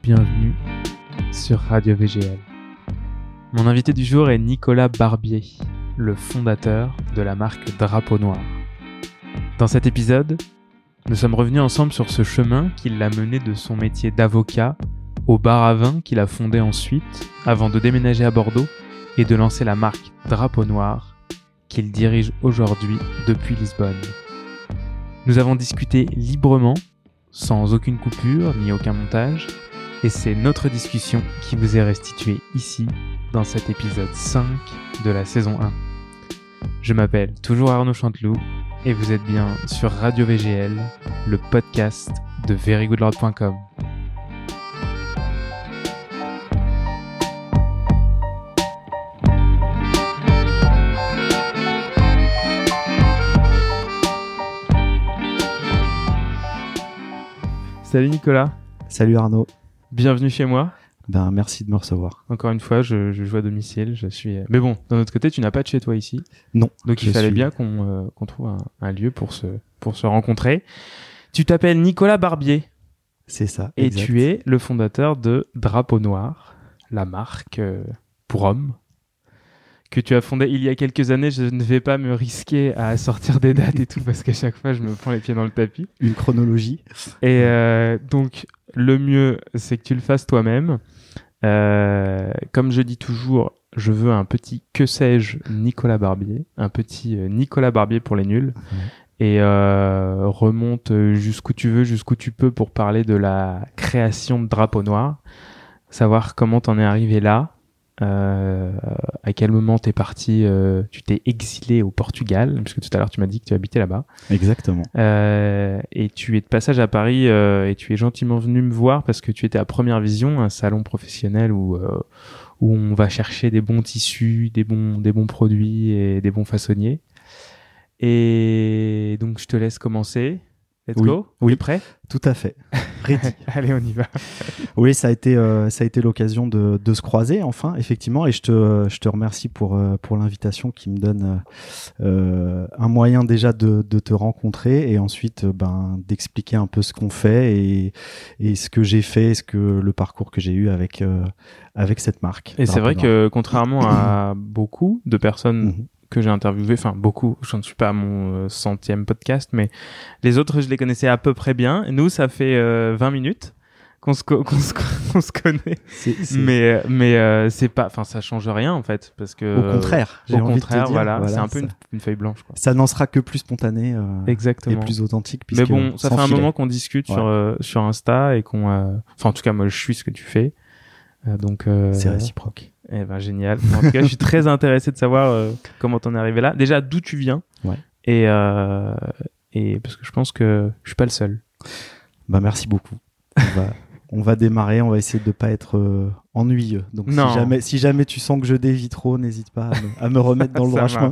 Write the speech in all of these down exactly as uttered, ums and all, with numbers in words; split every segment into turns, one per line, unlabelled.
bienvenue sur Radio V G L. Mon invité du jour est Nicolas Barbier, le fondateur de la marque Drapeau Noir. Dans cet épisode, nous sommes revenus ensemble sur ce chemin qui l'a mené de son métier d'avocat au bar à vin qu'il a fondé ensuite avant de déménager à Bordeaux et de lancer la marque Drapeau Noir qu'il dirige aujourd'hui depuis Lisbonne. Nous avons discuté librement, sans aucune coupure ni aucun montage, et c'est notre discussion qui vous est restituée ici, dans cet épisode cinq de la saison un. Je m'appelle toujours Arnaud Chanteloup, et vous êtes bien sur Radio V G L, le podcast de very good lord point com. Salut Nicolas.
Salut Arnaud.
Bienvenue chez moi.
Ben merci de me recevoir.
Encore une fois, je, je joue à domicile. Je suis. Mais bon, d'un autre côté, tu n'as pas de chez toi ici.
Non.
Donc il fallait
suis...
bien qu'on, euh, qu'on trouve un, un lieu pour se pour se rencontrer. Tu t'appelles Nicolas Barbier.
C'est ça.
Et
exact.
tu es le fondateur de Drapeau Noir, la marque euh, pour hommes que tu as fondée il y a quelques années. Je ne vais pas me risquer à sortir des dates et tout parce qu'à chaque fois, je me prends les pieds dans le tapis.
Une chronologie.
Et euh, donc, le mieux, c'est que tu le fasses toi-même. Euh, comme je dis toujours, je veux un petit que sais-je Nicolas Barbier, un petit euh, Nicolas Barbier pour les nuls. Mmh. Et euh, remonte jusqu'où tu veux, jusqu'où tu peux pour parler de la création de Drapeau Noir, savoir comment t'en es arrivé là. Euh, à quel moment t'es parti, euh, tu t'es exilé au Portugal, puisque tout à l'heure tu m'as dit que tu habitais là-bas.
Exactement.
Euh, et tu es de passage à Paris euh, et tu es gentiment venu me voir parce que tu étais à Première Vision, un salon professionnel où euh, où on va chercher des bons tissus, des bons des bons produits et des bons façonniers. Et donc je te laisse commencer. Let's
oui.
go.
Oui,
prêt?
Tout à fait. Ready.
Allez, on y va.
Oui, ça a été euh, ça a été l'occasion de de se croiser enfin, effectivement, et je te je te remercie pour euh, pour l'invitation qui me donne euh, un moyen déjà de de te rencontrer et ensuite euh, ben d'expliquer un peu ce qu'on fait et et ce que j'ai fait, ce que le parcours que j'ai eu avec euh, avec cette marque.
Et c'est vrai que contrairement à beaucoup de personnes mm-hmm. que j'ai interviewé, enfin beaucoup, je ne suis pas à mon euh, centième podcast, mais les autres, je les connaissais à peu près bien. Nous, ça fait euh, vingt minutes qu'on se, co- qu'on se, qu'on se connaît,
c'est, c'est...
mais mais euh, c'est pas, enfin ça change rien en fait, parce que
au contraire,
j'ai
au
envie
contraire,
de te dire, voilà,
voilà,
c'est un peu
ça...
une, une feuille blanche, quoi.
Ça n'en sera que plus spontané, euh,
exactement,
et plus authentique.
Mais bon, ça fait un
filet.
moment qu'on discute ouais. sur euh, sur Insta et qu'on, euh... enfin en tout cas moi je suis ce que tu fais, euh, donc euh...
c'est réciproque.
Eh ben génial. En tout cas, je suis très intéressé de savoir euh, comment t'en es arrivé là. Déjà, d'où tu viens.
Ouais.
Et euh, et parce que je pense que je suis pas le seul.
Bah merci beaucoup. On va on va démarrer. On va essayer de pas être euh, ennuyeux. Donc
non.
si jamais si jamais tu sens que je dévie trop, n'hésite pas à me, à me remettre dans le droit chemin.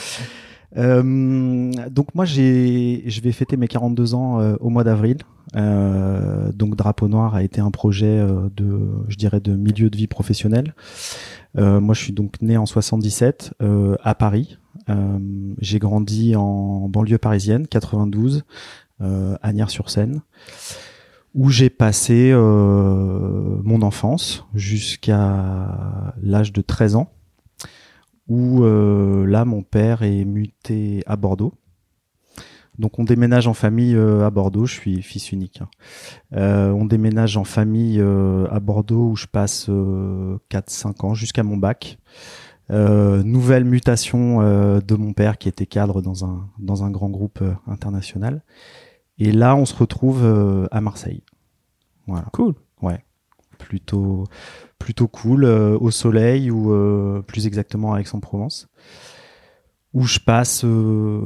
Euh, donc moi j'ai je vais fêter mes quarante-deux ans euh, au mois d'avril. Euh, donc Drapeau Noir a été un projet euh, de je dirais de milieu de vie professionnel. Euh, moi je suis donc né en soixante-dix-sept euh, à Paris. Euh, j'ai grandi en banlieue parisienne, quatre-vingt-douze, euh, Asnières-sur-Seine, où j'ai passé euh, mon enfance jusqu'à l'âge de treize ans. Où euh, là mon père est muté à Bordeaux. Donc on déménage en famille euh, à Bordeaux, je suis fils unique. Hein. Euh, on déménage en famille euh, à Bordeaux où je passe euh, quatre cinq ans jusqu'à mon bac. Euh, nouvelle mutation euh, de mon père qui était cadre dans un dans un grand groupe euh, international. Et là on se retrouve euh, à Marseille. Voilà.
Cool.
Ouais. Plutôt plutôt cool euh, au soleil ou euh, plus exactement à Aix-en-Provence où je passe euh,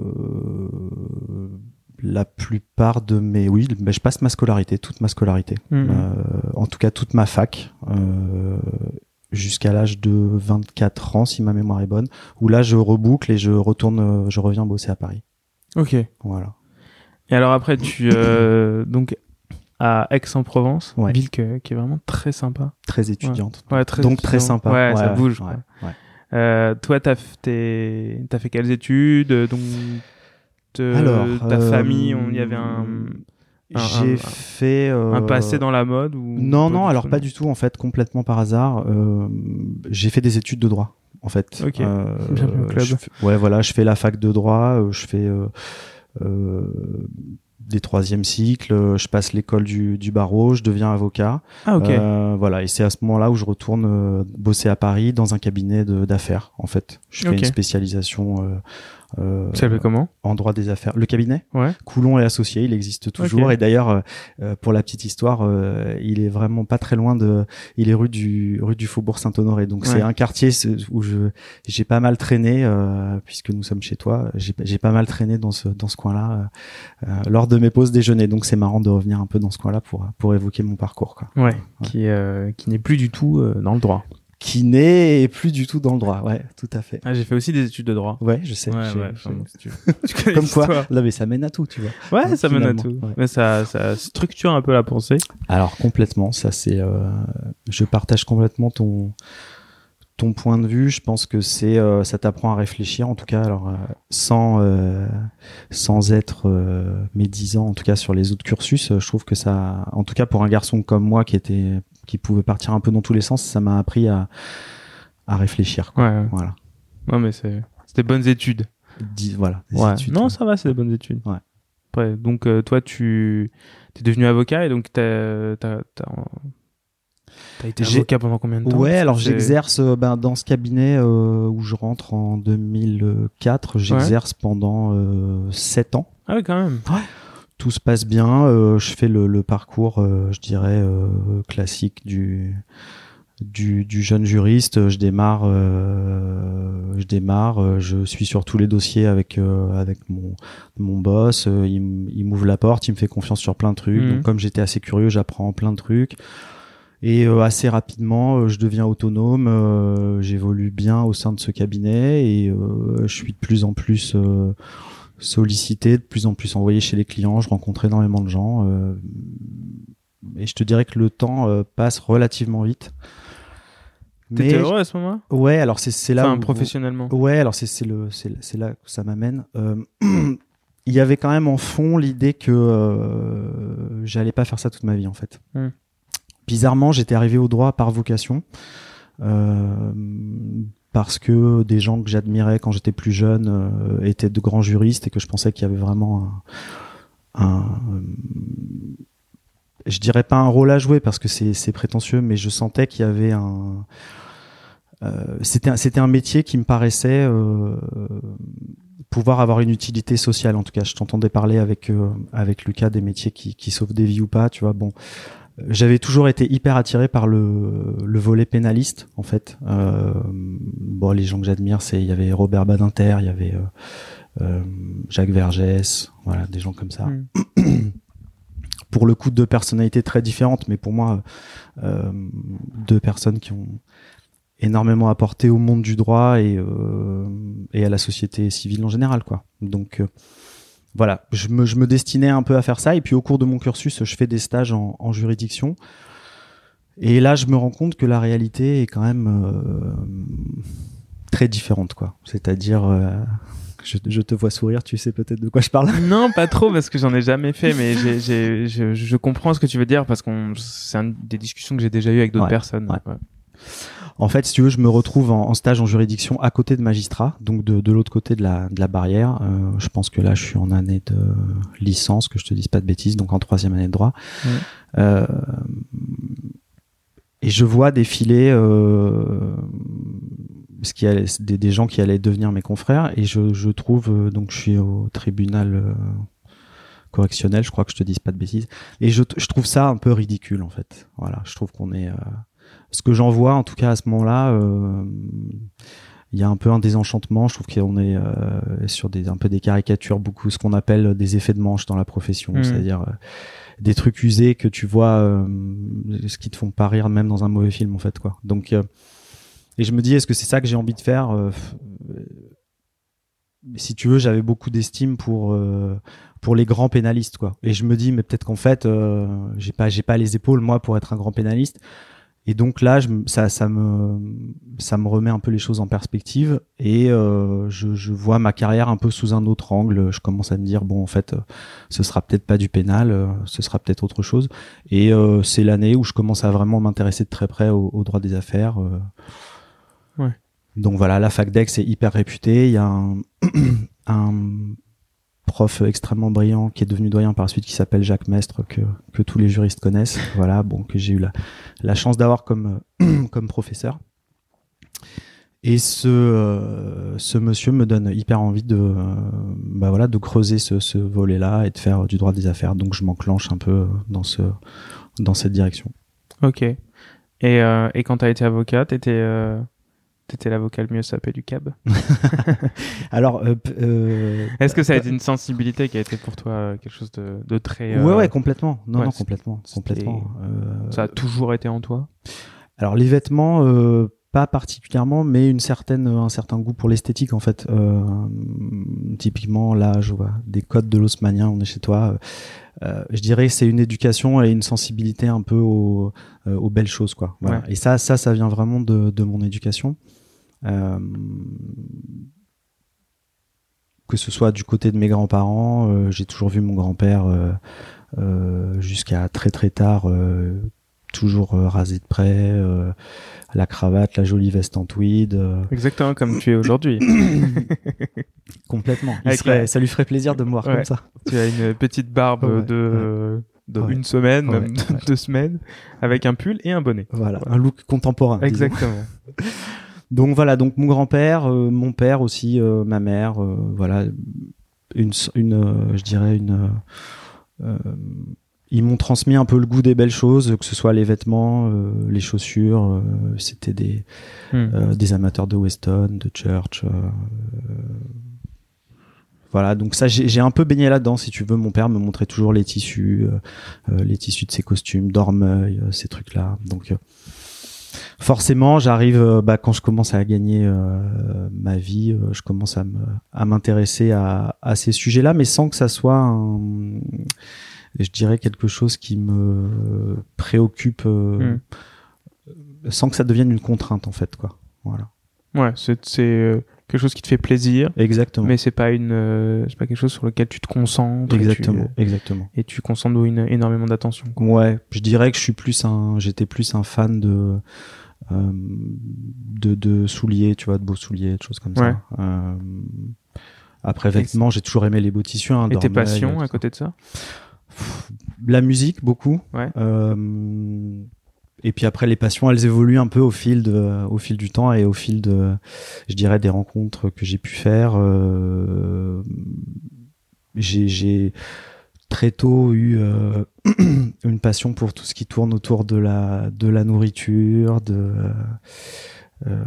la plupart de mes oui ben je passe ma scolarité toute ma scolarité mmh. euh, en tout cas toute ma fac euh, jusqu'à l'âge de vingt-quatre ans si ma mémoire est bonne où là je reboucle et je retourne je reviens bosser à Paris.
Ok.
Voilà.
Et alors après tu euh, donc à Aix-en-Provence,
ouais.
ville que, qui est vraiment très sympa.
Très étudiante.
Ouais, ouais très
donc
étudiante.
Très sympa.
Ouais,
ouais
ça
ouais,
bouge.
Ouais, ouais.
Euh, toi, t'as, t'es, t'as fait quelles études? Donc, te,
Alors,
ta
euh,
famille, il y avait un,
J'ai
un,
fait euh...
un passé dans la mode ou
non non alors
tout,
pas
non.
du tout en fait, complètement par hasard. Euh, j'ai fait des études de droit en fait.
Ok.
Euh,
Bienvenue au club.
je fais, ouais voilà, je fais la fac de droit, euh, je fais euh, euh, des troisième cycles, euh, je passe l'école du, du barreau, je deviens avocat.
Ah ok.
Euh, voilà, et c'est à ce moment-là où je retourne euh, bosser à Paris dans un cabinet de, d'affaires en fait. Je fais
Ok.
une spécialisation euh, euh,
Ça s'appelle comment?
En droit des affaires. Le cabinet
Ouais.
Coulon et Associés, il existe toujours.
Okay.
Et d'ailleurs, euh, pour la petite histoire, euh, il est vraiment pas très loin de. Il est rue du rue du Faubourg Saint-Honoré. Donc ouais. C'est un quartier où je j'ai pas mal traîné, euh, puisque nous sommes chez toi. J'ai j'ai pas mal traîné dans ce dans ce coin-là euh, euh, lors de mes pauses déjeuner. Donc c'est marrant de revenir un peu dans ce coin-là pour pour évoquer mon parcours, quoi.
Ouais. ouais. Qui euh, qui n'est plus du tout euh, dans le droit.
Qui n'est plus du tout dans le droit, ouais, tout à fait.
Ah, j'ai fait aussi des études de droit.
Ouais, je sais.
Ouais,
je,
ouais.
je,
Enfin,
je...
tu, tu connais
Comme quoi,
l'histoire.
là, mais ça mène à tout, tu vois.
Ouais,
donc,
ça mène à tout.
Ouais.
Mais ça, ça structure un peu la pensée.
Alors complètement, ça c'est. Euh, je partage complètement ton ton point de vue. Je pense que c'est, euh, ça t'apprend à réfléchir, en tout cas, alors euh, sans euh, sans être euh, médisant, en tout cas sur les autres cursus. Je trouve que ça, en tout cas pour un garçon comme moi qui était qui pouvait partir un peu dans tous les sens, ça m'a appris à à réfléchir, quoi.
Ouais, ouais.
Voilà.
Non, mais c'est, c'est des bonnes études.
Dis, voilà. Des
ouais.
études,
non,
ouais.
ça va, c'est des bonnes études.
Ouais.
Après, donc, euh, toi, tu es devenu avocat et donc t'as, t'as, t'as, t'as été
J'ai...
avocat pendant combien de temps?
Ouais, alors
c'est...
j'exerce ben, dans ce cabinet euh, où je rentre en deux mille quatre, j'exerce ouais. pendant euh, sept ans.
Ah oui, quand même.
Ouais. Tout se passe bien. Euh, je fais le, le parcours, euh, je dirais, euh, classique du... Du, du jeune juriste. Je démarre, euh, je démarre, euh, je suis sur tous les dossiers avec euh, avec mon mon boss. Euh, il, il m'ouvre la porte, il me fait confiance sur plein de trucs. Mmh. Donc comme j'étais assez curieux, j'apprends plein de trucs. Et euh, assez rapidement, euh, je deviens autonome. Euh, j'évolue bien au sein de ce cabinet et euh, je suis de plus en plus euh, sollicité, de plus en plus envoyé chez les clients. Je rencontre énormément de gens. Euh, et je te dirais que le temps euh, passe relativement vite.
T'étais heureux à ce moment-là?
Ouais, alors c'est c'est là
enfin,
où
professionnellement.
Ouais, alors c'est c'est le c'est c'est là que ça m'amène. Euh, il y avait quand même en fond l'idée que euh, j'allais pas faire ça toute ma vie en fait.
Mm.
Bizarrement, j'étais arrivé au droit par vocation. Euh, parce que des gens que j'admirais quand j'étais plus jeune euh, étaient de grands juristes et que je pensais qu'il y avait vraiment un, un je dirais pas un rôle à jouer parce que c'est c'est prétentieux, mais je sentais qu'il y avait un euh, c'était un, c'était un métier qui me paraissait euh, pouvoir avoir une utilité sociale. En tout cas, je t'entendais parler avec euh, avec Lucas des métiers qui qui sauvent des vies ou pas, tu vois. Bon, j'avais toujours été hyper attiré par le le volet pénaliste en fait. Euh, bon, les gens que j'admire, c'est il y avait Robert Badinter, il y avait euh, euh, Jacques Vergès, voilà, des gens comme ça. Mm. Pour le coup, deux personnalités très différentes, mais pour moi, euh, deux personnes qui ont énormément apporté au monde du droit et, euh, et à la société civile en général, quoi. Donc, euh, voilà, je me, je me destinais un peu à faire ça. Et puis, au cours de mon cursus, je fais des stages en, en juridiction. Et là, je me rends compte que la réalité est quand même euh, très différente, quoi. C'est-à-dire... Euh, Je, je te vois sourire, tu sais peut-être de quoi je parle.
Non, pas trop parce que j'en ai jamais fait, mais j'ai, j'ai, je, je comprends ce que tu veux dire parce qu'on c'est un, des discussions que j'ai déjà eues avec d'autres
ouais,
personnes.
Ouais.
Ouais.
En fait, si tu veux, je me retrouve en, en stage en juridiction à côté de magistrat, donc de, de l'autre côté de la, de la barrière. Euh, je pense que là, je suis en année de licence, que je te dise pas de bêtises, donc en troisième année de droit. Ouais. Euh, et je vois défiler euh, ce qui allait, des, des gens qui allaient devenir mes confrères, et je, je trouve, euh, donc je suis au tribunal euh, correctionnel, je crois que je te dise pas de bêtises, et je, je trouve ça un peu ridicule en fait. Voilà, je trouve qu'on est, euh, ce que j'en vois en tout cas à ce moment-là, euh, il y a un peu un désenchantement. Je trouve qu'on est euh, sur des un peu des caricatures, beaucoup ce qu'on appelle des effets de manche dans la profession, mmh. c'est-à-dire euh, des trucs usés que tu vois, euh, ce qui te font pas rire même dans un mauvais film en fait, quoi. Donc euh, et je me dis, est-ce que c'est ça que j'ai envie de faire? euh, Si tu veux, j'avais beaucoup d'estime pour euh, pour les grands pénalistes, quoi. Et je me dis, mais peut-être qu'en fait, euh, j'ai pas j'ai pas les épaules moi pour être un grand pénaliste. et donc là, je, ça, ça me, ça me remet un peu les choses en perspective et euh, je, je vois ma carrière un peu sous un autre angle. Je commence à me dire bon, en fait, euh, ce sera peut-être pas du pénal, euh, ce sera peut-être autre chose. Et euh, c'est l'année où je commence à vraiment m'intéresser de très près au, au droit des affaires. Euh.
Ouais.
Donc voilà, la fac d'Aix est hyper réputée. Il y a un, un prof extrêmement brillant qui est devenu doyen par la suite qui s'appelle Jacques Mestre que que tous les juristes connaissent, voilà, bon, que j'ai eu la la chance d'avoir comme comme professeur. Et ce euh, ce monsieur me donne hyper envie de euh, bah voilà, de creuser ce ce volet-là et de faire du droit des affaires. Donc je m'enclenche un peu dans ce dans cette direction.
OK. Et euh, et quand tu as été avocat, t'étais euh... T'étais l'avocat le mieux sapé du C A B.
Alors, euh, euh,
est-ce que ça a été une sensibilité qui a été pour toi euh, quelque chose de, de très... Euh...
Ouais, ouais, complètement. Non,
ouais,
non, complètement. complètement.
Euh... Ça a toujours été en toi?
Alors, les vêtements, euh, pas particulièrement, mais une certaine, un certain goût pour l'esthétique, en fait. Euh, typiquement, là, je vois des codes de l'haussmannien, on est chez toi. Euh, je dirais que c'est une éducation et une sensibilité un peu aux, euh, aux belles choses, quoi. Voilà. Ouais. Et ça, ça, ça vient vraiment de, de mon éducation. Euh, que ce soit du côté de mes grands-parents, euh, j'ai toujours vu mon grand-père euh, euh, jusqu'à très très tard, euh, toujours euh, rasé de près, euh, la cravate, la jolie veste en tweed. Euh...
Exactement comme tu es aujourd'hui.
Complètement. Il serait, la... Ça lui ferait plaisir de me voir ouais. comme ça.
Tu as une petite barbe ouais, de, ouais. de ouais. une semaine, ouais. même de ouais. deux semaines, avec un pull et un bonnet.
Voilà, voilà. Un look contemporain.
Exactement.
Donc voilà, donc mon grand-père, euh, mon père aussi, euh, ma mère, euh, voilà, une, une, euh, je dirais une, euh, ils m'ont transmis un peu le goût des belles choses, que ce soit les vêtements, euh, les chaussures, euh, c'était des, mm. euh, des amateurs de Weston, de Church. Euh, Voilà, donc ça, j'ai, j'ai un peu baigné là-dedans, si tu veux. Mon père me montrait toujours les tissus, euh, euh, les tissus de ses costumes, d'Ormeuil, euh, ces trucs-là. Donc, euh, forcément, j'arrive, euh, bah, quand je commence à gagner euh, ma vie, euh, je commence à, me, à m'intéresser à, à ces sujets-là, mais sans que ça soit, un, je dirais, quelque chose qui me préoccupe, euh, mm. sans que ça devienne une contrainte, en fait, quoi. Voilà.
Ouais, c'est... c'est euh... quelque chose qui te fait plaisir.
Exactement.
Mais c'est pas une, euh, c'est pas quelque chose sur lequel tu te concentres.
Exactement.
Et tu,
exactement.
Et tu concentres une, énormément d'attention.
Quoi. Ouais. Je dirais que je suis plus un, j'étais plus un fan de, euh, de, de souliers, tu vois, de beaux souliers, de choses comme
ouais.
ça. Euh, après vêtements, j'ai toujours aimé les beaux tissus. Hein,
et tes passions à côté de ça?
La musique, beaucoup.
Ouais.
Euh, Et puis après, les passions, elles évoluent un peu au fil de, au fil du temps et au fil de, je dirais, des rencontres que j'ai pu faire. Euh, j'ai, j'ai très tôt eu euh, une passion pour tout ce qui tourne autour de la, de la nourriture, de, euh,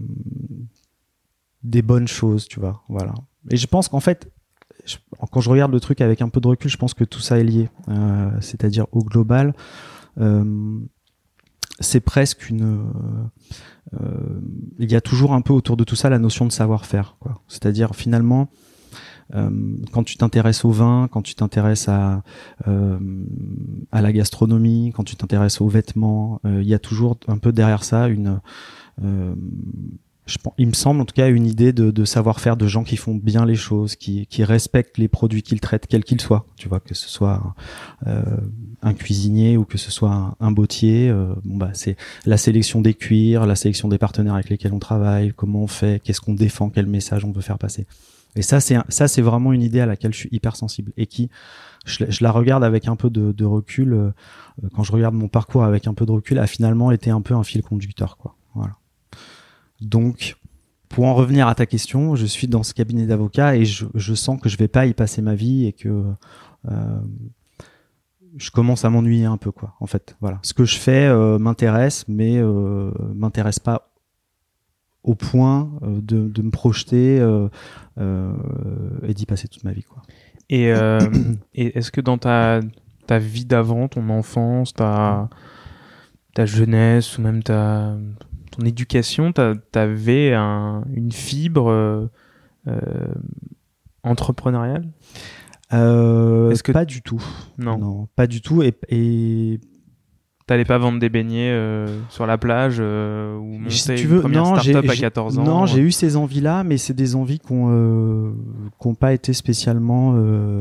des bonnes choses, tu vois. Voilà. Et je pense qu'en fait, je, quand je regarde le truc avec un peu de recul, je pense que tout ça est lié. Euh, c'est-à-dire au global. Euh, c'est presque une euh, il y a toujours un peu autour de tout ça la notion de savoir-faire, quoi. C'est-à-dire finalement euh, quand tu t'intéresses au vin, quand tu t'intéresses à euh, à la gastronomie, quand tu t'intéresses aux vêtements, euh, il y a toujours un peu derrière ça une euh, je pense, il me semble en tout cas une idée de, de savoir-faire de gens qui font bien les choses, qui, qui respectent les produits qu'ils traitent, quels qu'ils soient. Tu vois, que ce soit euh, un cuisinier ou que ce soit un, un bottier. Euh, bon bah c'est la sélection des cuirs, la sélection des partenaires avec lesquels on travaille, comment on fait, qu'est-ce qu'on défend, quel message on veut faire passer. Et ça c'est ça c'est vraiment une idée à laquelle je suis hyper sensible et qui je, je la regarde avec un peu de, de recul. Euh, quand je regarde mon parcours avec un peu de recul, a finalement été un peu un fil conducteur, quoi. Voilà. Donc, pour en revenir à ta question, je suis dans ce cabinet d'avocat et je, je sens que je vais pas y passer ma vie et que euh, je commence à m'ennuyer un peu, quoi. En fait, voilà. Ce que je fais euh, m'intéresse, mais euh, m'intéresse pas au point euh, de, de me projeter euh, euh, et d'y passer toute ma vie, quoi.
Et, euh, et est-ce que dans ta ta vie d'avant, ton enfance, ta ta jeunesse ou même ta ton éducation, t'avais un, une fibre euh, euh, entrepreneuriale?
euh, Est-ce que pas du tout.
Non,
non, pas du tout. Et, et
T'allais pas vendre des beignets euh, sur la plage euh, ou monter
si tu
une
veux,
première
non,
start-up
j'ai,
à quatorze ans?
Non, j'ai eu ces envies-là, mais c'est des envies qui ont, euh, qui ont pas été spécialement, euh,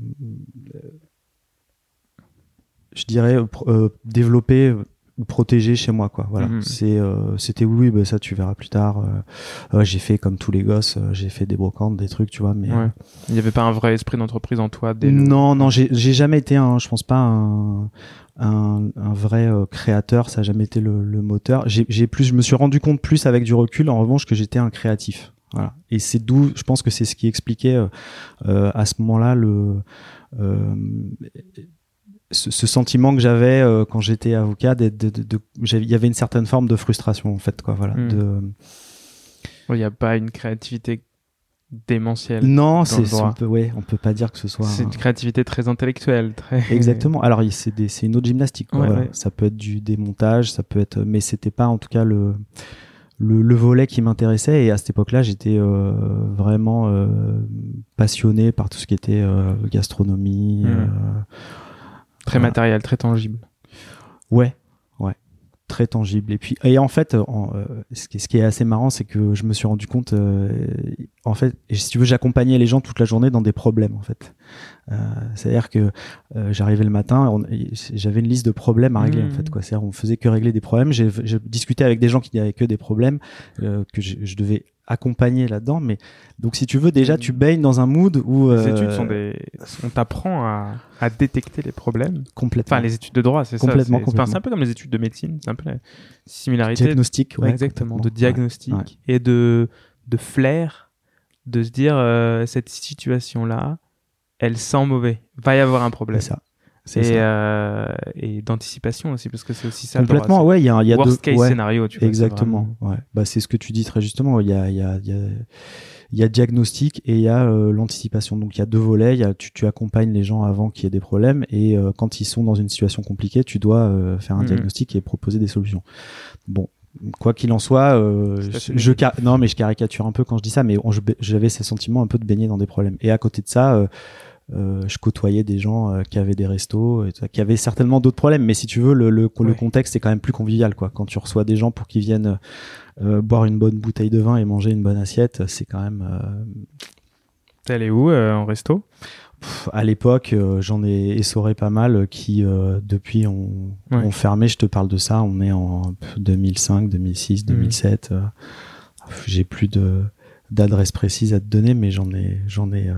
je dirais, euh, développées ou protégées chez moi, quoi. Voilà.
Mm-hmm.
C'est, euh, c'était oui, bah, ça tu verras plus tard. Euh, euh, j'ai fait comme tous les gosses, euh, j'ai fait des brocantes, des trucs, tu vois. Mais
ouais. Il y avait pas un vrai esprit d'entreprise en toi dès le...
non, non, j'ai, j'ai jamais été un, je pense pas un. Un, un vrai euh, créateur, ça a jamais été le, le moteur. J'ai, j'ai plus, je me suis rendu compte plus avec du recul, en revanche, que j'étais un créatif. Voilà. Et c'est d'où, je pense que c'est ce qui expliquait euh, euh, à ce moment-là le euh, ce, ce sentiment que j'avais euh, quand j'étais avocat. De, de, de, de, il y avait une certaine forme de frustration en fait, quoi. Voilà.
Mm.
De...
Il n'y a pas une créativité démentielle.
Non, c'est, c'est on peut, ouais, on peut pas dire que ce soit.
C'est une créativité très intellectuelle, très.
Exactement. Alors c'est des, c'est une autre gymnastique. Quoi,
ouais,
voilà.
ouais.
Ça peut être du démontage, ça peut être, mais c'était pas en tout cas le le, le volet qui m'intéressait. Et à cette époque-là, j'étais euh, vraiment euh, passionné par tout ce qui était euh, gastronomie.
Mmh.
Euh,
très
voilà.
matériel, très tangible.
Ouais, ouais. Très tangible. Et puis, et en fait, en, euh, ce, qui, ce qui est assez marrant, c'est que je me suis rendu compte, euh, en fait, et si tu veux, j'accompagnais les gens toute la journée dans des problèmes, en fait. Euh, c'est-à-dire que euh, j'arrivais le matin, on, j'avais une liste de problèmes à régler, mmh. en fait, quoi. C'est-à-dire, on faisait que régler des problèmes. J'ai, je discutais avec des gens qui n'avaient que des problèmes euh, que je, je devais accompagner là-dedans. Mais donc, si tu veux, déjà, tu baignes dans un mood où
les
euh,
études sont des, on t'apprend à, à détecter les problèmes.
Complètement.
Enfin, les études de droit, c'est
complètement,
ça. C'est,
complètement.
c'est un peu comme les études de médecine. C'est un peu la similarité.
Diagnostic, ouais,
ouais, exactement, de diagnostic ouais. et de de flair, de se dire euh, cette situation-là, elle sent mauvais, va y avoir un problème.
C'est ça. C'est
et,
ça.
Euh, et d'anticipation aussi, parce que c'est aussi ça.
Complètement, ouais, il y a, y a
worst
deux
case
ouais,
scénario, tu vois.
Exactement,
vraiment...
ouais. Bah, c'est ce que tu dis très justement. Il y a, il y a, il y a, il y a diagnostic et il y a euh, l'anticipation. Donc, il y a deux volets. Il y a, tu, tu accompagnes les gens avant qu'il y ait des problèmes et euh, quand ils sont dans une situation compliquée, tu dois euh, faire un mm-hmm. diagnostic et proposer des solutions. Bon. Quoi qu'il en soit, euh, je, je car... non mais je caricature un peu quand je dis ça, mais on, je, j'avais ces sentiments un peu de baigner dans des problèmes. Et à côté de ça, euh, euh, je côtoyais des gens euh, qui avaient des restos, et qui avaient certainement d'autres problèmes. Mais si tu veux, le, le, ouais. le contexte est quand même plus convivial, quoi. Quand tu reçois des gens pour qu'ils viennent euh, boire une bonne bouteille de vin et manger une bonne assiette, c'est quand même. Euh...
T'es allé où euh, en resto?
Pff, à l'époque, euh, j'en ai essoré pas mal qui, euh, depuis, ont, ouais. ont fermé. Je te parle de ça. On est en deux mille cinq, deux mille six, deux mille sept. Mmh. Euh, j'ai plus de d'adresse précise à te donner, mais j'en ai, j'en ai euh,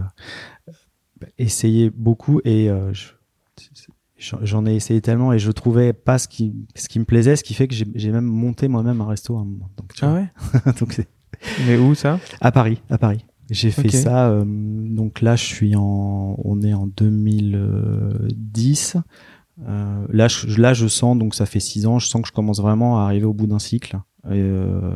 essayé beaucoup et euh, je, j'en ai essayé tellement et je trouvais pas ce qui, ce qui me plaisait, ce qui fait que j'ai, j'ai même monté moi-même un resto à un moment. Donc,
ah ouais.
Donc c'est...
Mais où ça?
À Paris, à Paris. J'ai fait okay. ça, euh, donc là je suis en, on est en deux mille dix. Euh, là, je, là je sens, donc ça fait six ans, je sens que je commence vraiment à arriver au bout d'un cycle. Et, euh,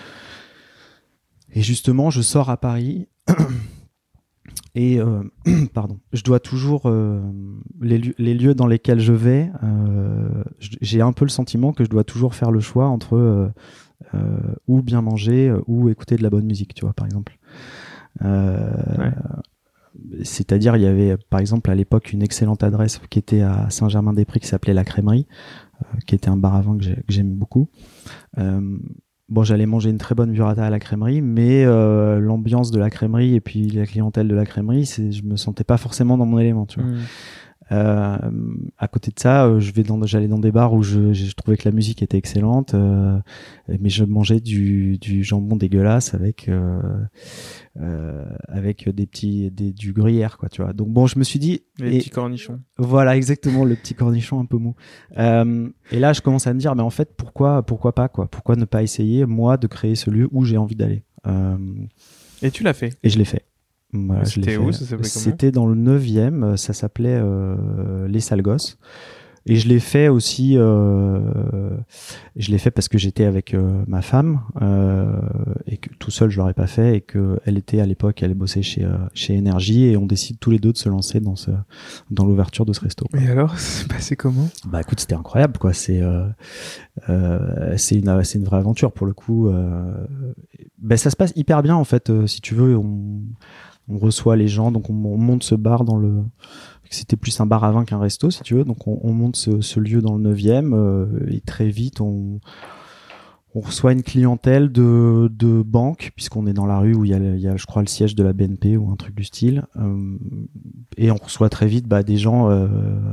et justement, je sors à Paris et euh, pardon, je dois toujours euh, les, les lieux dans lesquels je vais. Euh, j'ai un peu le sentiment que je dois toujours faire le choix entre euh, euh, ou bien manger ou écouter de la bonne musique, tu vois, par exemple. Euh, ouais. C'est-à-dire, il y avait par exemple à l'époque une excellente adresse qui était à Saint-Germain-des-Prés qui s'appelait La Crèmerie, euh, qui était un bar à vin que, j'ai, que j'aime beaucoup. Euh, bon, j'allais manger une très bonne burrata à La Crèmerie, mais euh, l'ambiance de La Crèmerie et puis la clientèle de La Crèmerie, c'est, je me sentais pas forcément dans mon élément, tu vois. Mmh. Euh, à côté de ça, euh, je vais dans, j'allais dans des bars où je, je trouvais que la musique était excellente, euh, mais je mangeais du, du jambon dégueulasse avec euh, euh, avec des petits des, du gruyère, quoi, tu vois. Donc bon, je me suis dit
les et, petits cornichons.
Voilà, exactement, le petit cornichon un peu mou. Euh, et là, je commence à me dire, mais en fait, pourquoi pourquoi pas, quoi? Pourquoi ne pas essayer moi de créer ce lieu où j'ai envie d'aller? Euh,
et tu l'as fait?
Et je l'ai fait. Voilà,
c'était où, ça s'appelait comment?
C'était dans le neuvième, ça s'appelait euh, Les Sales Gosses. Et je l'ai fait aussi, euh, je l'ai fait parce que j'étais avec euh, ma femme euh, et que tout seul je l'aurais pas fait et que elle était à l'époque, elle bossait chez euh, chez Énergie et on décide tous les deux de se lancer dans ce dans l'ouverture de ce resto.
Et alors, ça s'est passé comment?
Bah écoute, c'était incroyable, quoi. C'est euh, euh, c'est une c'est une vraie aventure pour le coup. Euh, ben ça se passe hyper bien en fait. Euh, si tu veux, on on reçoit les gens, donc on, on monte ce bar dans le... C'était plus un bar à vin qu'un resto, si tu veux. Donc on, on monte ce, ce lieu dans le neuvième euh, et très vite, on, on reçoit une clientèle de, de banques, puisqu'on est dans la rue où il y, a, il y a, je crois, le siège de la B N P ou un truc du style. Euh, et on reçoit très vite bah, des gens euh,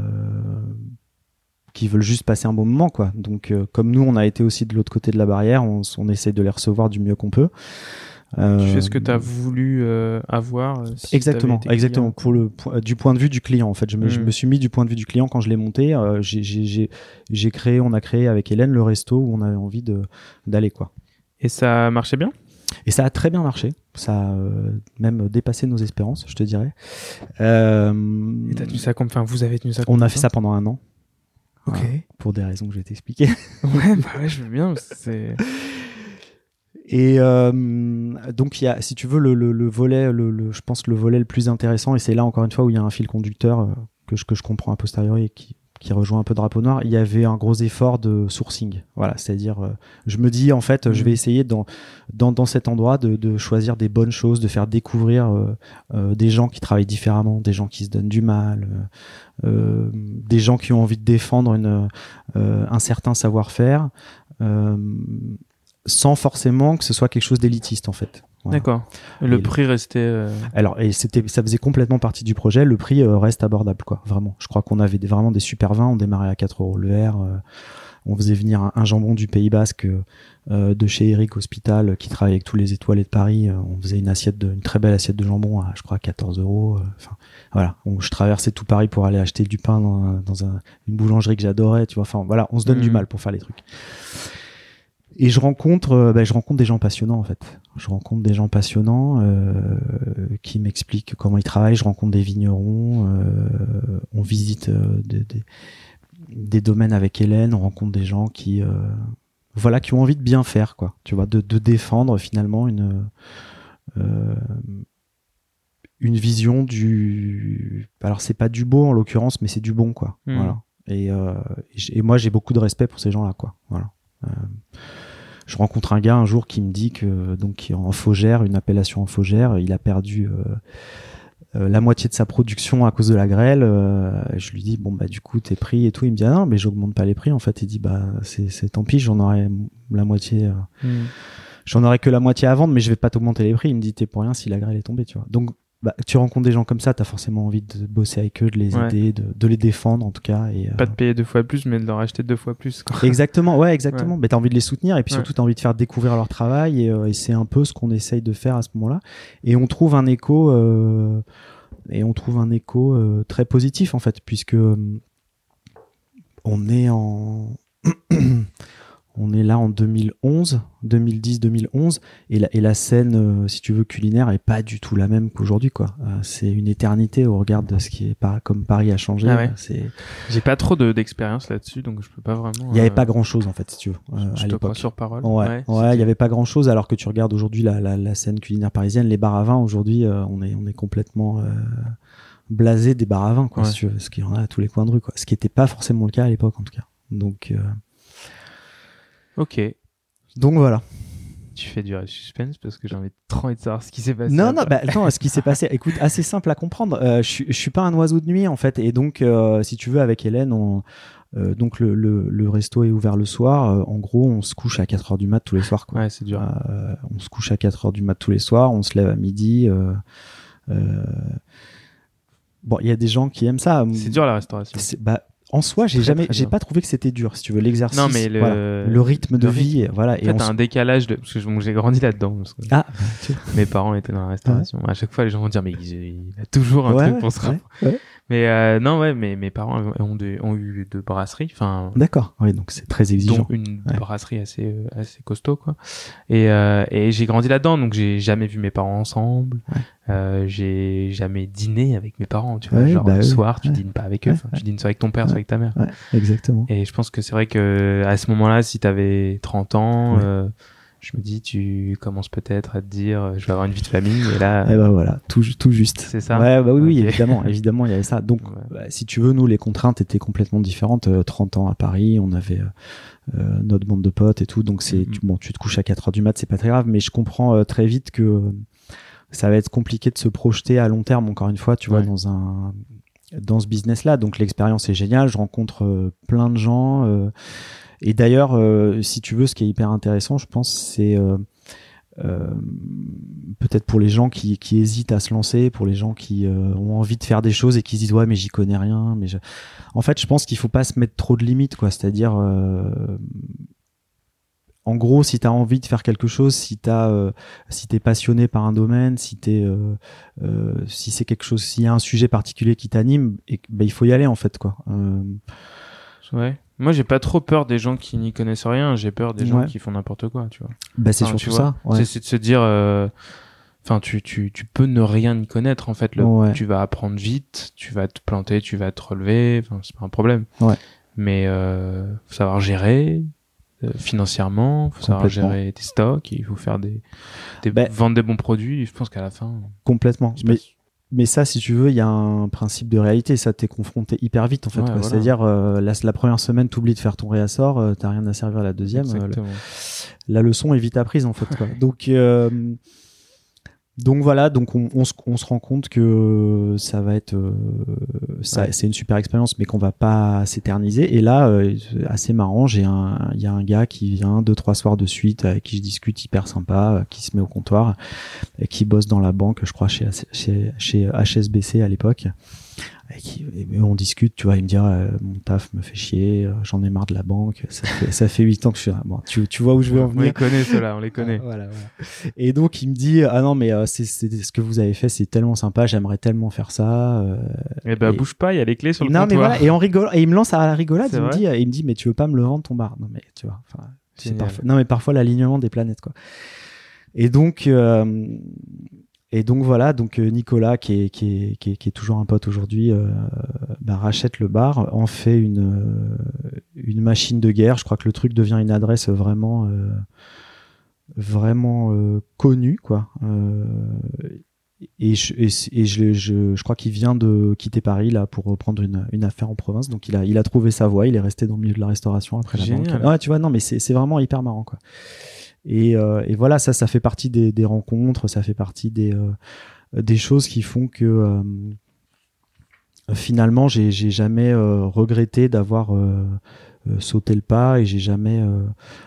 qui veulent juste passer un bon moment, quoi. Donc euh, comme nous, on a été aussi de l'autre côté de la barrière, on, on essaye de les recevoir du mieux qu'on peut.
Euh, tu fais ce que tu as voulu euh, avoir
si exactement, exactement. Pour le du point de vue du client, en fait, je me, mmh. je me suis mis du point de vue du client quand je l'ai monté. Euh, j'ai, j'ai, j'ai créé, on a créé avec Hélène le resto où on avait envie de d'aller, quoi.
Et ça marchait bien ?
Et ça a très bien marché. Ça a euh, même dépassé nos espérances, je te dirais. Euh,
Et t'as tenu ça comme, enfin, vous avez tenu ça.
On a fait ça pendant un an.
Ok.
Voilà, pour des raisons que je vais t'expliquer.
Ouais, bah ouais, je veux bien. C'est.
Et euh, donc il y a, si tu veux, le, le, le volet, le, le, je pense le volet le plus intéressant, et c'est là encore une fois où il y a un fil conducteur euh, que je que je comprends a posteriori et qui qui rejoint un peu Drapeau Noir. Il y avait un gros effort de sourcing, voilà, c'est-à-dire euh, je me dis en fait, mmh. je vais essayer dans dans dans cet endroit de de choisir des bonnes choses, de faire découvrir euh, euh, des gens qui travaillent différemment, des gens qui se donnent du mal, euh, euh, des gens qui ont envie de défendre une euh, un certain savoir-faire. Euh, sans forcément que ce soit quelque chose d'élitiste en fait.
Voilà. D'accord. Le et prix le... restait. Euh...
Alors et c'était, ça faisait complètement partie du projet. Le prix euh, reste abordable, quoi. Vraiment. Je crois qu'on avait des, vraiment des super vins. On démarrait à quatre euros le verre. Euh, on faisait venir un, un jambon du Pays Basque euh, de chez Eric Hospital qui travaille avec tous les étoilés de Paris. Euh, on faisait une assiette de, une très belle assiette de jambon à, je crois, quatorze euros. Enfin, euh, voilà. On, je traversais tout Paris pour aller acheter du pain dans, dans un, une boulangerie que j'adorais. Tu vois. Enfin voilà, on se donne mmh. du mal pour faire les trucs. Et je rencontre, euh, bah, je rencontre des gens passionnants en fait. Je rencontre des gens passionnants euh, qui m'expliquent comment ils travaillent. Je rencontre des vignerons. Euh, on visite euh, des, des, des domaines avec Hélène. On rencontre des gens qui, euh, voilà, qui ont envie de bien faire, quoi. Tu vois, de, de défendre finalement une euh, une vision du. Alors c'est pas du beau en l'occurrence, mais c'est du bon, quoi. Mmh. Voilà. Et, euh, et moi j'ai beaucoup de respect pour ces gens-là, quoi. Voilà. Euh, je rencontre un gars un jour qui me dit que donc en Faugère, une appellation en Faugère, il a perdu euh, euh, la moitié de sa production à cause de la grêle. Euh, je lui dis bon bah du coup tes prix et tout. Il me dit ah non mais j'augmente pas les prix en fait. Il dit bah c'est c'est tant pis, j'en aurais la moitié. Euh, mmh. J'en aurais que la moitié à vendre, mais je vais pas t'augmenter les prix. Il me dit t'es pour rien si la grêle est tombée, tu vois. Donc bah, tu rencontres des gens comme ça, t'as forcément envie de bosser avec eux, de les ouais. aider, de, de les défendre en tout cas. Et,
pas
euh...
de payer deux fois plus, mais de leur acheter deux fois plus, quoi.
Exactement, ouais, exactement. Ouais. Mais t'as envie de les soutenir et puis
ouais.
surtout t'as envie de faire découvrir leur travail et, euh, et c'est un peu ce qu'on essaye de faire à ce moment-là. Et on trouve un écho, euh, et on trouve un écho euh, très positif en fait, puisque euh, on est en on est là en deux mille onze, deux mille dix, deux mille onze, et la, et la scène, euh, si tu veux, culinaire est pas du tout la même qu'aujourd'hui, quoi. Euh, c'est une éternité au regard de ce qui est pas comme Paris a changé.
Ah ouais.
C'est.
J'ai pas trop de, d'expérience là-dessus, donc je peux pas vraiment.
Il y avait
euh...
pas grand-chose en fait, si tu veux. Euh,
je
à
te
l'époque.
crois sur parole.
Ouais, ouais, ouais il y avait pas grand-chose, alors que tu regardes aujourd'hui la, la, la scène culinaire parisienne, les bars à vin aujourd'hui, euh, on est, on est complètement euh, blasé des bars à vin, quoi, ouais. si tu veux, parce qu'il y en a à tous les coins de rue, quoi. Ce qui était pas forcément le cas à l'époque, en tout cas. Donc. Euh...
Ok.
Donc voilà.
Tu fais du suspense parce que j'ai envie de trop envie de savoir ce qui s'est passé.
Non, non, bah, attends, ce qui s'est passé, écoute, assez simple à comprendre. Euh, je, je suis pas un oiseau de nuit en fait, et donc, euh, si tu veux, avec Hélène, on, euh, donc le, le, le resto est ouvert le soir. Euh, en gros, on se couche à quatre heures du mat tous les soirs, quoi.
Ouais, c'est dur.
Euh, on se couche à quatre heures du mat tous les soirs, on se lève à midi. Euh, euh... Bon, il y a des gens qui aiment ça.
C'est dur la restauration.
C'est, bah, en soi, j'ai
très,
jamais,
très
j'ai pas trouvé que c'était dur, si tu veux, l'exercice.
Non, mais le,
voilà, le rythme de
le
vie,
rythme.
voilà.
En
et
fait,
on
t'as
s...
un décalage de, parce que bon, j'ai grandi là-dedans. Parce que
ah,
mes parents étaient dans la restauration. Ouais. À chaque fois, les gens vont dire, mais il, il a toujours un
ouais,
truc pour se
ouais,
rapprocher. Ouais. Mais euh, non, ouais, mais mes parents ont, de, ont eu deux brasseries. Enfin.
D'accord. Oui, donc c'est très exigeant.
Dont une ouais. brasserie assez, assez costaud, quoi. Et, euh, et j'ai grandi là-dedans, donc j'ai jamais vu mes parents ensemble. Ouais. Euh, j'ai jamais dîné avec mes parents, tu vois.
Ouais,
genre
bah
le
oui.
soir, tu
ouais.
dînes pas avec eux.
Ouais,
enfin,
ouais.
Tu dînes soit avec ton père,
ouais.
soit avec ta mère.
Ouais, exactement.
Et je pense que c'est vrai que à ce moment-là, si t'avais trente ans, ouais. euh, je me dis, tu commences peut-être à te dire, je vais avoir une vie de famille, et là.
Et bah voilà, tout, tout juste.
C'est ça.
Ouais, bah oui,
okay.
oui, évidemment, évidemment, il y avait ça. Donc, ouais. bah, si tu veux, nous, les contraintes étaient complètement différentes. Euh, trente ans à Paris, on avait euh, euh, notre bande de potes et tout. Donc, c'est, mm-hmm. tu, bon, tu te couches à quatre heures du mat, c'est pas très grave, mais je comprends euh, très vite que ça va être compliqué de se projeter à long terme, encore une fois, tu
ouais.
vois, dans un dans ce business-là. Donc l'expérience est géniale, je rencontre euh, plein de gens. Euh, et d'ailleurs, euh, si tu veux, ce qui est hyper intéressant, je pense, c'est euh, euh, peut-être pour les gens qui, qui hésitent à se lancer, pour les gens qui euh, ont envie de faire des choses et qui se disent ouais mais j'y connais rien. Mais je... en fait, je pense qu'il faut pas se mettre trop de limites, quoi. C'est-à-dire euh, en gros, si tu as envie de faire quelque chose, si t'as, euh, si t'es passionné par un domaine, si t'es, euh, euh, si c'est quelque chose, s'il y a un sujet particulier qui t'anime, et bah, il faut y aller en fait, quoi. Euh...
Ouais. Moi, j'ai pas trop peur des gens qui n'y connaissent rien. J'ai peur des gens
Ouais.
qui font n'importe quoi, tu vois.
Bah c'est
Enfin,
surtout
tu vois,
ça. Ouais.
C'est, c'est de se dire, enfin, euh, tu, tu, tu peux ne rien y connaître en fait. Le,
Ouais.
Tu vas apprendre vite, tu vas te planter, tu vas te relever. Enfin, c'est pas un problème.
Ouais.
Mais euh, faut savoir gérer. Euh, financièrement, faut savoir gérer tes stocks, il faut faire des, des
bah,
vendre des bons produits. Je pense qu'à la fin,
complètement. Mais, mais ça, si tu veux, il y a un principe de réalité. Ça, t'es confronté hyper vite en fait.
Ouais,
Quoi.
voilà.
C'est-à-dire euh, la, la première semaine, t'oublies de faire ton réassort, euh, t'as rien à servir la deuxième. Euh, le, la leçon est vite apprise en fait. Quoi. donc euh, Donc voilà, donc on, on, se, on se rend compte que ça va être, euh, ça, ouais. c'est une super expérience, mais qu'on va pas s'éterniser. Et là, euh, assez marrant, j'ai un, il y a un gars qui vient deux trois soirs de suite avec qui je discute, hyper sympa, qui se met au comptoir et qui bosse dans la banque, je crois chez chez, chez H S B C à l'époque. Et, qui, et on discute, tu vois, il me dit ah, mon taf me fait chier, j'en ai marre de la banque, ça fait ça fait huit ans que je suis là. Bon, tu tu vois où je veux
ouais,
en venir.
On les connaît ceux-là, on les connaît.
Ah, voilà, voilà. Et donc il me dit ah non mais euh, c'est c'est ce que vous avez fait, c'est tellement sympa, j'aimerais tellement faire ça. Euh,
et ben bah, bouge pas, il y a les clés sur le
non,
comptoir.
Non mais voilà, et on rigole, et il me lance à la rigolade,
c'est
il me
vrai
dit il me dit mais tu veux pas me le vendre ton bar. Non mais tu vois, enfin c'est parfois non mais parfois l'alignement des planètes quoi. Et donc euh, Et donc voilà, donc Nicolas qui est qui est qui est, qui est toujours un pote aujourd'hui, euh, bah, rachète le bar, en fait une euh, une machine de guerre. Je crois que le truc devient une adresse vraiment euh, vraiment euh, connue quoi. Euh, et je et, et je, je je crois qu'il vient de quitter Paris là pour reprendre une une affaire en province. Donc il a il a trouvé sa voie, il est resté dans le milieu de la restauration après
Génial.
la banque. Ouais, tu vois, non mais c'est c'est vraiment hyper marrant quoi. Et, euh, et voilà, ça, ça fait partie des, des rencontres, ça fait partie des, euh, des choses qui font que euh, finalement, j'ai, j'ai jamais euh, regretté d'avoir euh, euh, sauté le pas et j'ai jamais euh,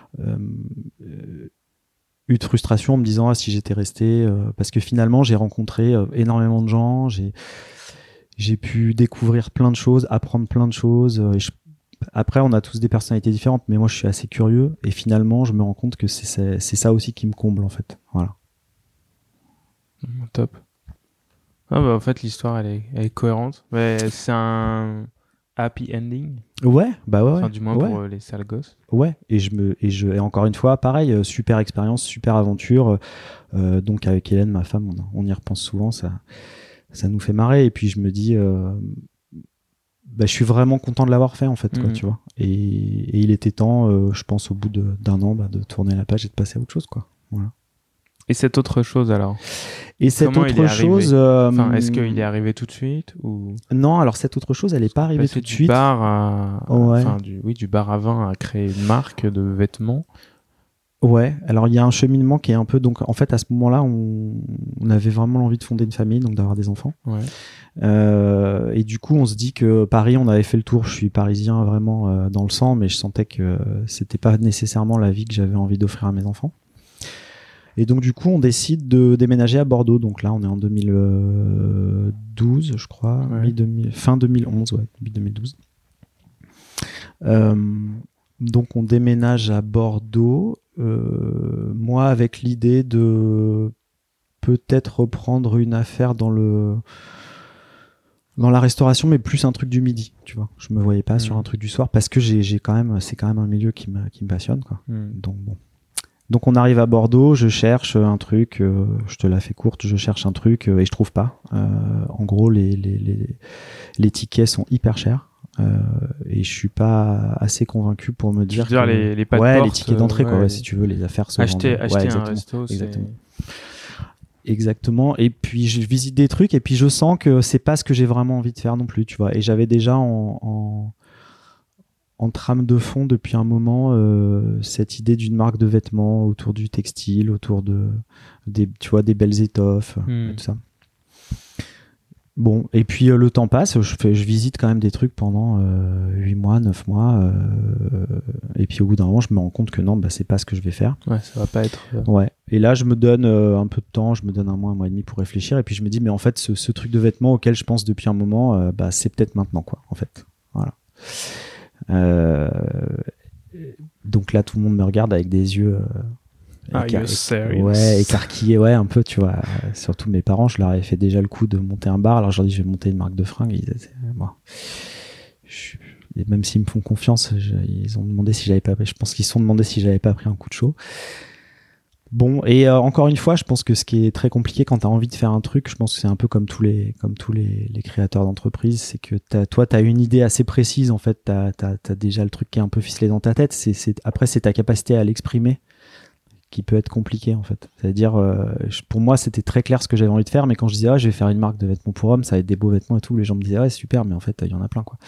euh, eu de frustration en me disant ah, si j'étais resté, euh, parce que finalement, j'ai rencontré euh, énormément de gens, j'ai, j'ai pu découvrir plein de choses, apprendre plein de choses. Euh, et je, Après, on a tous des personnalités différentes, mais moi, je suis assez curieux. Et finalement, je me rends compte que c'est, c'est, c'est ça aussi qui me comble, en fait. Voilà.
Top. Ah bah, en fait, l'histoire, elle est, elle est cohérente. Mais c'est un happy ending.
Ouais, bah ouais.
Enfin, du moins
ouais.
pour les sales gosses.
Ouais. Et je me, et je, et encore une fois, pareil, super expérience, super aventure. Euh, donc, avec Hélène, ma femme, on, on y repense souvent. Ça, ça nous fait marrer. Et puis, je me dis. Euh, Bah, je suis vraiment content de l'avoir fait en fait, quoi, mmh. tu vois. Et, et il était temps, euh, je pense, au bout de, d'un an, bah, de tourner la page et de passer à autre chose, quoi. Voilà.
Et cette autre chose alors
Et cette
Comment
autre chose, euh,
enfin, est-ce qu'il est arrivé tout de suite ou
non, alors cette autre chose, elle est pas arrivée tout de
du
suite.
Bar à,
ouais.
enfin, du, oui, du bar à vin à créer une marque de vêtements.
Ouais, alors il y a un cheminement qui est un peu donc en fait à ce moment-là on, on avait vraiment l'envie de fonder une famille, donc d'avoir des enfants.
Ouais.
Euh, et du coup on se dit que Paris, on avait fait le tour. Je suis parisien vraiment euh, dans le sang, mais je sentais que euh, c'était pas nécessairement la vie que j'avais envie d'offrir à mes enfants. Et donc du coup on décide de déménager à Bordeaux. Donc là on est en deux mille douze, je crois, ouais. mi-deux mille, fin deux mille onze, ouais, deux mille douze. Euh, donc on déménage à Bordeaux. Euh, moi avec l'idée de peut-être reprendre une affaire dans le dans la restauration, mais plus un truc du midi, tu vois. Je me voyais pas mmh. sur un truc du soir parce que j'ai j'ai quand même c'est quand même un milieu qui me qui me passionne quoi. Mmh. Donc bon. Donc on arrive à Bordeaux, je cherche un truc, euh, je te la fais courte, je cherche un truc euh, et je trouve pas. Euh, en gros les les les les tickets sont hyper chers. Euh, et je suis pas assez convaincu pour me dire,
dire
que,
les, les pas de
ouais
porte,
les tickets d'entrée
ouais,
quoi ouais,
les...
si tu veux les affaires se
acheter
vendent.
acheter
ouais,
un resto
exactement.
C'est...
exactement et puis je visite des trucs et puis je sens que c'est pas ce que j'ai vraiment envie de faire non plus, tu vois. Et j'avais déjà en, en en trame de fond depuis un moment euh, cette idée d'une marque de vêtements autour du textile, autour de des, tu vois, des belles étoffes,
mmh.
et tout ça. Bon, et puis euh, le temps passe, je, fais, je visite quand même des trucs pendant euh, huit mois, neuf mois, euh, et puis au bout d'un moment, je me rends compte que non, bah, c'est pas ce que je vais faire.
Ouais, ça va pas être... Euh...
Ouais. Et là, je me donne euh, un peu de temps, je me donne un mois, un mois et demi pour réfléchir, et puis je me dis, mais en fait, ce, ce truc de vêtements auquel je pense depuis un moment, euh, bah, c'est peut-être maintenant, quoi, en fait. Voilà. Euh... Donc là, tout le monde me regarde avec des yeux... Euh...
Are you serious?
Ouais, écarquillé, ouais, un peu, tu vois. Euh, surtout mes parents, je leur avais fait déjà le coup de monter un bar. Alors je leur dis, je vais monter une marque de fringues. Ils disaient, bon. je... Et même s'ils me font confiance, je... ils ont demandé si j'avais pas, je pense qu'ils se sont demandé si j'avais pas pris un coup de chaud. Bon, et euh, encore une fois, je pense que ce qui est très compliqué quand t'as envie de faire un truc, je pense que c'est un peu comme tous les, comme tous les, les créateurs d'entreprise, c'est que t'as, toi, t'as une idée assez précise, en fait, t'as, t'as, t'as déjà le truc qui est un peu ficelé dans ta tête. C'est, c'est, après, c'est ta capacité à l'exprimer qui peut être compliqué, en fait. C'est-à-dire, euh, je, pour moi, c'était très clair ce que j'avais envie de faire, mais quand je disais, ah, je vais faire une marque de vêtements pour hommes, ça va être des beaux vêtements et tout, les gens me disaient, ouais, super, mais en fait, il y en a plein, quoi.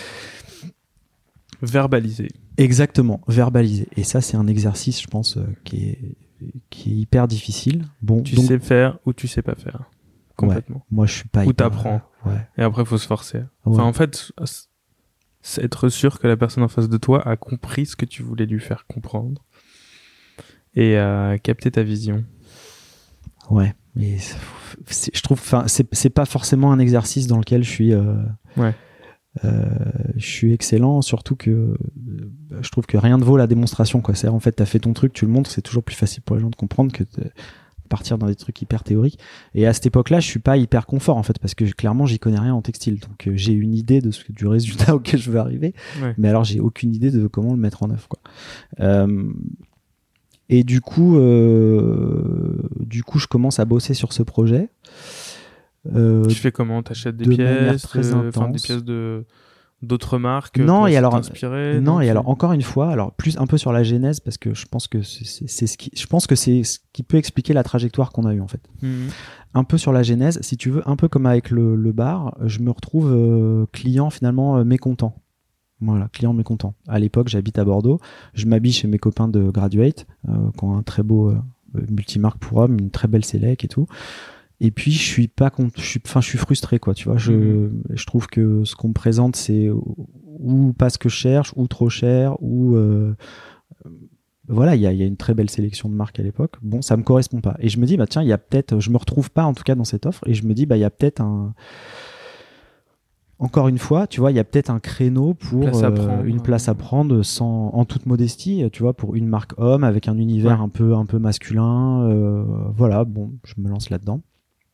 Verbaliser.
Exactement, verbaliser. Et ça, c'est un exercice, je pense, euh, qui est, qui est hyper difficile. Bon,
tu
donc,
sais faire ou tu sais pas faire. Complètement.
Ouais, moi, je suis pas
Ou
hyper...
t'apprends.
Euh, ouais.
Et après, il faut se forcer.
Ouais.
Enfin, en fait, c'est être sûr que la personne en face de toi a compris ce que tu voulais lui faire comprendre et a capté ta vision.
Ouais, mais c'est, je trouve, enfin, c'est, c'est pas forcément un exercice dans lequel je suis... Euh,
ouais.
Euh, je suis excellent, surtout que euh, je trouve que rien ne vaut la démonstration, quoi. C'est en fait, t'as fait ton truc, tu le montres, c'est toujours plus facile pour les gens de comprendre que de partir dans des trucs hyper théoriques. Et à cette époque-là, je suis pas hyper confort, en fait, parce que clairement, j'y connais rien en textile. Donc, euh, j'ai une idée de ce, du résultat auquel je veux arriver,
ouais.
mais alors j'ai aucune idée de comment le mettre en œuvre, quoi. Euh, et du coup, euh, du coup, je commence à bosser sur ce projet.
Euh, tu fais comment? T'achètes des
de
pièces,
très
euh, enfin des pièces de d'autres marques
non,
pour
et alors,
t'inspirer?
non,
non
et
tu...
alors encore une fois, alors plus un peu sur la genèse parce que je pense que c'est, c'est, c'est ce qui, je pense que c'est ce qui peut expliquer la trajectoire qu'on a eue en fait.
Mmh.
Un peu sur la genèse, si tu veux, un peu comme avec le, le bar, je me retrouve euh, client finalement euh, mécontent. Voilà, client mécontent. À l'époque, j'habite à Bordeaux, je m'habille chez mes copains de Graduate, euh, qui ont un très beau euh, multimarque pour hommes, une très belle sélec et tout. Et puis je suis pas con... je suis enfin je suis frustré quoi, tu vois, je mmh. je trouve que ce qu'on me présente c'est ou pas ce que je cherche ou trop cher ou euh... voilà, il y a il y a une très belle sélection de marques à l'époque. Bon, ça me correspond pas et je me dis bah tiens, il y a peut-être je me retrouve pas en tout cas dans cette offre et je me dis bah il y a peut-être un encore une fois, tu vois, il y a peut-être un créneau pour
place
euh,
prendre,
une place à prendre sans, en toute modestie, tu vois, pour une marque homme avec un univers ouais. un peu, un peu masculin. Euh, voilà, bon, je me lance là-dedans.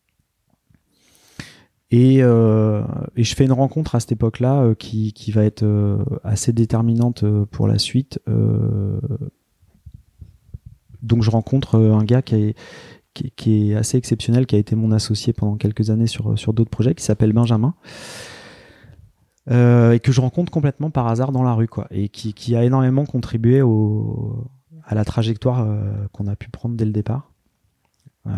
Et, euh, et je fais une rencontre à cette époque-là euh, qui, qui va être euh, assez déterminante euh, pour la suite. Euh, donc je rencontre euh, un gars qui est, qui, qui est assez exceptionnel, qui a été mon associé pendant quelques années sur, sur d'autres projets, qui s'appelle Benjamin. Euh, et que je rencontre complètement par hasard dans la rue, quoi, et qui, qui a énormément contribué au, à la trajectoire euh, qu'on a pu prendre dès le départ. Euh,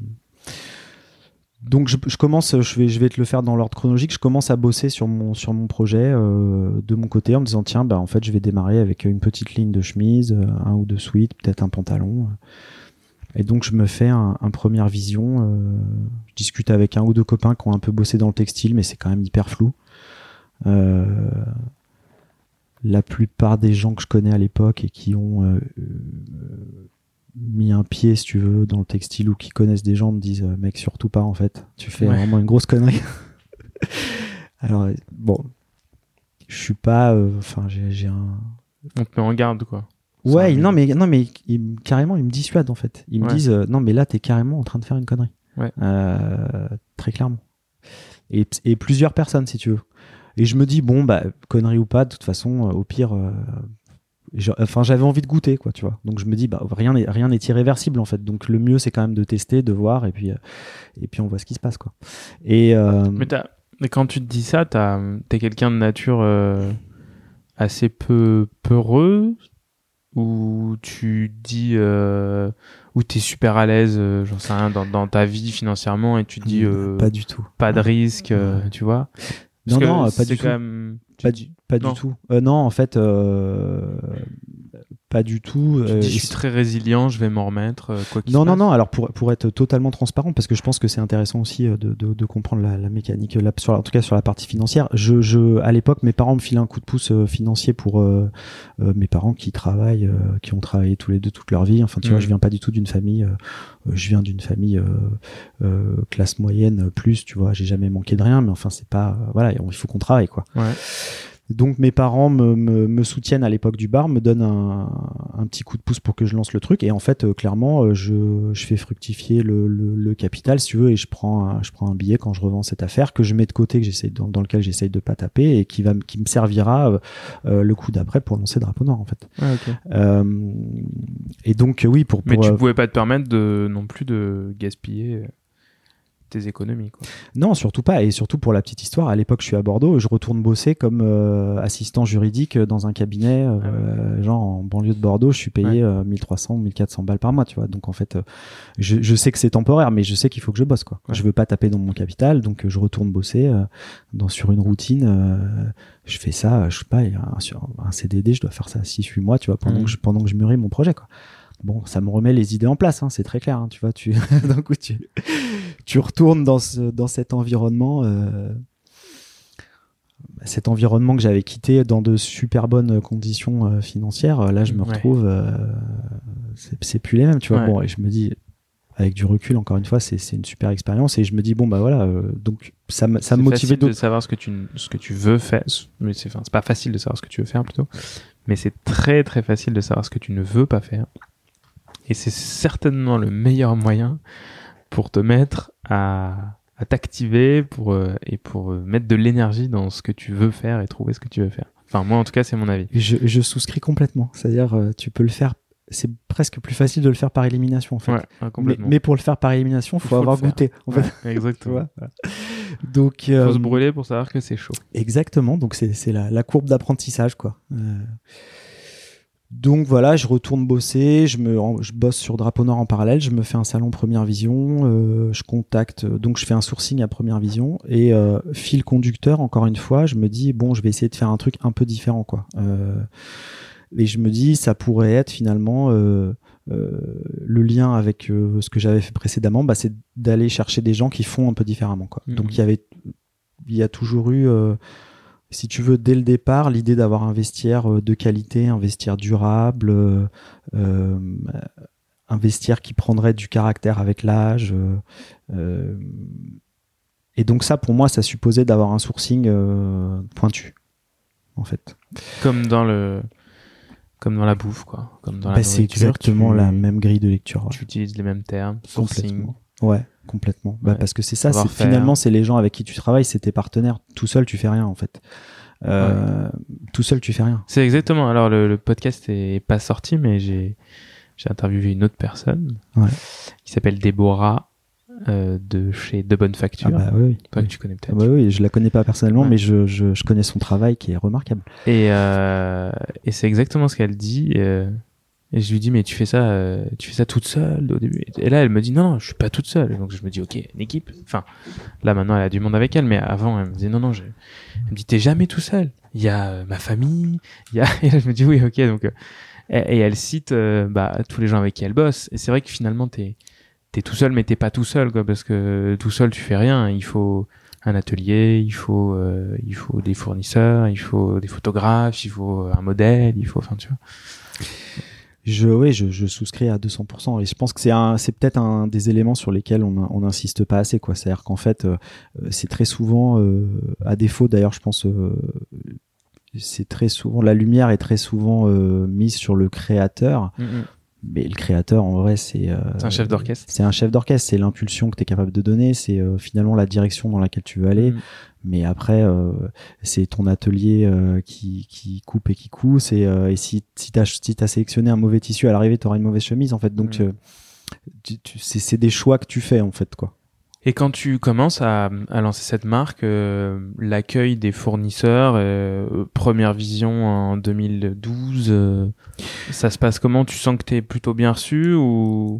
donc je, je commence, je vais, je vais te le faire dans l'ordre chronologique. Je commence à bosser sur mon sur mon projet euh, de mon côté en me disant tiens, bah en fait je vais démarrer avec une petite ligne de chemise, un ou deux sweats, peut-être un pantalon. Et donc je me fais un, un première vision. Euh, je discute avec un ou deux copains qui ont un peu bossé dans le textile, mais c'est quand même hyper flou. Euh, la plupart des gens que je connais à l'époque et qui ont euh, euh, mis un pied, si tu veux, dans le textile ou qui connaissent des gens me disent euh, mec, surtout pas en fait, tu fais ouais. vraiment une grosse connerie. Alors bon, je suis pas, enfin euh, j'ai, j'ai un.
On te met en garde quoi.
Ouais, non mais non mais ils, carrément ils me dissuadent en fait. Ils me
ouais.
disent euh, non mais là t'es carrément en train de faire une connerie.
Ouais.
Euh, très clairement. Et, et plusieurs personnes si tu veux. Et je me dis bon bah connerie ou pas, de toute façon euh, au pire, euh, enfin j'avais envie de goûter quoi, tu vois. Donc je me dis bah rien n'est rien n'est irréversible en fait. Donc le mieux c'est quand même de tester, de voir et puis euh, et puis on voit ce qui se passe quoi. Et euh,
mais t'as, mais quand tu te dis ça, t'as t'es quelqu'un de nature euh, assez peu peureux ou tu dis euh, ou t'es super à l'aise, euh, j'en sais rien dans dans ta vie financièrement et tu te dis euh,
pas du tout,
pas de risque, euh, tu vois.
Parce non, non, pas
c'est
du
quand
tout.
Même...
Pas du, pas
non.
du tout. Euh, non, en fait, euh, pas du tout.
Tu
Euh,
dis, je suis très résilient, je vais m'en remettre, euh, quoi qu'il
non,
se
non,
passe.
non. Alors pour pour être totalement transparent, parce que je pense que c'est intéressant aussi euh, de de, de comprendre la, la mécanique, là, sur, en tout cas sur la partie financière. Je je à l'époque, mes parents me filaient un coup de pouce euh, financier pour euh, euh, mes parents qui travaillent, euh, qui ont travaillé tous les deux toute leur vie. Enfin, tu
Mmh.
vois, je viens pas du tout d'une famille. Euh, je viens d'une famille euh, euh, classe moyenne plus. Tu vois, j'ai jamais manqué de rien, mais enfin c'est pas euh, voilà, il faut qu'on travaille quoi.
Ouais.
Donc mes parents me, me, me soutiennent à l'époque du bar, me donnent un, un petit coup de pouce pour que je lance le truc. Et en fait, euh, clairement, euh, je, je fais fructifier le, le, le capital, si tu veux, et je prends, un, je prends un billet quand je revends cette affaire que je mets de côté, que j'essaie dans, dans lequel j'essaye de pas taper et qui va, qui me servira euh, euh, le coup d'après pour lancer Drapeau Noir en fait.
Ouais, ok.
Euh, et donc oui, pour, pour
Mais tu
euh,
pouvais pas te permettre de non plus de gaspiller tes économies, quoi.
non, surtout pas. Et surtout pour la petite histoire, à l'époque, je suis à Bordeaux, je retourne bosser comme euh, assistant juridique dans un cabinet, euh,
Ah ouais.
genre en banlieue de Bordeaux. Je suis payé
Ouais.
euh, mille trois cents, mille quatre cents balles par mois, tu vois. Donc en fait, euh, je, je sais que c'est temporaire, mais je sais qu'il faut que je bosse, quoi.
Ouais.
Je veux pas taper dans mon capital, donc euh, je retourne bosser euh, dans sur une routine. Euh, je fais ça, je sais pas, un, sur un C D D, je dois faire ça six huit mois, tu vois, pendant
Mmh.
que je pendant que je mûris mon projet, quoi. Bon, ça me remet les idées en place, hein, c'est très clair. Hein, tu vois, tu d'un coup tu tu retournes dans ce dans cet environnement, euh, cet environnement que j'avais quitté dans de super bonnes conditions euh, financières. Là, je me
Ouais.
retrouve, euh, c'est, c'est plus les mêmes, tu vois.
Ouais.
Bon, et je me dis, avec du recul, encore une fois, c'est c'est une super expérience. Et je me dis bon bah voilà, euh, donc ça me ça me
C'est
motivait
facile de
d'autres.
savoir ce que tu ce que tu veux faire, mais c'est enfin c'est pas facile de savoir ce que tu veux faire plutôt, mais c'est très très facile de savoir ce que tu ne veux pas faire. Et c'est certainement le meilleur moyen pour te mettre à, à t'activer pour, euh, et pour euh, mettre de l'énergie dans ce que tu veux faire et trouver ce que tu veux faire. Enfin, moi, en tout cas, c'est mon avis.
Je, je souscris complètement. C'est-à-dire, euh, tu peux le faire. C'est presque plus facile de le faire par élimination, en fait.
Ouais, ouais,
mais,
complètement.
mais pour le faire par élimination, faut,
Faut
avoir
le faire.
goûté. En
Ouais,
fait, tu
exactement.
vois. Voilà. Donc,
Il
euh,
faut se brûler pour savoir que c'est chaud.
exactement. Donc c'est c'est la, la courbe d'apprentissage, quoi. Euh, Donc voilà, je retourne bosser, je me, je bosse sur Drapeau Noir en parallèle, je me fais un salon Première Vision, euh, je contacte, donc je fais un sourcing à Première Vision et euh, fil conducteur, encore une fois, je me dis bon, je vais essayer de faire un truc un peu différent, quoi. Euh, et je me dis ça pourrait être finalement euh, euh, le lien avec euh, ce que j'avais fait précédemment, bah, c'est d'aller chercher des gens qui font un peu différemment, quoi.
Mmh.
Donc il y avait, il y a toujours eu euh, si tu veux, dès le départ, l'idée d'avoir un vestiaire de qualité, un vestiaire durable, euh, euh, un vestiaire qui prendrait du caractère avec l'âge. Euh, euh, et donc ça, pour moi, ça supposait d'avoir un sourcing euh, pointu, en fait.
Comme dans le, comme dans la bouffe, quoi. Comme dans la
Bah, c'est
nourriture,
exactement
tu,
la même grille de lecture. Ouais.
tu utilises les mêmes termes, sourcing.
Complètement. Ouais, complètement. Bah,
Ouais.
parce que c'est ça, c'est,
Savoir-faire.
finalement, c'est les gens avec qui tu travailles, c'est tes partenaires. Tout seul, tu fais rien, en fait. Euh, ouais. Tout seul, tu fais rien.
C'est exactement. Alors, le, le podcast est pas sorti, mais j'ai, j'ai interviewé une autre personne
ouais.
qui s'appelle Déborah euh, de chez De Bonne Facture.
Ah bah oui.
Toi
oui.
que tu connais peut-être.
Ah bah oui, je la connais pas personnellement,
ouais.
mais je, je, je connais son travail qui est remarquable.
Et, euh, et c'est exactement ce qu'elle dit. Euh, et je lui dis, mais tu fais ça, euh, tu fais ça toute seule au début. Et là, elle me dit, non, non, je suis pas toute seule. Donc je me dis, ok, une équipe. Enfin, là maintenant, elle a du monde avec elle, mais avant, elle me dit, non, non, je... elle me dit, t'es jamais tout seul. Il y a euh, ma famille, il y a. Et là, je me dis, oui, ok. Donc, euh, et, et elle cite euh, bah, tous les gens avec qui elle bosse. Et c'est vrai que finalement, t'es, t'es tout seul, mais t'es pas tout seul, quoi, parce que tout seul, tu fais rien. Il faut un atelier, il faut, euh, il faut des fournisseurs, il faut des photographes, il faut un modèle, il faut, enfin, tu vois.
Je, oui, je, je souscris à deux cents pour cent et je pense que c'est un, c'est peut-être un des éléments sur lesquels on, on insiste pas assez, quoi. C'est-à-dire qu'en fait, euh, c'est très souvent, euh, à défaut, d'ailleurs, je pense, euh, c'est très souvent, la lumière est très souvent euh, mise sur le créateur.
Mm-hmm.
Mais le créateur, en vrai, c'est... Euh,
c'est un chef d'orchestre.
C'est un chef d'orchestre, c'est l'impulsion que tu es capable de donner, c'est euh, finalement la direction dans laquelle tu veux aller. Mmh. Mais après, euh, c'est ton atelier euh, qui, qui coupe et qui coud. C'est, euh, et si, si tu as si t'as sélectionné un mauvais tissu, à l'arrivée, tu auras une mauvaise chemise, en fait. Donc, mmh. euh, tu, tu, c'est, c'est des choix que tu fais, en fait, quoi.
Et quand tu commences à, à lancer cette marque, euh, l'accueil des fournisseurs, euh, Première Vision en deux mille douze, euh, ça se passe comment ? Tu sens que t'es plutôt bien reçu ou ?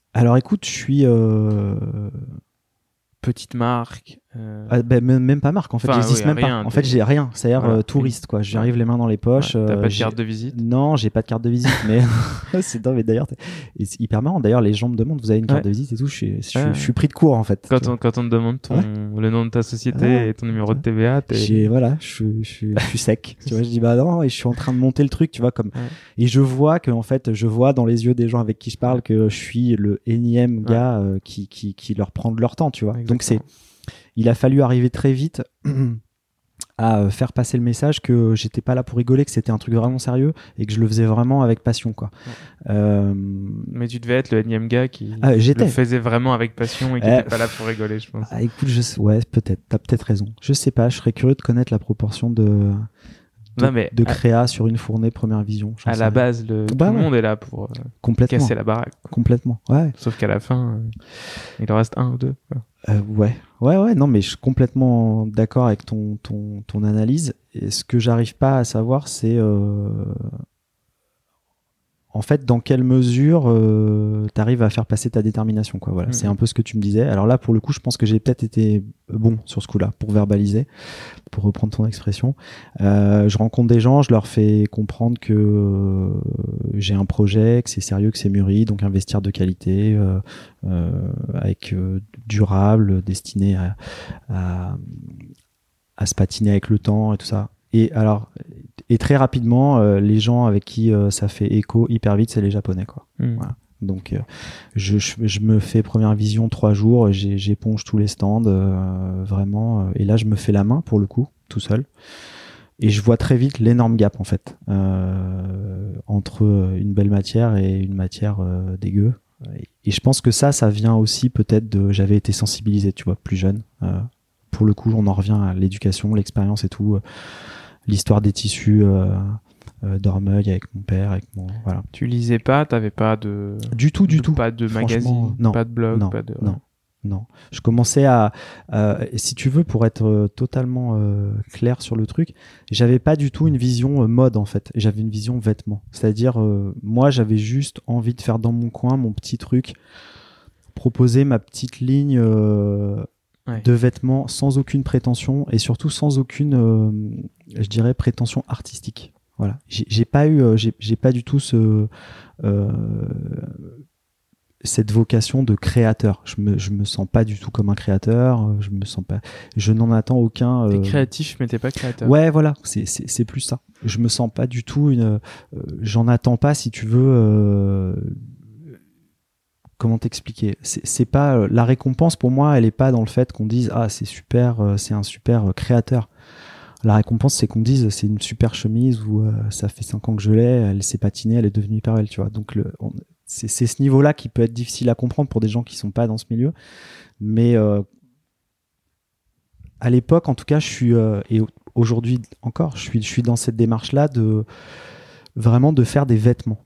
Alors écoute, je suis... Euh...
Petite marque, Euh...
Ah, bah, même, même pas marque en fait,
enfin,
j'existe
oui,
même
rien,
pas. En fait, j'ai rien, c'est-à-dire
voilà.
euh, touriste quoi. J'arrive ouais. les mains dans les poches.
Ouais, t'as
euh,
pas de
j'ai...
carte de visite?
Non, j'ai pas de carte de visite, mais c'est dingue. Mais d'ailleurs, et c'est hyper marrant. D'ailleurs, les gens me demandent, vous avez une carte
ouais.
de visite et tout. Je suis, je,
ouais.
je suis pris de court en fait.
Quand on, quand on te demande ton, ouais. le nom de ta société ouais. et ton numéro de T V A, t'es...
J'ai, voilà, je, je, je suis sec. Tu vois, je dis bah non, et je suis en train de monter le truc, tu vois, comme. Ouais. Et je vois que en fait, je vois dans les yeux des gens avec qui je parle que je suis le énième gars euh, qui, qui, qui leur prend de leur temps, tu vois. Exactement. Donc c'est. Il a fallu arriver très vite à faire passer le message que j'étais pas là pour rigoler, que c'était un truc vraiment sérieux et que je le faisais vraiment avec passion, quoi.
Ouais.
Euh...
Mais tu devais être le énième gars qui
ah,
le faisait vraiment avec passion et qui n'était euh... pas là pour rigoler, je pense.
Ah, écoute, je... ouais, peut-être, t'as peut-être raison. Je sais pas, je serais curieux de connaître la proportion de... De, non mais de créa à... sur une fournée première vision.
À la base, le... bah, tout ouais. le monde est là pour euh,
complètement.
casser la baraque.
Complètement, ouais.
Sauf qu'à la fin, euh, il en reste un ou deux.
Euh, ouais, ouais, ouais. Non, mais je suis complètement d'accord avec ton ton ton analyse. Et ce que j'arrive pas à savoir, c'est euh... en fait dans quelle mesure euh, tu arrives à faire passer ta détermination, quoi. Voilà, mmh. c'est un peu ce que tu me disais. Alors là, pour le coup, je pense que j'ai peut-être été bon sur ce coup-là pour verbaliser, pour reprendre ton expression. Euh, je rencontre des gens, je leur fais comprendre que euh, j'ai un projet, que c'est sérieux, que c'est mûri, donc investir de qualité, euh, euh, avec euh, durable, destiné à, à à se patiner avec le temps et tout ça. Et alors, et très rapidement, euh, les gens avec qui euh, ça fait écho hyper vite, c'est les Japonais, quoi. Mmh. Voilà. Donc, euh, je, je, je me fais première vision trois jours, j'ai, j'éponge tous les stands, euh, vraiment. Euh, et là, je me fais la main pour le coup, tout seul. Et je vois très vite l'énorme gap en fait euh, entre une belle matière et une matière euh, dégueu. Et, et je pense que ça, ça vient aussi peut-être de, j'avais été sensibilisé, tu vois, plus jeune. Euh, pour le coup, on en revient à l'éducation, l'expérience et tout. Euh, l'histoire des tissus euh, euh, d'Ormeuil avec mon père, avec mon voilà.
Tu lisais pas, t'avais pas de
du tout, du
de,
tout,
pas de magazine,
non,
pas de blog,
non,
pas de
non, non. Je commençais à, euh, si tu veux, pour être euh, totalement euh, clair sur le truc, j'avais pas du tout une vision euh, mode en fait. J'avais une vision vêtements, c'est-à-dire euh, moi j'avais juste envie de faire dans mon coin mon petit truc, proposer ma petite ligne. Euh, Ouais. de vêtements sans aucune prétention et surtout sans aucune euh, je dirais prétention artistique. Voilà, j'ai, j'ai pas eu euh, j'ai, j'ai pas du tout ce euh, cette vocation de créateur. Je me je me sens pas du tout comme un créateur, je me sens pas je n'en attends aucun euh...
T'es créatif mais t'es pas créateur.
Ouais, voilà, c'est c'est c'est plus ça. Je me sens pas du tout une euh, j'en attends pas si tu veux euh, comment t'expliquer, c'est, c'est pas euh, la récompense pour moi, elle est pas dans le fait qu'on dise ah c'est super, euh, c'est un super euh, créateur. La récompense c'est qu'on dise c'est une super chemise ou euh, ça fait cinq ans que je l'ai, elle s'est patinée, elle est devenue hyper belle, tu vois. Donc le, on, c'est, c'est ce niveau-là qui peut être difficile à comprendre pour des gens qui sont pas dans ce milieu. Mais euh, à l'époque, en tout cas, je suis euh, et aujourd'hui encore, je suis je suis dans cette démarche-là de vraiment de faire des vêtements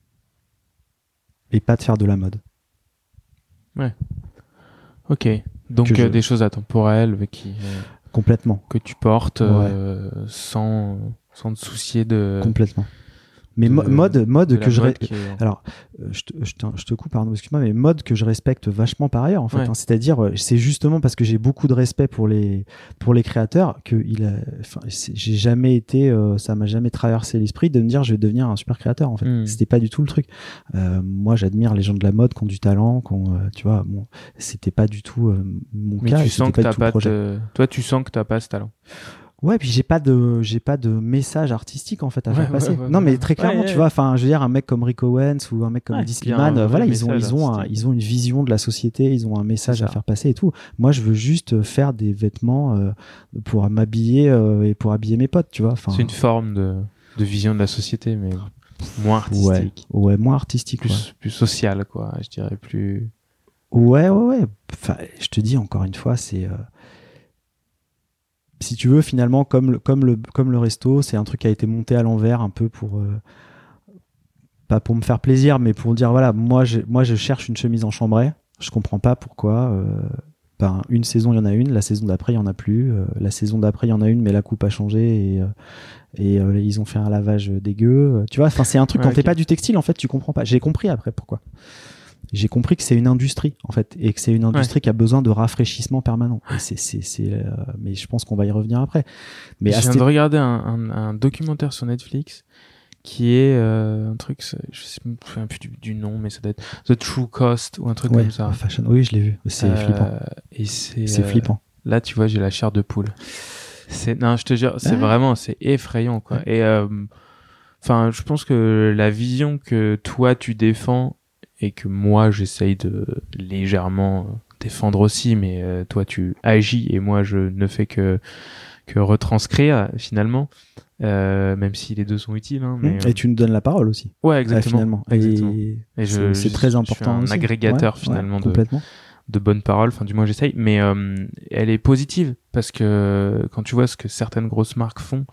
et pas de faire de la mode.
Ouais. Ok. Donc euh, je... des choses atemporelles qui euh,
complètement
que tu portes euh, ouais. sans sans te soucier de
complètement. Mais de, mode mode que je
mode
ré...
est...
alors je te, je, te, je te coupe pardon excuse-moi mais mode que je respecte vachement par ailleurs en fait ouais. hein, c'est-à-dire c'est justement parce que j'ai beaucoup de respect pour les pour les créateurs que il a enfin j'ai jamais été euh, ça m'a jamais traversé l'esprit de me dire je vais devenir un super créateur en fait mmh. C'était pas du tout le truc. Euh, moi j'admire les gens de la mode qui ont du talent qui ont euh, tu vois bon c'était pas du tout euh, mon
mais
cas
tu sens que
pas
t'as pas de... toi tu sens que t'as pas ce talent.
Ouais, puis j'ai pas de j'ai pas de message artistique en fait à
ouais,
faire passer.
Ouais, ouais,
non,
ouais.
mais très clairement,
ouais,
tu
ouais.
vois, enfin, je veux dire un mec comme Rick Owens ou un mec comme
ouais,
Eddie Slimane, euh, voilà, ils ont ils ont un,
artistique.
ils ont une vision de la société, ils ont un message à faire passer et tout. Moi, je veux juste faire des vêtements euh, pour m'habiller euh, et pour habiller mes potes, tu vois. Enfin,
c'est une forme de de vision de la société, mais moins artistique.
Ouais, ouais moins artistique,
plus
ouais.
plus social, quoi. Je dirais plus.
Ouais, ouais, ouais. Enfin, je te dis encore une fois, c'est euh, si tu veux, finalement, comme le, comme le, comme le resto, c'est un truc qui a été monté à l'envers un peu pour, euh, pas pour me faire plaisir, mais pour dire, voilà, moi, je, moi, je cherche une chemise en chambray. Je comprends pas pourquoi. Euh, ben, une saison, il y en a une. La saison d'après, il y en a plus. Euh, la saison d'après, il y en a une, mais la coupe a changé et, euh, et euh, ils ont fait un lavage dégueu. Tu vois, enfin, c'est un truc, ouais, quand okay. t'es pas du textile, en fait, tu comprends pas. J'ai compris après pourquoi. j'ai compris que c'est une industrie en fait, et que c'est une industrie ouais. qui a besoin de rafraîchissement permanent. Et c'est, c'est, c'est, euh, mais je pense qu'on va y revenir après. Mais
je viens st- de regarder un, un, un documentaire sur Netflix qui est euh, un truc, je sais plus du, du nom, mais ça doit être The True Cost ou un truc
ouais,
comme ça.
Fashion. Oui, je l'ai vu. C'est euh, flippant.
Et c'est,
c'est
euh,
flippant.
Là, tu vois, j'ai la chair de poule. C'est, non, je te jure, c'est ah. vraiment, c'est effrayant, quoi. Ouais. Et euh, enfin, je pense que la vision que toi tu défends et que moi j'essaye de légèrement défendre aussi, mais euh, toi tu agis et moi je ne fais que que retranscrire finalement, euh, même si les deux sont utiles. Hein, mais,
et euh... tu nous donnes la parole aussi.
Ouais, exactement.
Euh, finalement.
exactement.
Et,
et
je, c'est, c'est
je,
très important.
Je suis un
aussi.
agrégateur
ouais,
finalement
ouais,
de
complètement.
de bonnes paroles. Enfin, du moins j'essaye, mais euh, elle est positive parce que quand tu vois ce que certaines grosses marques font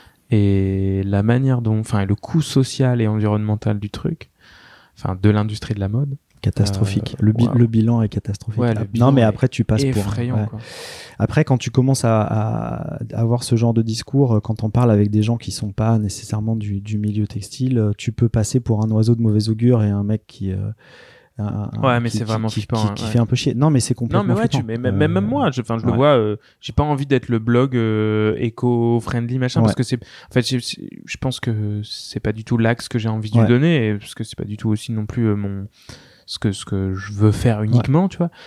et la manière dont, enfin, le coût social et environnemental du truc, enfin, de l'industrie de la mode.
Catastrophique.
Euh,
le, bi-
wow.
le bilan est catastrophique.
Ouais,
ah,
non,
mais après, tu passes
effrayant,
pour. Ouais.
Quoi.
Après, quand tu commences à, à avoir ce genre de discours, quand on parle avec des gens qui sont pas nécessairement du, du milieu textile, tu peux passer pour un oiseau de mauvais augure et un mec qui. Euh, Un, un,
ouais mais
qui,
c'est vraiment
qui,
flippant
qui,
hein,
qui
ouais.
fait un peu chier. Non mais c'est complètement
non mais ouais
flippant.
tu, mais même, euh, même moi je, enfin je ouais. le vois euh, j'ai pas envie d'être le blog euh, éco-friendly machin ouais. parce que c'est en fait je pense que c'est pas du tout l'axe que j'ai envie de
ouais.
lui donner et parce que c'est pas du tout aussi non plus euh, mon ce que ce que je veux faire uniquement ouais. tu vois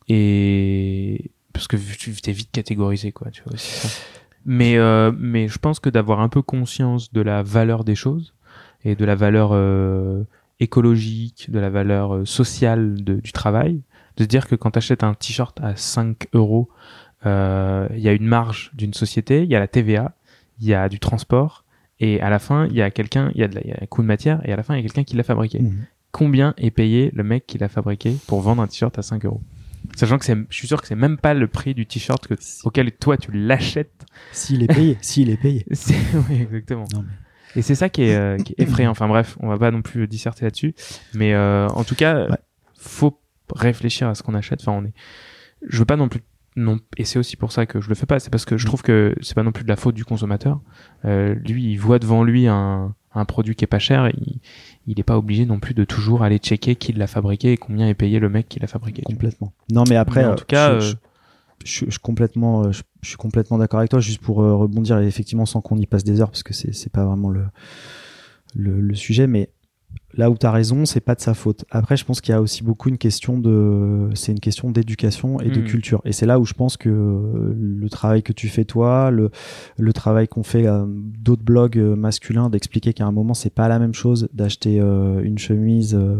et parce que tu t'es vite catégorisé quoi tu vois aussi ça. mais euh, mais je pense que d'avoir un peu conscience de la valeur des choses et de la valeur euh, écologique, de la valeur sociale de, du travail, de se dire que quand tu achètes un t-shirt à cinq euros, il euh, y a une marge d'une société, il y a la T V A, il y a du transport, et à la fin, il y a quelqu'un, il y, y a un coût de matière, et à la fin, il y a quelqu'un qui l'a fabriqué. Mmh. Combien est payé le mec qui l'a fabriqué pour vendre un t-shirt à cinq euros ? Sachant que c'est, je suis sûr que c'est même pas le prix du t-shirt que, auquel toi tu l'achètes.
S'il est payé, s'il est payé.
C'est, oui, exactement. Non, mais... Et c'est ça qui est, euh, qui est effrayant. Enfin bref, on va pas non plus disserter là-dessus. Mais euh, en tout cas, ouais. faut réfléchir à ce qu'on achète. Enfin, on est. Je veux pas non plus. Non. Et c'est aussi pour ça que je le fais pas. C'est parce que je trouve que c'est pas non plus de la faute du consommateur. Euh, lui, il voit devant lui un, un produit qui est pas cher. Il, il est pas obligé non plus de toujours aller checker qui l'a fabriqué et combien est payé le mec qui l'a fabriqué.
Complètement. Non, mais après,
mais en
euh,
tout cas.
Je, je... Je, je, je, complètement, je, je suis complètement d'accord avec toi. Juste pour euh, rebondir, et effectivement, sans qu'on y passe des heures, parce que c'est, c'est pas vraiment le, le, le sujet, mais là où tu as raison, c'est pas de sa faute. Après, je pense qu'il y a aussi beaucoup une question de, c'est une question d'éducation et mmh. de culture. Et c'est là où je pense que le travail que tu fais toi, le, le travail qu'ont fait euh, d'autres blogs masculins, d'expliquer qu'à un moment c'est pas la même chose d'acheter euh, une chemise, euh,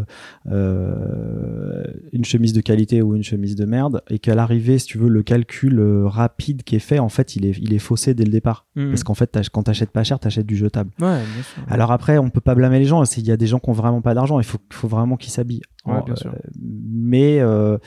euh, une chemise de qualité ou une chemise de merde, et qu'à l'arrivée, si tu veux, le calcul euh, rapide qui est fait, en fait, il est, il est faussé dès le départ. Mmh. Parce qu'en fait, quand t'achètes pas cher, t'achètes du jetable.
Ouais, bien sûr.
Alors après, on peut pas blâmer les gens. Il y a des gens qui ont vraiment pas d'argent, il faut, faut vraiment qu'ils s'habillent.
Ouais, bien sûr.
Euh, mais euh,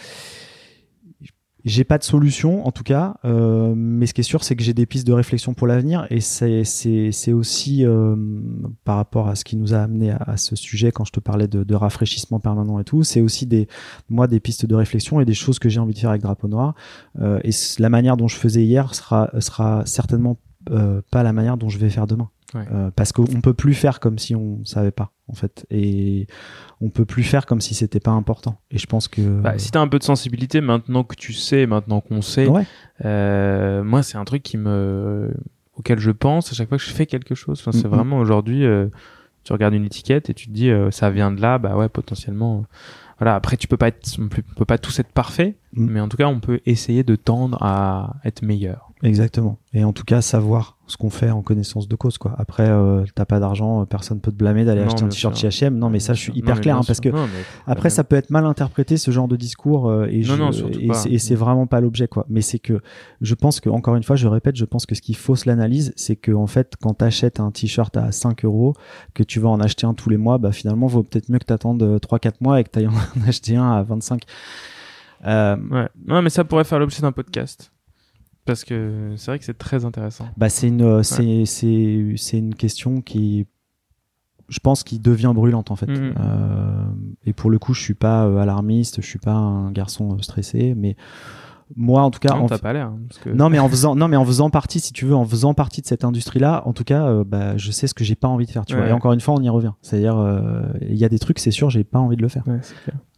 j'ai pas de solution en tout cas, euh, mais ce qui est sûr c'est que j'ai des pistes de réflexion pour l'avenir et c'est, c'est, c'est aussi euh, par rapport à ce qui nous a amené à, à ce sujet quand je te parlais de, de rafraîchissement permanent et tout, c'est aussi des, moi des pistes de réflexion et des choses que j'ai envie de faire avec Drapeau Noir euh, et la manière dont je faisais hier sera, sera certainement euh, pas la manière dont je vais faire demain. Ouais. Euh, parce qu'on peut plus faire comme si on savait pas en fait et on peut plus faire comme si c'était pas important et je pense que
bah, si t'as un peu de sensibilité maintenant que tu sais maintenant qu'on sait
ouais.
euh, moi c'est un truc qui me auquel je pense à chaque fois que je fais quelque chose enfin, c'est mm-hmm. vraiment aujourd'hui euh, tu regardes une étiquette et tu te dis euh, ça vient de là bah ouais potentiellement euh, voilà après tu peux pas être on peut pas tous être parfait mm. mais en tout cas on peut essayer de tendre à être meilleur.
Exactement. Et en tout cas, savoir ce qu'on fait en connaissance de cause, quoi. Après, euh, t'as pas d'argent, personne peut te blâmer d'aller non, acheter un t-shirt chez H et M. Non, mais ça, je suis hyper non, clair, hein, parce que non, après, ça peut être mal interprété, ce genre de discours, euh, et,
non,
je,
non,
et, c'est, et c'est vraiment pas l'objet, quoi. Mais c'est que, je pense que, encore une fois, je répète, je pense que ce qui fausse l'analyse, c'est que, en fait, quand t'achètes un t-shirt à cinq euros, que tu vas en acheter un tous les mois, bah, finalement, vaut peut-être mieux que t'attendes trois quatre mois et que t'ailles en acheter un à vingt-cinq.
Euh, ouais. Non, mais ça pourrait faire l'objet d'un podcast. Parce que c'est vrai que c'est très intéressant.
Bah c'est une ouais. c'est c'est c'est une question qui je pense qui devient brûlante en fait. Mmh. Euh, et pour le coup, je suis pas euh, alarmiste, je suis pas un garçon euh, stressé, mais moi en tout cas
non,
en
t'as f... pas l'air hein, parce que...
non mais en faisant non mais en faisant partie si tu veux en faisant partie de cette industrie là en tout cas euh, bah je sais ce que j'ai pas envie de faire tu ouais. vois et encore une fois on y revient c'est-à-dire il euh, y a des trucs c'est sûr j'ai pas envie de le faire
ouais, c'est clair.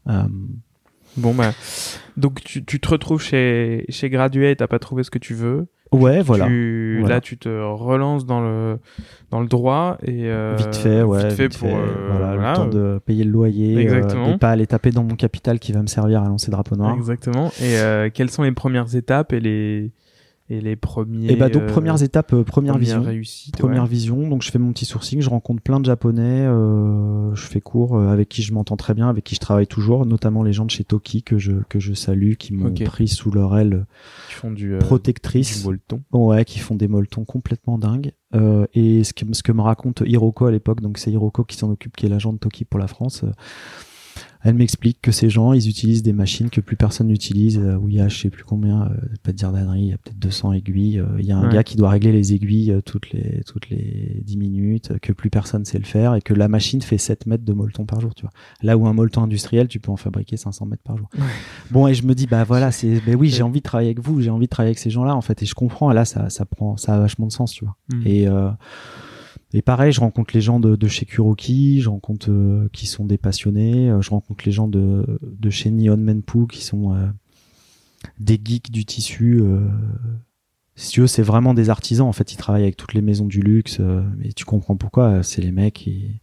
Euh,
Bon, bah, donc tu, tu te retrouves chez, chez Graduate, t'as pas trouvé ce que tu veux.
ouais,
Tu-
voilà.
tu-
Voilà.
Là, tu te relances dans le, dans le droit et euh,
Vite fait, ouais.
vite fait
vite
pour
fait,
euh,
voilà,
voilà,
le temps de payer le loyer,
Exactement.
euh, et pas aller taper dans mon capital qui va me servir à lancer Drapeau Noir.
Exactement. Et euh, quelles sont les premières étapes et les et les premiers
Et bah donc
euh,
premières étapes, euh, première,
premières
vision.
réussites,
Première
ouais.
vision, donc je fais mon petit sourcing, je rencontre plein de Japonais, euh, je fais cours euh, avec qui je m'entends très bien, avec qui je travaille toujours, notamment les gens de chez Toki que je que je salue, qui m'ont
Ok.
pris sous leur aile
Qui font du euh,
protectrice,
du molleton.
ouais, qui font des molletons complètement dingues. Euh, et ce que ce que me raconte Hiroko à l'époque, donc c'est Hiroko qui s'en occupe, qui est l'agent de Toki pour la France. Euh, Elle m'explique que ces gens, ils utilisent des machines que plus personne n'utilise, euh, où il y a, je sais plus combien, euh, je vais pas te dire d'ânerie, il y a peut-être deux cents aiguilles. euh, Il y a un
Ouais.
gars qui doit régler les aiguilles euh, toutes les toutes les dix minutes, euh, que plus personne sait le faire, et que la machine fait sept mètres de molleton par jour, tu vois. Là où un molleton industriel, tu peux en fabriquer cinq cents mètres par jour.
Ouais.
Bon, et je me dis, bah voilà, c'est, ben oui, j'ai envie de travailler avec vous, j'ai envie de travailler avec ces gens-là, en fait, et je comprends, et là, ça, ça prend, ça a vachement de sens, tu vois.
Mm.
Et, euh, et pareil, je rencontre les gens de, de chez Kuroki, je rencontre euh, qui sont des passionnés, euh, je rencontre les gens de, de chez Nihon Menpu qui sont euh, des geeks du tissu. Euh, si tu veux, c'est vraiment des artisans. En fait, ils travaillent avec toutes les maisons du luxe, euh, mais tu comprends pourquoi. euh, C'est les mecs, ils,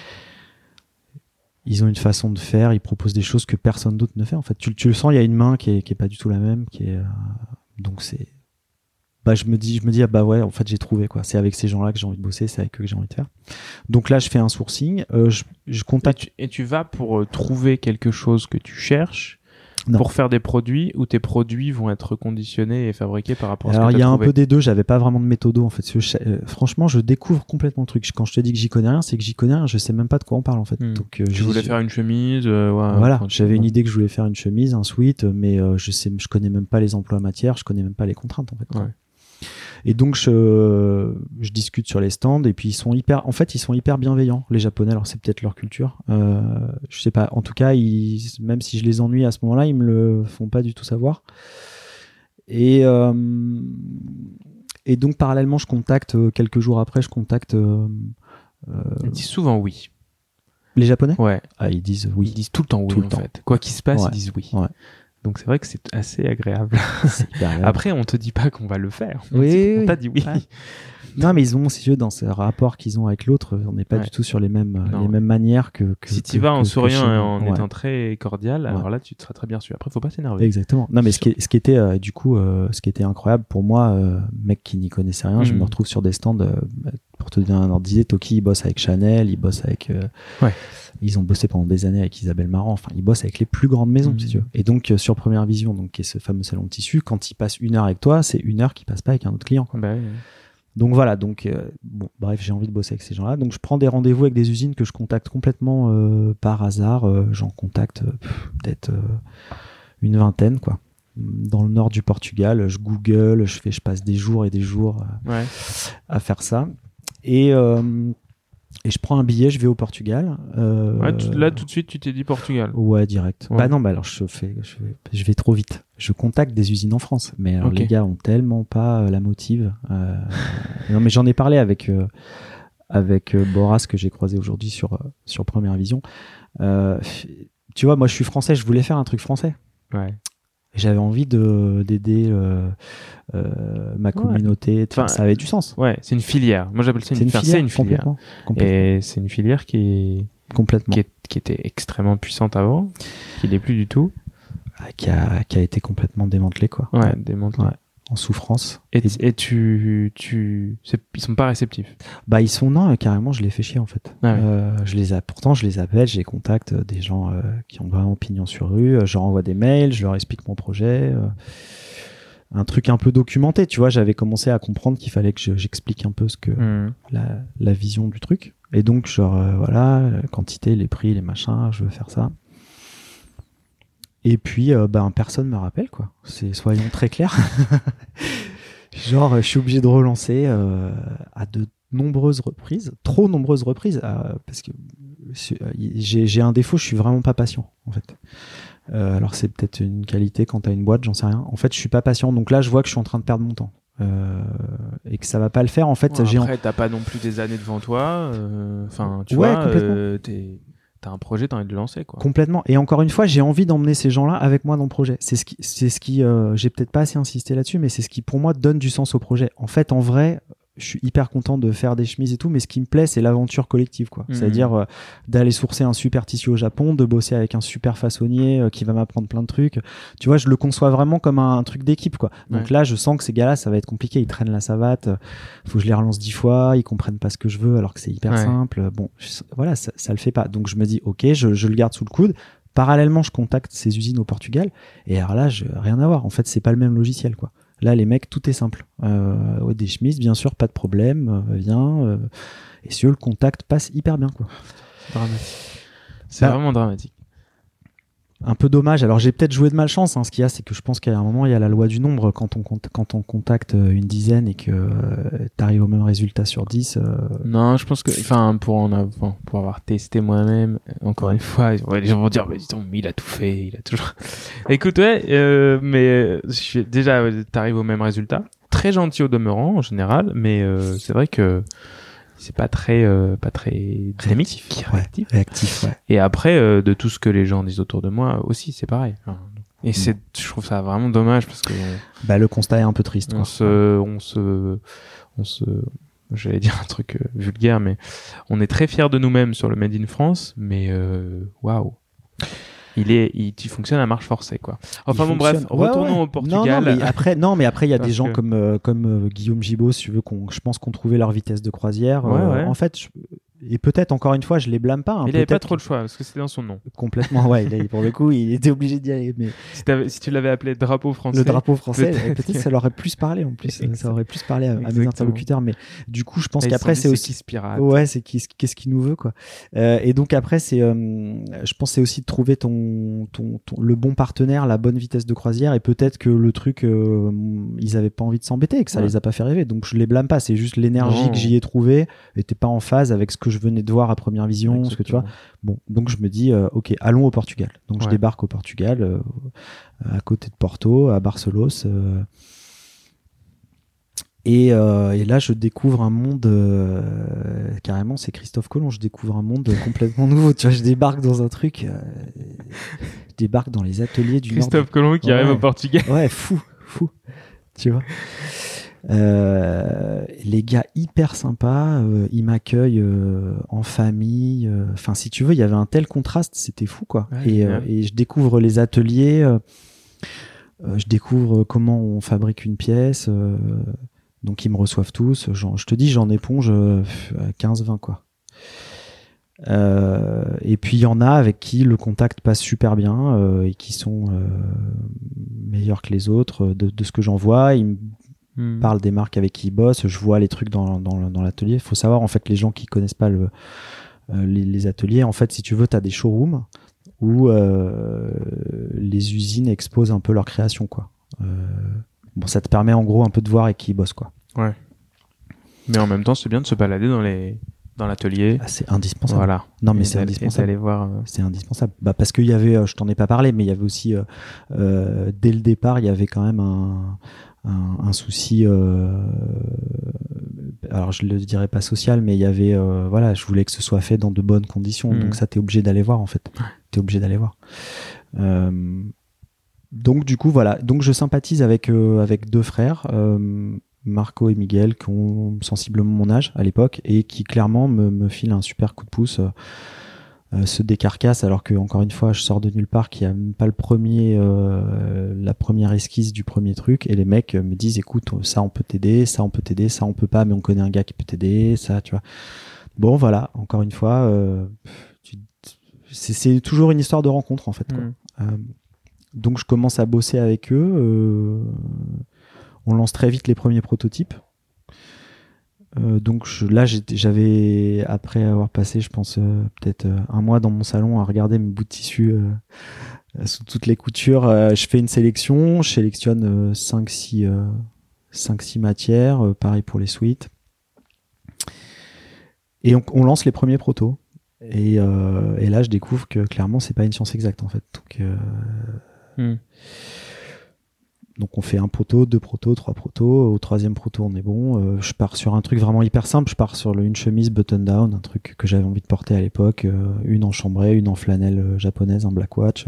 ils ont une façon de faire, ils proposent des choses que personne d'autre ne fait. En fait, tu, tu le sens, il y a une main qui est, qui est pas du tout la même, qui est euh, donc c'est. Bah je me dis je me dis ah bah ouais en fait j'ai trouvé quoi, c'est avec ces gens-là que j'ai envie de bosser, c'est avec eux que j'ai envie de faire. Donc là je fais un sourcing, euh, je, je
Et
contacte
tu, et tu vas pour euh, trouver quelque chose que tu cherches
Non.
pour faire des produits où tes produits vont être conditionnés et fabriqués par rapport à ce
alors
que
il
tu
y
as
a un
trouvé.
peu des deux, j'avais pas vraiment de méthodo en fait. Je, euh, franchement je découvre complètement le truc. Quand je te dis que j'y connais rien, c'est que j'y connais rien, je sais même pas de quoi on parle en fait.
Hmm.
Donc euh,
Tu
j'ai-
voulais faire une chemise, euh, ouais,
voilà,
enfin, tu-
j'avais une
ouais.
idée que je voulais faire une chemise, un sweat, mais euh, je sais je connais même pas les emplois matières, je connais même pas les contraintes en fait.
Ouais.
Et donc je, je discute sur les stands et puis ils sont hyper, en fait ils sont hyper bienveillants les Japonais. Alors c'est peut-être leur culture, euh, je sais pas. En tout cas, ils, même si je les ennuie à ce moment-là, ils me le font pas du tout savoir. Et euh, et donc parallèlement, je contacte euh, quelques jours après, je contacte euh, euh,
Ils disent souvent oui.
les Japonais.
Ouais.
Ah, ils disent
Ils
oui,
disent tout le temps oui
Tout le
en
temps.
fait. Quoi qu'il se passe,
Ouais.
ils disent oui.
Ouais.
Donc c'est vrai que c'est assez agréable.
c'est hyper agréable.
Après, on te dit pas qu'on va le faire. On,
Oui,
dit-
oui,
on
oui.
t'a dit oui.
Ouais. Non, mais ils ont, si tu veux, dans ce rapport qu'ils ont avec l'autre, on n'est pas
Ouais.
du tout sur les mêmes,
Non.
les mêmes manières que. que
Si
que-
tu vas en
que- que
souriant
chez
et
nous.
en
Ouais.
étant très cordial, alors
Ouais.
là, tu te seras très bien su. Après, faut pas s'énerver.
Exactement. Non, mais ce qui, est- ce qui était, euh, du coup, euh, ce qui était incroyable pour moi, euh, mec qui n'y connaissait rien, je
Mhm.
me retrouve sur des stands. euh, pour te donner un ordre d'idée, Toki, il bosse avec Chanel, il bosse avec. euh,
Ouais.
Ils ont bossé pendant des années avec Isabelle Marant. Enfin, ils bossent avec les plus grandes maisons,
Mhm.
si tu veux. Et donc, euh, sur Première Vision, donc qui est ce fameux salon de tissu, quand il passe une heure avec toi, c'est une heure qu'il passe pas avec un autre client. quoi.
Bah oui.
Donc voilà, donc euh, bon, bref, j'ai envie de bosser avec ces gens-là. Donc je prends des rendez-vous avec des usines que je contacte complètement euh, par hasard. Euh, J'en contacte euh, pff, peut-être euh, une vingtaine, quoi. Dans le nord du Portugal, je Google, je fais, je passe des jours et des jours euh,
Ouais.
à faire ça. Et euh, et je prends un billet, je vais au Portugal. Euh,
Ouais, tu- là, tout de suite, tu t'es dit Portugal.
Ouais, direct.
Ouais.
Bah non, bah alors je fais, je vais, je vais trop vite. Je contacte des usines en France, mais alors
Ok.
les gars ont tellement pas euh, la motive. Euh, non, mais j'en ai parlé avec euh, avec euh, Boras que j'ai croisé aujourd'hui sur euh, sur Première Vision. Euh, tu vois, moi je suis français, je voulais faire un truc français.
Ouais.
J'avais envie de d'aider euh, euh, ma communauté.
Enfin,
ça avait du sens.
Ouais, c'est une filière. Moi, j'appelle ça une,
C'est une
enfin,
filière,
c'est une filière.
complètement. Complètement.
Et c'est une filière qui, est-
complètement.
qui, est- qui était extrêmement puissante avant, qui l'est plus du tout.
Ah, Qui a qui a été complètement démantelé, quoi.
Ouais, démantelé.
Ouais. En souffrance.
Et, et tu, tu, c'est- ils sont pas réceptifs.
Bah ils sont non, carrément je les fais chier en fait.
Ah ouais.
Euh, je les a, pourtant je les appelle, je les contacte, euh, des gens euh, qui ont vraiment pignon sur rue, euh, je leur envoie des mails, je leur explique mon projet, euh, un truc un peu documenté, tu vois. J'avais commencé à comprendre qu'il fallait que je- j'explique un peu ce que
Mmh.
la, la vision du truc. Et donc genre euh, voilà, la quantité, les prix, les machins, je veux faire ça. Et puis euh, ben personne me rappelle quoi. C'est soyons très clairs. Genre, je suis obligé de relancer euh, à de nombreuses reprises, trop nombreuses reprises, euh, parce que j'ai j'ai un défaut, je suis vraiment pas patient, en fait. Euh, alors c'est peut-être une qualité quand t'as une boîte, j'en sais rien. En fait, je suis pas patient, donc là, je vois que je suis en train de perdre mon temps. Euh, et que ça va pas le faire, en fait.
Ouais,
j'ai
après, t'as pas non plus des années devant toi. Enfin, tu
Ouais,
vois,
complètement.
euh, t'es, t'as un projet, t'as envie de le lancer, quoi.
Complètement. Et encore une fois, j'ai envie d'emmener ces gens-là avec moi dans le projet. C'est ce qui, c'est ce qui, euh, j'ai peut-être pas assez insisté là-dessus, mais c'est ce qui pour moi donne du sens au projet. En fait, en vrai, je suis hyper content de faire des chemises et tout, mais ce qui me plaît, c'est l'aventure collective, quoi. Mmh. C'est-à-dire euh, d'aller sourcer un super tissu au Japon, de bosser avec un super façonnier euh, qui va m'apprendre plein de trucs. Tu vois, je le conçois vraiment comme un, un truc d'équipe, quoi. Donc ouais. Là, je sens que ces gars-là, ça va être compliqué. Ils traînent la savate. Faut que je les relance dix fois. Ils comprennent pas ce que je veux, alors que c'est hyper ouais. simple. Bon, je, voilà, ça, ça le fait pas. Donc je me dis, ok, je, je le garde sous le coude. Parallèlement, je contacte ces usines au Portugal. Et alors là, je, rien à voir. En fait, c'est pas le même logiciel, quoi. Là, les mecs, tout est simple. Euh, ouais, des chemises, bien sûr, pas de problème. Euh, viens. Euh, et si eux, le contact passe hyper bien, quoi.
C'est dramatique. C'est bah, vraiment dramatique.
Un peu dommage. Alors, j'ai peut-être joué de malchance. Hein. Ce qu'il y a, c'est que je pense qu'à un moment, il y a la loi du nombre. Quand on, quand on contacte une dizaine et que euh, tu arrives au même résultat sur dix. Euh...
Non, je pense que, enfin, pour en avoir, pour avoir testé moi-même, encore une fois, ouais, les gens vont dire, mais dis donc, il a tout fait, il a toujours. Écoute, ouais, euh, mais je suis, déjà, t'arrives au même résultat. Très gentil au demeurant, en général, mais euh, c'est vrai que c'est pas très euh, pas très dynamique,
réactif,
réactif.
Ouais, réactif ouais.
Et après euh, de tout ce que les gens disent autour de moi aussi, c'est pareil. Enfin, et mmh. c'est, je trouve ça vraiment dommage parce que on,
bah le constat est un peu triste.
On
quoi.
se, on se, on se, j'allais dire un truc euh, vulgaire, mais on est très fiers de nous-mêmes sur le Made in France, mais waouh. Wow. Il est, il, il fonctionne à marche forcée, quoi. Enfin il bon, bref,
ouais,
retournons
ouais.
au Portugal.
Non, non, mais après, non, mais après, il y a des gens que... comme, euh, comme euh, Guillaume Gibaud, si tu veux, qu'on, je pense qu'on trouvait leur vitesse de croisière.
Ouais,
euh,
ouais.
En fait, je... et peut-être encore une fois, je les blâme pas. Hein,
il avait pas trop le choix parce que c'était dans son nom.
Complètement, ouais. Il a, pour le coup, il était obligé d'y aller. Mais
si, si tu l'avais appelé drapeau français,
le drapeau français,
peut-être,
peut-être ça leur aurait plus parlé en plus. Ça aurait plus parlé à, à mes interlocuteurs. Mais du coup, je pense
et
qu'après, c'est aussi.
Qui pirate.
Ouais, c'est qui, qu'est-ce qu'il nous veut, quoi. Euh, et donc après, c'est, euh, je pense, c'est aussi de trouver ton, ton, ton, le bon partenaire, la bonne vitesse de croisière. Et peut-être que le truc, euh, ils avaient pas envie de s'embêter et que ça ouais. les a pas fait rêver. Donc je les blâme pas. C'est juste l'énergie non. que j'y ai trouvée était pas en phase avec ce que je venais de voir à première vision. Exactement. Ce que tu vois. Bon, donc je me dis, euh, ok, allons au Portugal. Donc ouais. je débarque au Portugal, euh, à côté de Porto, à Barcelos. Euh, et, euh, et là, je découvre un monde, euh, carrément, c'est Christophe Colomb, je découvre un monde complètement nouveau. Tu vois, je débarque dans un truc, euh, je débarque dans les ateliers du
Christophe
Nord.
Christophe Colomb qui ouais. arrive au Portugal.
Ouais, fou, fou. Tu vois. Euh, les gars hyper sympas, euh, ils m'accueillent euh, en famille. Enfin, euh, si tu veux, il y avait un tel contraste, c'était fou, quoi. Ouais, et, euh, et je découvre les ateliers, euh, euh, je découvre comment on fabrique une pièce. Euh, donc ils me reçoivent tous. Genre, je te dis, j'en éponge euh, quinze vingt, quoi. Euh, et puis il y en a avec qui le contact passe super bien euh, et qui sont euh, meilleurs que les autres de, de ce que j'en vois. Ils me Mmh. parle des marques avec qui ils bossent, je vois les trucs dans, dans, dans l'atelier. Il faut savoir, en fait, les gens qui connaissent pas le, euh, les, les ateliers, en fait, si tu veux, tu as des showrooms où euh, les usines exposent un peu leur création, quoi. Euh, bon, ça te permet en gros un peu de voir avec qui ils bossent, quoi.
Ouais. Mais en même temps, c'est bien de se balader dans les dans l'atelier.
Ah, c'est indispensable.
Voilà.
Non, mais
et
c'est indispensable.
Aller voir. Euh...
C'est indispensable. Bah parce qu'il y avait, euh, je t'en ai pas parlé, mais il y avait aussi euh, euh, dès le départ, il y avait quand même un Un, un souci euh, alors je le dirais pas social, mais il y avait euh, voilà, je voulais que ce soit fait dans de bonnes conditions. Mmh. Donc ça, t'es obligé d'aller voir, en fait. T'es obligé d'aller voir. Euh, donc du coup voilà, donc je sympathise avec euh, avec deux frères, euh, Marco et Miguel, qui ont sensiblement mon âge à l'époque et qui clairement me, me filent un super coup de pouce. Euh, Euh, se décarcasse alors que encore une fois je sors de nulle part, qu'il n'y a même pas le premier euh, la première esquisse du premier truc, et les mecs me disent écoute, ça on peut t'aider, ça on peut t'aider, ça on peut pas, mais on connaît un gars qui peut t'aider, ça, tu vois. Bon voilà, encore une fois euh, tu, c'est, c'est toujours une histoire de rencontre, en fait, quoi. Mmh. Euh, donc je commence à bosser avec eux, euh, on lance très vite les premiers prototypes. Euh, donc je, là j'avais, après avoir passé je pense euh, peut-être euh, un mois dans mon salon à regarder mes bouts de tissu euh, sous toutes les coutures, euh, je fais une sélection, je sélectionne euh, cinq six matières, euh, pareil pour les suites, et on, on lance les premiers protos, et, euh, et là je découvre que clairement c'est pas une science exacte, en fait. Donc, euh, mm. Donc on fait un proto, deux protos, trois protos. Au troisième proto, on est bon. Euh, je pars sur un truc vraiment hyper simple. Je pars sur le, une chemise button down, un truc que j'avais envie de porter à l'époque. Euh, une en chambray, une en flanelle euh, japonaise, en black watch.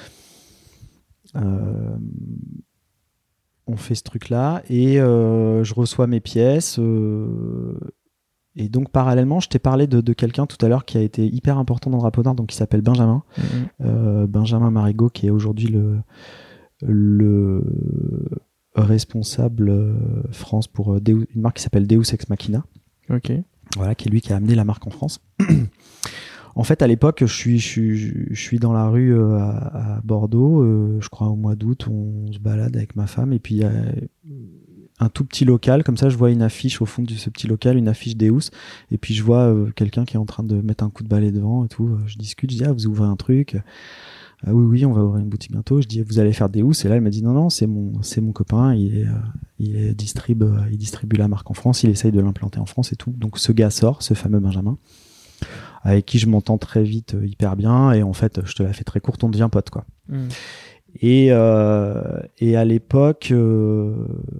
Euh, on fait ce truc-là et euh, je reçois mes pièces. Euh, et donc parallèlement, je t'ai parlé de, de quelqu'un tout à l'heure qui a été hyper important dans Drapeau Noir, donc qui s'appelle Benjamin. Mmh. Euh, Benjamin Marigot, qui est aujourd'hui le le responsable France pour Deus, une marque qui s'appelle Deus Ex Machina.
Ok.
Voilà, qui est lui qui a amené la marque en France. En fait, à l'époque, je suis, je suis, je suis dans la rue à, à Bordeaux, euh, je crois au mois d'août, on se balade avec ma femme, et puis il y a un tout petit local, comme ça, je vois une affiche au fond de ce petit local, une affiche Deus, et puis je vois euh, quelqu'un qui est en train de mettre un coup de balai devant et tout. Je discute, je dis ah, vous ouvrez un truc. Ah oui, oui, on va ouvrir une boutique bientôt. Je dis, vous allez faire Deus? Et là, elle m'a dit, non, non, c'est mon, c'est mon copain. Il est, euh, il est distribue, euh, il distribue la marque en France. Il essaye de l'implanter en France et tout. Donc, ce gars sort, ce fameux Benjamin, avec qui je m'entends très vite, euh, hyper bien. Et en fait, je te la fais très courte, on devient pote, quoi. Mmh. Et, euh, et à l'époque, euh,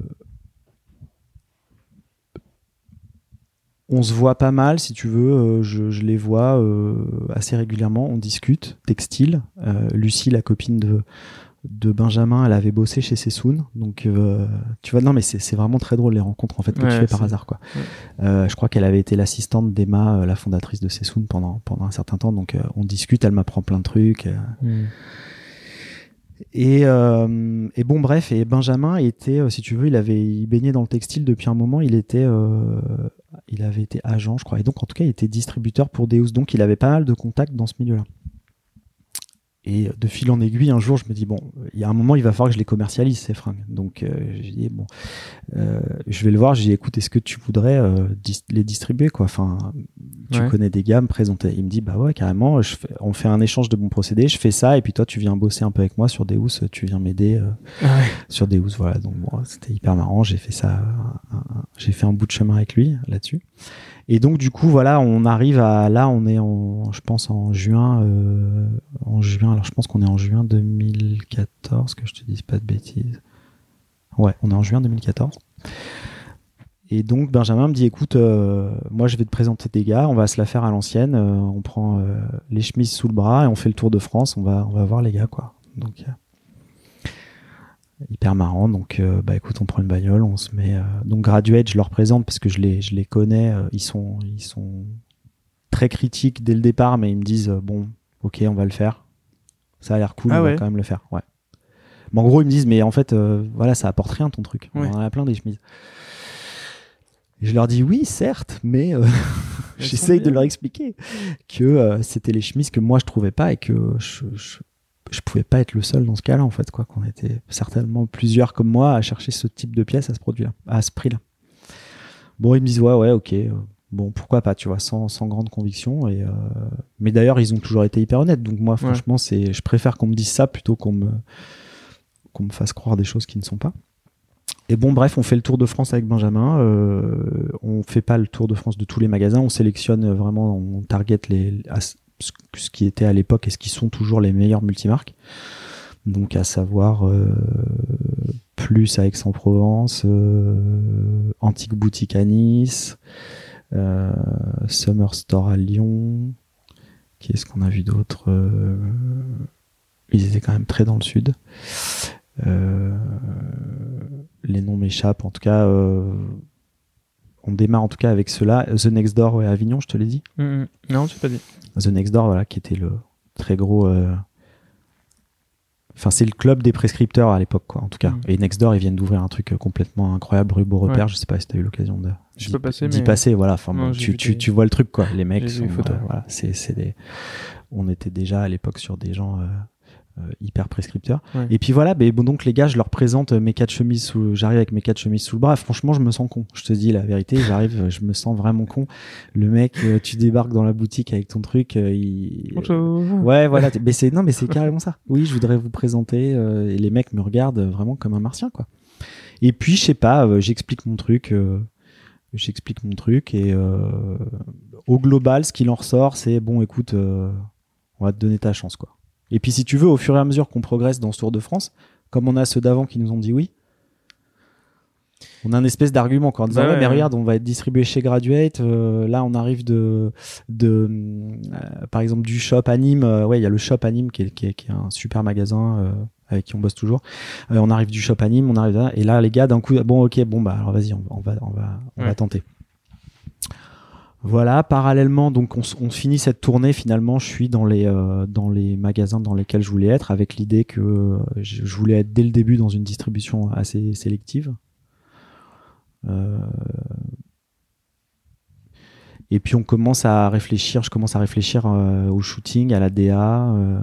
on se voit pas mal, si tu veux. Euh, je, je les vois euh, assez régulièrement. On discute textile. Euh, Lucie, la copine de de Benjamin, elle avait bossé chez Sessoun. Donc, euh, tu vois, non, mais c'est c'est vraiment très drôle les rencontres en fait que ouais, tu fais par hasard, quoi. Ouais. Euh, je crois qu'elle avait été l'assistante d'Emma, euh, la fondatrice de Sessoun, pendant pendant un certain temps. Donc, euh, on discute. Elle m'apprend plein de trucs. Euh, mm. Et, euh, et bon, bref, et Benjamin était, euh, si tu veux, il avait il baignait dans le textile depuis un moment. Il était, euh, il avait été agent, je crois, et donc en tout cas, il était distributeur pour Deus. Donc, il avait pas mal de contacts dans ce milieu-là. Et de fil en aiguille, un jour, je me dis bon, il y a un moment, il va falloir que je les commercialise ces fringues. Donc, euh, j'ai dit bon, euh, je vais le voir. J'ai dit écoute, est-ce que tu voudrais euh, dis- les distribuer, quoi? Enfin, tu ouais. connais des gammes, présenter. Il me dit bah ouais, carrément. Je fais, on fait un échange de bons procédés. Je fais ça et puis toi, tu viens bosser un peu avec moi sur Deus. Tu viens m'aider euh, ouais. sur Deus. Voilà. Donc bon, c'était hyper marrant. J'ai fait ça. Un, un, j'ai fait un bout de chemin avec lui là-dessus. Et donc du coup voilà, on arrive à là, on est en, je pense en juin, euh, en juin. Alors je pense qu'on est en juin deux mille quatorze, que je te dise pas de bêtises. Ouais, on est en juin deux mille quatorze. Et donc Benjamin me dit écoute, euh, moi je vais te présenter des gars, on va se la faire à l'ancienne, euh, on prend euh, les chemises sous le bras et on fait le tour de France, on va on va voir les gars, quoi. Donc euh, hyper marrant. Donc euh, bah écoute, on prend une bagnole, on se met euh... donc Graduate, je leur présente parce que je les je les connais, euh, ils sont ils sont très critiques dès le départ, mais ils me disent euh, bon, OK, on va le faire. Ça a l'air cool, ah on ouais. va quand même le faire. Ouais. Mais en gros, ils me disent mais en fait euh, voilà, ça apporte rien ton truc. Ouais. On en a plein des chemises. Et je leur dis oui, certes, mais euh, j'essaye de leur expliquer que euh, c'était les chemises que moi je trouvais pas et que je, je je pouvais pas être le seul dans ce cas-là, en fait, quoi, qu'on était certainement plusieurs comme moi à chercher ce type de pièces à ce produit-là, à ce prix-là. Bon, ils me disent ouais, ouais, ok, euh, bon, pourquoi pas, tu vois, sans, sans grande conviction. Et euh, mais d'ailleurs, ils ont toujours été hyper honnêtes. Donc moi, franchement, ouais. c'est, je préfère qu'on me dise ça plutôt qu'on me, qu'on me fasse croire des choses qui ne sont pas. Et bon, bref, on fait le tour de France avec Benjamin. Euh, on fait pas le tour de France de tous les magasins. On sélectionne vraiment, on target les ce qui était à l'époque et ce qui sont toujours les meilleures multimarques, donc à savoir euh, Plus à Aix-en-Provence, euh, Antique Boutique à Nice, euh, Summer Store à Lyon. Qui est-ce qu'on a vu d'autre? euh, Ils étaient quand même très dans le sud. Euh, les noms m'échappent. En tout cas, euh, on démarre en tout cas avec ceux-là. The Next Door ouais, à Avignon, je te l'ai dit.
Mmh, non, tu l'as pas dit.
The Next Door, voilà, qui était le très gros. Euh... Enfin, c'est le club des prescripteurs à l'époque, quoi, en tout cas. Mmh. Et Next Door, ils viennent d'ouvrir un truc complètement incroyable, rue Beaurepaire. Ouais. Je sais pas si t'as eu l'occasion de
je peux passer,
d'y
mais...
passer. Voilà. Enfin,
non,
bon, tu, tu, des... tu vois le truc, quoi. Les mecs sont.
Euh,
voilà, c'est, c'est des. On était déjà à l'époque sur des gens. Euh... Euh, hyper prescripteur. Ouais. Et puis voilà, bah, bon, donc les gars, je leur présente mes quatre chemises sous, j'arrive avec mes quatre chemises sous le bras. Franchement, je me sens con. Je te dis la vérité, j'arrive, je me sens vraiment con. Le mec, euh, tu débarques dans la boutique avec ton truc, euh, il...
Bonjour.
Ouais, voilà. Mais c'est, non, mais c'est carrément ça. Oui, je voudrais vous présenter, euh, et les mecs me regardent vraiment comme un martien, quoi. Et puis, je sais pas, euh, j'explique mon truc, euh, j'explique mon truc et, euh, au global, ce qu'il en ressort, c'est bon, écoute, euh, on va te donner ta chance, quoi. Et puis si tu veux, au fur et à mesure qu'on progresse dans ce Tour de France, comme on a ceux d'avant qui nous ont dit oui, On a une espèce d'argument quoi, en disant
bah,
ouais,
ouais,
mais
ouais.
regarde, on va être distribué chez Graduate. Euh, là, on arrive de, de euh, par exemple du shop Anime. Euh, ouais, il y a le shop Anime qui est, qui est, qui est un super magasin euh, avec qui on bosse toujours. Euh, on arrive du shop Anime, on arrive là, et là, les gars, d'un coup, bon, ok, bon bah alors vas-y, on, on va, on va, on
Ouais.
va tenter. Voilà, parallèlement, donc on, on finit cette tournée. Finalement, je suis dans les euh, dans les magasins dans lesquels je voulais être, avec l'idée que euh, je, je voulais être dès le début dans une distribution assez sélective. Euh, et puis on commence à réfléchir, je commence à réfléchir euh, au shooting, à la D A. Euh,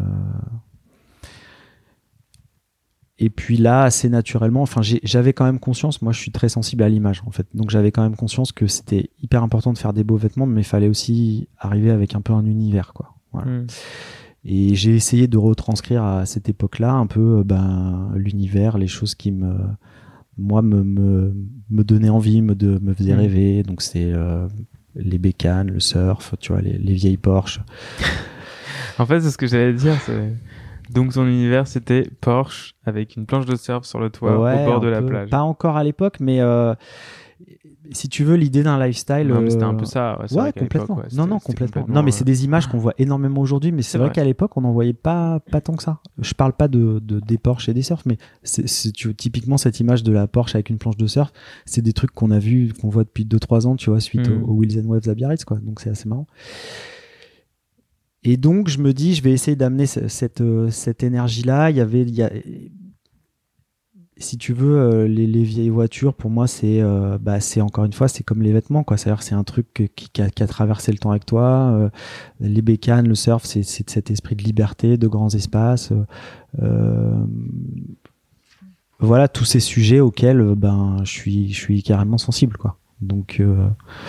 et puis là, assez naturellement, enfin, j'ai, j'avais quand même conscience, moi je suis très sensible à l'image en fait, donc j'avais quand même conscience que c'était hyper important de faire des beaux vêtements, mais il fallait aussi arriver avec un peu un univers, quoi. Voilà.
Mm.
Et j'ai essayé de retranscrire à cette époque-là un peu euh, ben, l'univers, les choses qui me, moi, me, me, me donnaient envie, me, de, me faisaient
Mm.
rêver. Donc c'est euh, les bécanes, le surf, tu vois, les, les vieilles Porsche.
En fait, c'est ce que j'allais dire. C'est... Donc, son univers, c'était Porsche avec une planche de surf sur le toit
Ouais,
au bord de
un
la
peu.
plage.
Pas encore à l'époque, mais euh, si tu veux, l'idée d'un lifestyle.
Non, mais c'était
euh,
un peu ça. Ouais, c'est
Ouais,
vrai qu'à
complètement.
l'époque, ouais,
non,
c'était-
non,
c'était
complètement.
complètement,
Non, mais c'est
euh,
des images qu'on voit énormément aujourd'hui, mais c'est,
C'est
vrai,
vrai.
qu'à l'époque, on n'en voyait pas, pas tant que ça. Je parle pas de, de des Porsche et des surfs, mais c'est, c'est, tu, typiquement cette image de la Porsche avec une planche de surf, c'est des trucs qu'on a vu, qu'on voit depuis deux trois ans, tu vois, suite
Mm.
au, au Wheels and Waves à Biarritz, quoi. Donc c'est assez marrant. Et donc, je me dis, je vais essayer d'amener ce- cette, euh, cette énergie-là. Il y avait, il y a, si tu veux, euh, les, les vieilles voitures, pour moi, c'est, euh, bah, c'est encore une fois, c'est comme les vêtements, quoi. C'est-à-dire, c'est un truc que- qui, qui a, qui a traversé le temps avec toi. Euh, les bécanes, le surf, c'est, c'est cet esprit de liberté, de grands espaces. Euh, euh, voilà, tous ces sujets auxquels, euh, ben, je suis, je suis carrément sensible, quoi. Donc, euh,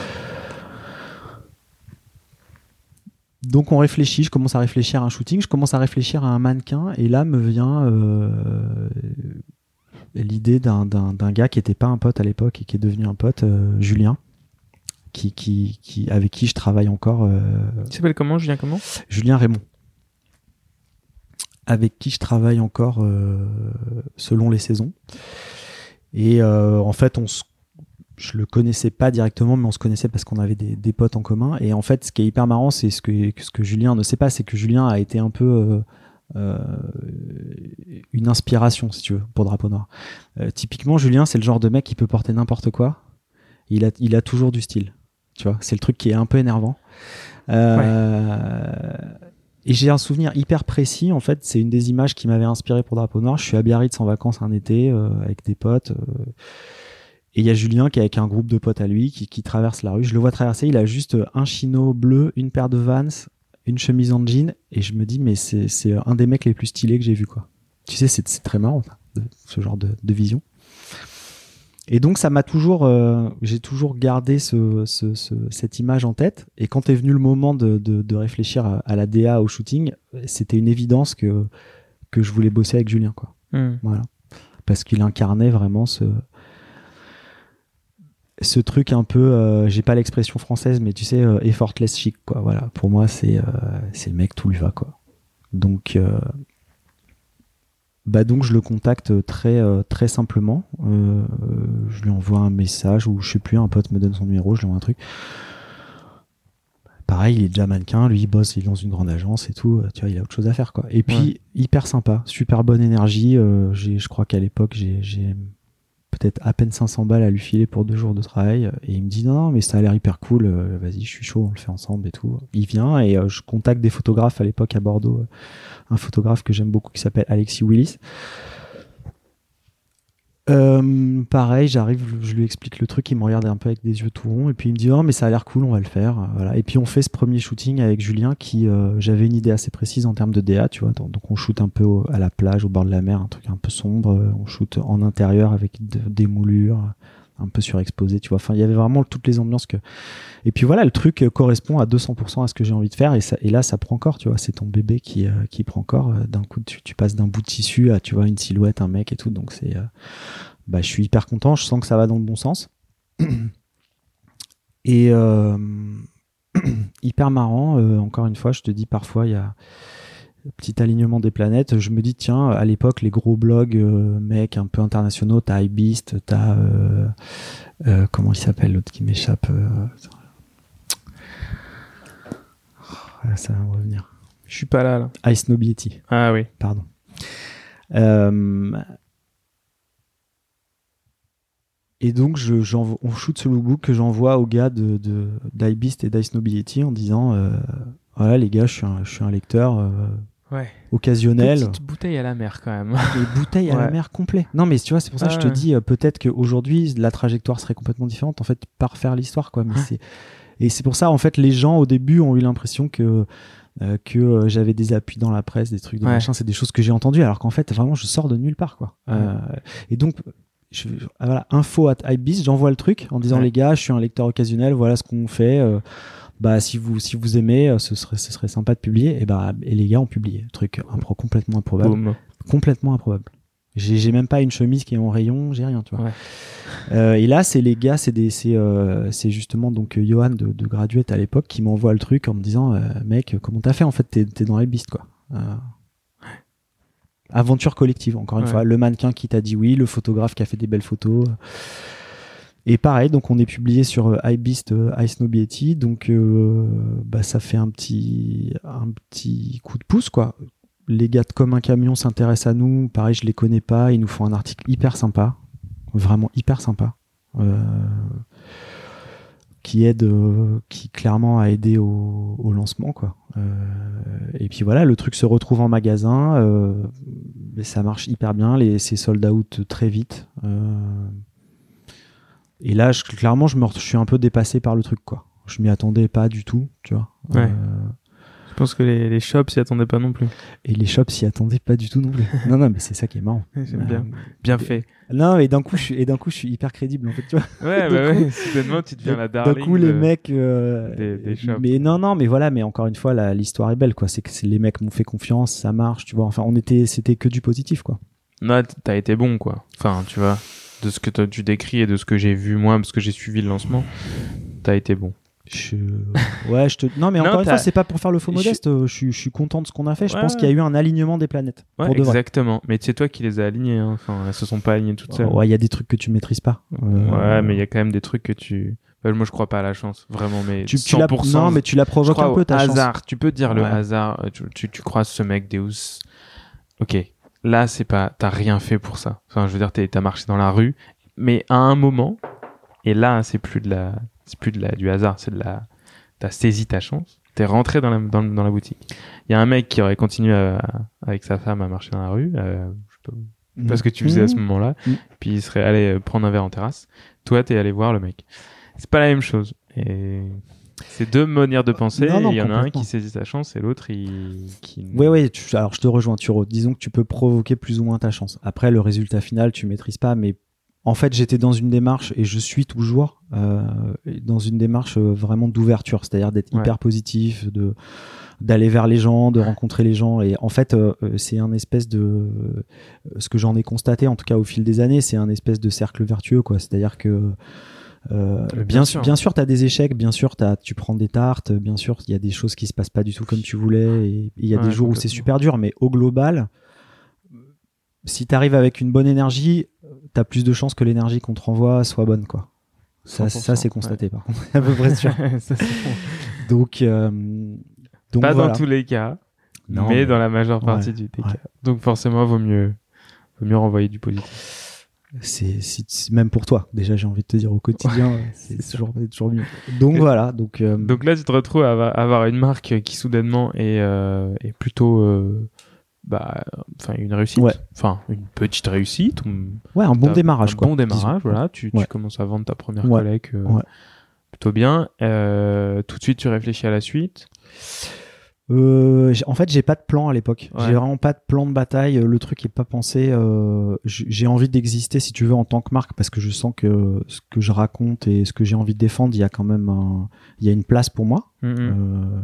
donc on réfléchit. Je commence à réfléchir à un shooting. Je commence à réfléchir à un mannequin, et là me vient euh, l'idée d'un, d'un, d'un gars qui était pas un pote à l'époque et qui est devenu un pote, euh, Julien, qui, qui, qui, avec qui je travaille encore. Euh,
Il s'appelle comment, Julien, comment
Julien Raymond, avec qui je travaille encore euh, selon les saisons. Et euh, en fait, on se, je le connaissais pas directement, mais on se connaissait parce qu'on avait des, des potes en commun. Et en fait, ce qui est hyper marrant, c'est ce que, ce que Julien ne sait pas, c'est que Julien a été un peu euh, euh, une inspiration, si tu veux, pour Drapeau Noir. Euh, typiquement, Julien, c'est le genre de mec qui peut porter n'importe quoi. Il a, il a toujours du style. Tu vois, c'est le truc qui est un peu énervant. Euh, ouais. Et j'ai un souvenir hyper précis. En fait, c'est une des images qui m'avait inspiré pour Drapeau Noir. Je suis à Biarritz en vacances un été euh, avec des potes. Euh, et il y a Julien qui est avec un groupe de potes à lui qui, qui traverse la rue. Je le vois traverser. Il a juste un chino bleu, une paire de Vans, une chemise en jean. Et je me dis, mais c'est, c'est un des mecs les plus stylés que j'ai vu, quoi. Tu sais, c'est, c'est très marrant, ça, de, ce genre de, de vision. Et donc ça m'a toujours, euh, j'ai toujours gardé ce, ce, ce, cette image en tête. Et quand est venu le moment de, de, de réfléchir à, à la D A, au shooting, c'était une évidence que que je voulais bosser avec Julien, quoi.
Mm.
Voilà, parce qu'il incarnait vraiment ce ce truc un peu, euh, j'ai pas l'expression française, mais tu sais, euh, effortless chic, quoi. Voilà, pour moi c'est euh, c'est le mec, tout lui va, quoi. Donc euh, Bah donc je le contacte très euh, très simplement. Euh, je lui envoie un message ou je sais plus, un pote me donne son numéro, je lui envoie un truc. Pareil, il est déjà mannequin, lui il bosse, il est dans une grande agence et tout. Tu vois, il a autre chose à faire, quoi. Et puis ouais. Hyper sympa, super bonne énergie. Euh, j'ai, je crois qu'à l'époque j'ai, j'ai peut-être à peine cinq cents balles à lui filer pour deux jours de travail. Et il me dit non, non mais ça a l'air hyper cool. Euh, vas-y, je suis chaud, on le fait ensemble et tout. Il vient et euh, je contacte des photographes à l'époque à Bordeaux. Euh, un photographe que j'aime beaucoup qui s'appelle Alexis Willis. Euh, pareil, j'arrive, je lui explique le truc, il me regarde un peu avec des yeux tout ronds et puis il me dit oh mais ça a l'air cool, on va le faire. Voilà. Et puis on fait ce premier shooting avec Julien qui, euh, j'avais une idée assez précise en termes de D A, tu vois. Donc on shoot un peu au, à la plage, au bord de la mer, un truc un peu sombre. On shoot en intérieur avec de, des moulures, un peu surexposé, tu vois. Enfin, il y avait vraiment toutes les ambiances que. Et puis voilà, le truc correspond à deux cents pour cent à ce que j'ai envie de faire et, ça, et là, ça prend corps, tu vois. C'est ton bébé qui, euh, qui prend corps. D'un coup, tu, tu passes d'un bout de tissu à, tu vois, une silhouette, un mec et tout. Donc c'est, euh, bah, je suis hyper content. Je sens que ça va dans le bon sens. Et euh, hyper marrant. Euh, encore une fois, je te dis, parfois, il y a, petit alignement des planètes. Je me dis, tiens, à l'époque, les gros blogs, euh, mecs un peu internationaux, t'as Hypebeast, t'as euh, euh, comment il s'appelle l'autre qui m'échappe. Euh, ça va me revenir.
Je suis pas là, là.
Ice Nobby Yeti.
Ah oui.
Pardon. Euh, et donc, je, j'en, on shoot ce lookbook que j'envoie aux gars de, de, d'Hypebeast et d'Ice Nobby Yeti en disant euh, voilà, les gars, je suis un, je suis un lecteur euh,
ouais.
occasionnel.
Petite bouteille à la mer, quand même.
Des bouteilles à
ouais.
la mer complet. Non, mais tu vois, c'est pour ça que
ah,
je te
ouais.
dis euh, peut-être qu'aujourd'hui, la trajectoire serait complètement différente, en fait, par faire l'histoire, quoi. Mais
ouais.
c'est... Et c'est pour ça, en fait, les gens, au début, ont eu l'impression que. Euh, que euh, j'avais des appuis dans la presse, des trucs de
ouais.
machin, c'est des choses que j'ai entendues, alors qu'en fait, vraiment, je sors de nulle part, quoi.
Ouais.
Euh, et donc, je, voilà, info at Hypebeast, j'envoie le truc en disant,
ouais.
les gars, je suis un lecteur occasionnel, voilà ce qu'on fait. Euh, bah, si vous, si vous aimez, ce serait, ce serait sympa de publier. Et bah, et les gars ont publié. Le truc impro, complètement improbable.
Boom.
Complètement improbable. J'ai, j'ai même pas une chemise qui est en rayon, j'ai rien, tu vois.
Ouais.
Euh, et là, c'est les gars, c'est des, c'est, euh, c'est justement donc Johan de, de Graduate à l'époque qui m'envoie le truc en me disant, euh, mec, comment t'as fait en fait, t'es, t'es dans les Hypebeast, quoi. Euh, aventure collective, encore une
ouais.
fois. Le mannequin qui t'a dit oui, le photographe qui a fait des belles photos. Et pareil, donc on est publié sur euh, Hypebeast, euh, Ice Nobby Yeti, donc euh, bah ça fait un petit, un petit coup de pouce, quoi. Les gars de Comme un camion s'intéressent à nous. Pareil, je les connais pas. Ils nous font un article hyper sympa. Vraiment hyper sympa. Euh, qui aide, euh, qui clairement a aidé au, au lancement, quoi. Euh, et puis voilà, le truc se retrouve en magasin. Euh, mais ça marche hyper bien. Les, c'est sold out très vite. Euh, et là, je, clairement, je, me, je suis un peu dépassé par le truc, quoi. Je m'y attendais pas du tout, tu vois.
Ouais.
Euh,
Je pense que les, les shops s'y attendaient pas non plus.
Et les shops s'y attendaient pas du tout non plus. non, non, mais c'est ça qui est marrant.
J'aime
euh,
bien. Bien fait.
Non, et d'un coup, je suis, et d'un coup, je suis hyper crédible, en fait, tu vois.
Ouais, bah
coup,
ouais, soudainement, tu deviens la darling.
D'un coup, les
de...
mecs. Euh,
des, des shops.
Mais non, non, mais voilà, mais encore une fois, la, l'histoire est belle, quoi. C'est que c'est, les mecs m'ont fait confiance, ça marche, tu vois. Enfin, on était, c'était que du positif, quoi.
Non, t'as été bon, quoi. Enfin, tu vois, de ce que tu décris et de ce que j'ai vu, moi, parce que j'ai suivi le lancement, t'as été bon.
Je... Ouais, je te. Non, mais
non,
encore une
t'as...
fois, c'est pas pour faire le faux
je...
modeste. Je suis, je suis content de ce qu'on a fait. Je
ouais,
pense
ouais.
qu'il y a eu un alignement des planètes.
Ouais,
pour de
exactement.
vrai.
Mais c'est toi qui les as alignées. Hein. Enfin, elles se sont pas alignées toutes seules.
Ouais, il y a des trucs que tu maîtrises pas.
Euh... Ouais, mais il y a quand même des trucs que tu. Enfin, moi, je crois pas à la chance, vraiment. Mais
tu,
cent pour cent.
Tu non, mais tu la provoques un peu ta chance.
Hasard. Tu peux dire
ouais.
le hasard. Tu, tu, tu croises ce mec Deus. Ok. Là, c'est pas. T'as rien fait pour ça. Enfin, je veux dire, t'es, t'as marché dans la rue, mais à un moment. Et là, c'est plus de la. C'est plus de la du hasard. C'est de la. T'as saisi ta chance, t'es rentré dans la, dans, dans la boutique. Il y a un mec qui aurait continué à, à, avec sa femme à marcher dans la rue, euh, je sais pas, je sais pas ce que tu faisais
mmh.
à ce moment-là, mmh. puis il serait allé prendre un verre en terrasse. Toi, t'es allé voir le mec. C'est pas la même chose. Et c'est deux manières de penser. Il y en a un qui saisit sa chance et l'autre il, qui.
Oui, oui. Tu, alors je te rejoins, Turo. Disons que tu peux provoquer plus ou moins ta chance. Après, le résultat final, tu maîtrises pas, mais en fait, j'étais dans une démarche, et je suis toujours euh, dans une démarche euh, vraiment d'ouverture, c'est-à-dire d'être ouais. hyper positif, de d'aller vers les gens, de rencontrer les gens. Et en fait, euh, c'est un espèce de... Euh, ce que j'en ai constaté, en tout cas au fil des années, c'est un espèce de cercle vertueux, quoi. C'est-à-dire que euh, bien, bien sûr, bien sûr, t'as des échecs, bien sûr, t'as, tu prends des tartes, bien sûr, il y a des choses qui se passent pas du tout comme tu voulais, et il y a ouais, des jours où c'est super dur, mais au global, si t'arrives avec une bonne énergie, t'as plus de chances que l'énergie qu'on te renvoie soit bonne, quoi. Ça, ça c'est constaté, ouais. Par contre. À peu près sûr. Ça, c'est bon. Donc, euh, donc,
pas
voilà.
dans tous les cas,
non,
mais,
mais
dans la majeure partie
ouais,
du des
ouais.
cas. Donc, forcément, vaut mieux, vaut mieux renvoyer du positif.
C'est, c'est, c'est même pour toi. Déjà, j'ai envie de te dire au quotidien, ouais, c'est, c'est toujours, c'est toujours mieux. Donc, voilà. Donc, euh...
donc là, tu te retrouves à avoir une marque qui, soudainement, est, euh, est plutôt, euh, bah, enfin, une réussite.
Ouais.
Enfin, une petite réussite.
Ouais, un bon démarrage,
un
quoi.
bon démarrage, disons. Voilà. Tu,
ouais.
tu commences à vendre ta première
ouais.
collecte euh,
ouais.
plutôt bien. Euh, tout de suite, tu réfléchis à la suite.
Euh, en fait, j'ai pas de plan à l'époque.
Ouais.
J'ai vraiment pas de plan de bataille. Le truc est pas pensé. Euh, j'ai envie d'exister, si tu veux, en tant que marque, parce que je sens que ce que je raconte et ce que j'ai envie de défendre, il y a quand même un, il y a une place pour moi.
Mm-hmm.
Euh,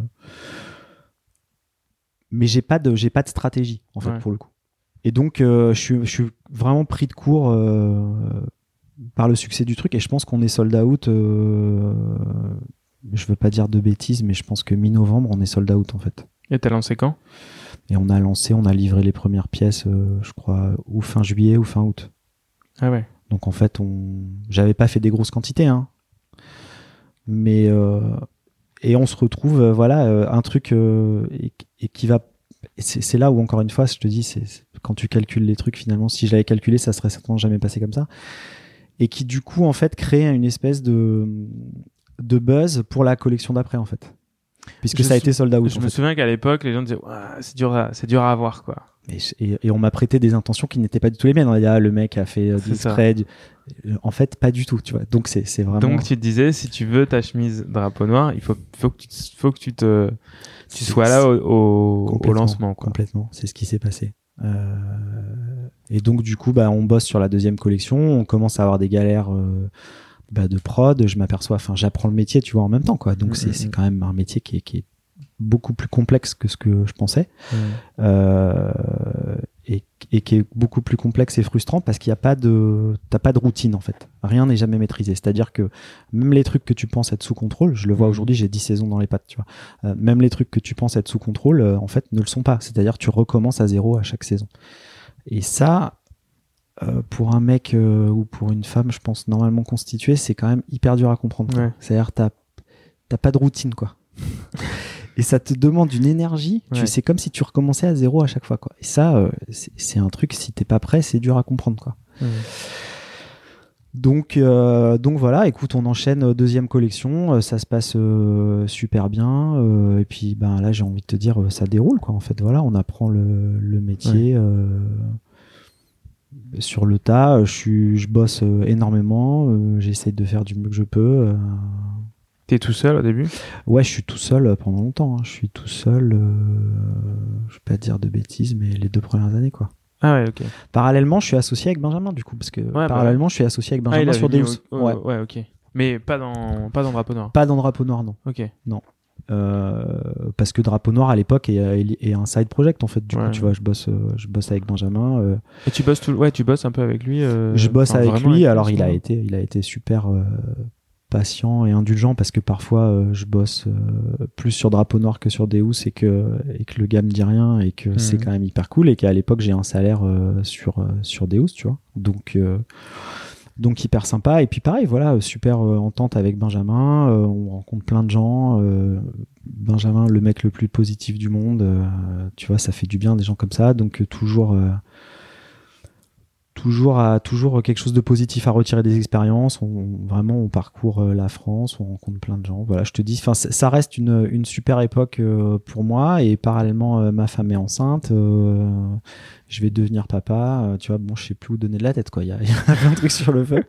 mais j'ai pas de, j'ai pas de stratégie en fait ouais. pour le coup. Et donc, euh, je suis, je suis vraiment pris de court euh, par le succès du truc. Et je pense qu'on est sold out. Euh, je veux pas dire de bêtises, mais je pense que mi-novembre, on est sold out en fait.
Et t'as lancé quand ?
Et on a lancé, on a livré les premières pièces, euh, je crois, ou fin juillet ou fin août.
Ah ouais.
Donc en fait, on, j'avais pas fait des grosses quantités, hein. Mais euh... et on se retrouve, euh, voilà, euh, un truc euh, et, et qui va. Et c'est, c'est là où encore une fois, je te dis, c'est, c'est quand tu calcules les trucs finalement. Si je l'avais calculé, ça serait certainement jamais passé comme ça. Et qui du coup en fait crée une espèce de de buzz pour la collection d'après en fait. Puisque
je
ça a
sou-
été sold out.
Je me
fait.
souviens qu'à l'époque, les gens disaient ouais, c'est dur, à, c'est dur à avoir quoi.
Et, et, et on m'a prêté des intentions qui n'étaient pas du tout les miennes. On a dit, ah, le mec a fait euh,
C'est
discret. Du... En fait, pas du tout. Tu vois. Donc c'est c'est vraiment.
Donc tu te disais, si tu veux ta chemise drapeau noir, il faut faut que tu faut que tu te tu
c'est,
sois là au, au, au lancement quoi.
Complètement. C'est ce qui s'est passé. Euh... Et donc du coup, bah on bosse sur la deuxième collection. On commence à avoir des galères. Euh... Bah, de prod, je m'aperçois, enfin, j'apprends le métier, tu vois, en même temps, quoi. Donc, mmh, c'est, mmh. c'est quand même un métier qui est, qui est beaucoup plus complexe que ce que je pensais, mmh. euh, et, et qui est beaucoup plus complexe et frustrant parce qu'il y a pas de, t'as pas de routine, en fait. Rien n'est jamais maîtrisé. C'est-à-dire que même les trucs que tu penses être sous contrôle, je le vois mmh. aujourd'hui, j'ai dix saisons dans les pattes, tu vois. Euh, même les trucs que tu penses être sous contrôle, euh, en fait, ne le sont pas. C'est-à-dire que tu recommences à zéro à chaque saison. Et ça, Euh, pour un mec euh, ou pour une femme, je pense, normalement constituée, c'est quand même hyper dur à comprendre.
Ouais.
C'est-à-dire, t'as, t'as pas de routine, quoi. Et ça te demande une énergie. Ouais. Tu, c'est comme si tu recommençais à zéro à chaque fois, quoi. Et ça, euh, c'est, c'est un truc, si t'es pas prêt, c'est dur à comprendre, quoi. Ouais. Donc, euh, donc voilà, écoute, on enchaîne deuxième collection, euh, ça se passe euh, super bien. Euh, et puis, ben là, j'ai envie de te dire, ça déroule, quoi. En fait, voilà, on apprend le, le métier. Ouais. Euh, sur le tas, je suis, je bosse euh, énormément, euh, j'essaie de faire du mieux que je peux. Euh...
T'es tout seul au début ?
Ouais, je suis tout seul pendant longtemps. Hein. Je suis tout seul, euh... je vais pas dire de bêtises, mais les deux premières années, quoi.
Ah ouais, ok.
Parallèlement, je suis associé avec Benjamin, du coup, parce que ouais, parallèlement, bah... je suis associé avec Benjamin ah, sur Deus.
Au... Ouais. ouais, ok. Mais pas dans, pas dans Drapeau Noir.
Pas dans Drapeau Noir, non.
Ok.
Non. Euh, parce que Drapeau Noir à l'époque est, est, est un side project en fait. Du ouais. coup, tu vois, je bosse, euh, je bosse avec Benjamin. Euh,
Et tu bosses tout, ouais, tu bosses un peu avec lui. Euh,
je bosse avec lui.
Avec
alors, il a été, il a été super euh, patient et indulgent parce que parfois, euh, je bosse euh, plus sur Drapeau Noir que sur Deus et que et que le gars me dit rien et que mmh. c'est quand même hyper cool et qu'à l'époque j'ai un salaire euh, sur euh, sur Deus, tu vois. Donc euh, Donc hyper sympa. Et puis pareil, voilà, super euh, entente avec Benjamin. Euh, on rencontre plein de gens. Euh, Benjamin, le mec le plus positif du monde. Euh, tu vois, ça fait du bien des gens comme ça. Donc euh, toujours, euh, toujours, à, toujours quelque chose de positif à retirer des expériences. On, vraiment, on parcourt euh, la France, on rencontre plein de gens. Voilà, je te dis, enfin, ça reste une, une super époque euh, pour moi. Et parallèlement, euh, ma femme est enceinte. Euh, je vais devenir papa, euh, tu vois, bon, je sais plus où donner de la tête, quoi. Il y a, y a plein de trucs sur le feu.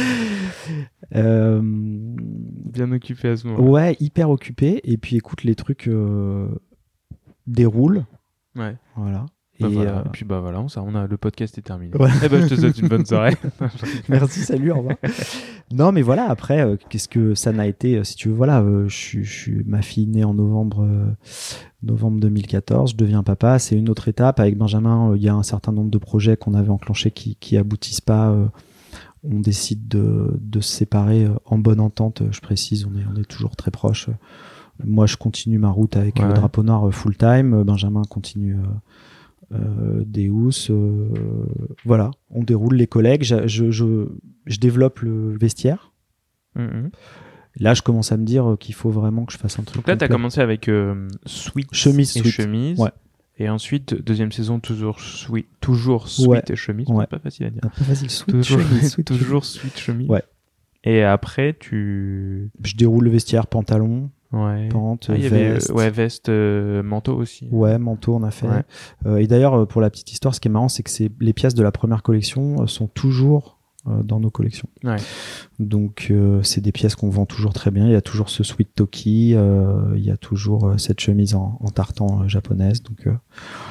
euh...
Bien occupé à ce moment.
Ouais, hyper occupé. Et puis, écoute, les trucs euh, déroulent.
Ouais.
Voilà.
Bah
et,
voilà.
euh...
et puis, bah voilà, on, ça, on a, le podcast est terminé.
Ouais.
Eh ben, je te souhaite une bonne soirée.
Merci, salut, au revoir. Non, mais voilà, après, euh, qu'est-ce que ça n'a été, euh, si tu veux, voilà, euh, je suis, je suis, ma fille née en novembre, euh, novembre deux mille quatorze, je deviens papa, c'est une autre étape. Avec Benjamin, il euh, y a un certain nombre de projets qu'on avait enclenchés qui, qui aboutissent pas. Euh, on décide de, de se séparer euh, en bonne entente, je précise, on est, on est toujours très proches. Moi, je continue ma route avec ouais. le Drapeau Noir euh, full time. Benjamin continue euh, euh, Deus. Euh, voilà, on déroule les collègues. Je, je, je, je développe le vestiaire. Mm-hmm. Là, je commence à me dire qu'il faut vraiment que je fasse un truc.
Donc là, tu as commencé avec euh, Sweat chemise et
sweat.
chemise.
Ouais.
Et ensuite, deuxième saison, toujours Sweat, toujours sweat
ouais.
et chemise.
Ouais.
C'est pas facile à dire.
Pas facile, Sweat
toujours,
chemise. Sweat
toujours Sweat chemise.
Ouais.
Et après, tu...
Je déroule le vestiaire, pantalon.
Ouais.
Pente,
ah, il y
veste.
avait, ouais, veste, euh, manteau aussi.
Ouais, manteau, on a fait.
Ouais.
Euh, et d'ailleurs, pour la petite histoire, ce qui est marrant, c'est que c'est, les pièces de la première collection sont toujours euh, dans nos collections.
Ouais.
Donc, euh, c'est des pièces qu'on vend toujours très bien. Il y a toujours ce sweat toki, euh, il y a toujours euh, cette chemise en, en tartan euh, japonaise. Donc, euh,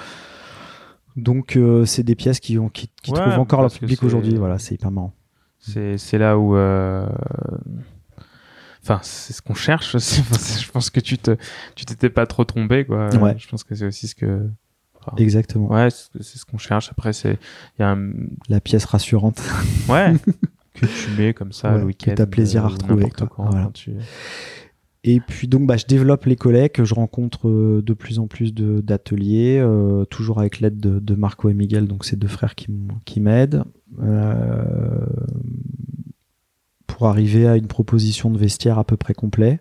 donc euh, c'est des pièces qui, ont, qui, qui ouais, trouvent encore leur public aujourd'hui. Voilà, c'est hyper marrant.
C'est, c'est là où... Euh... Enfin, c'est ce qu'on cherche aussi. Enfin, je pense que tu te, tu t'étais pas trop trompé, quoi.
Ouais.
Je pense que c'est aussi ce que. Enfin,
exactement.
Ouais, c'est, c'est ce qu'on cherche. Après, c'est, il y a un...
la pièce rassurante.
Ouais. Que tu mets comme ça
ouais,
le week-end.
Que t'as plaisir à retrouver.
N'importe
quoi.
quand.
Voilà.
Quand tu...
Et puis donc bah, je développe les collègues, je rencontre euh, de plus en plus de, d'ateliers, euh, toujours avec l'aide de, de Marco et Miguel, donc ces deux frères qui, qui m'aident, euh, pour arriver à une proposition de vestiaire à peu près complet.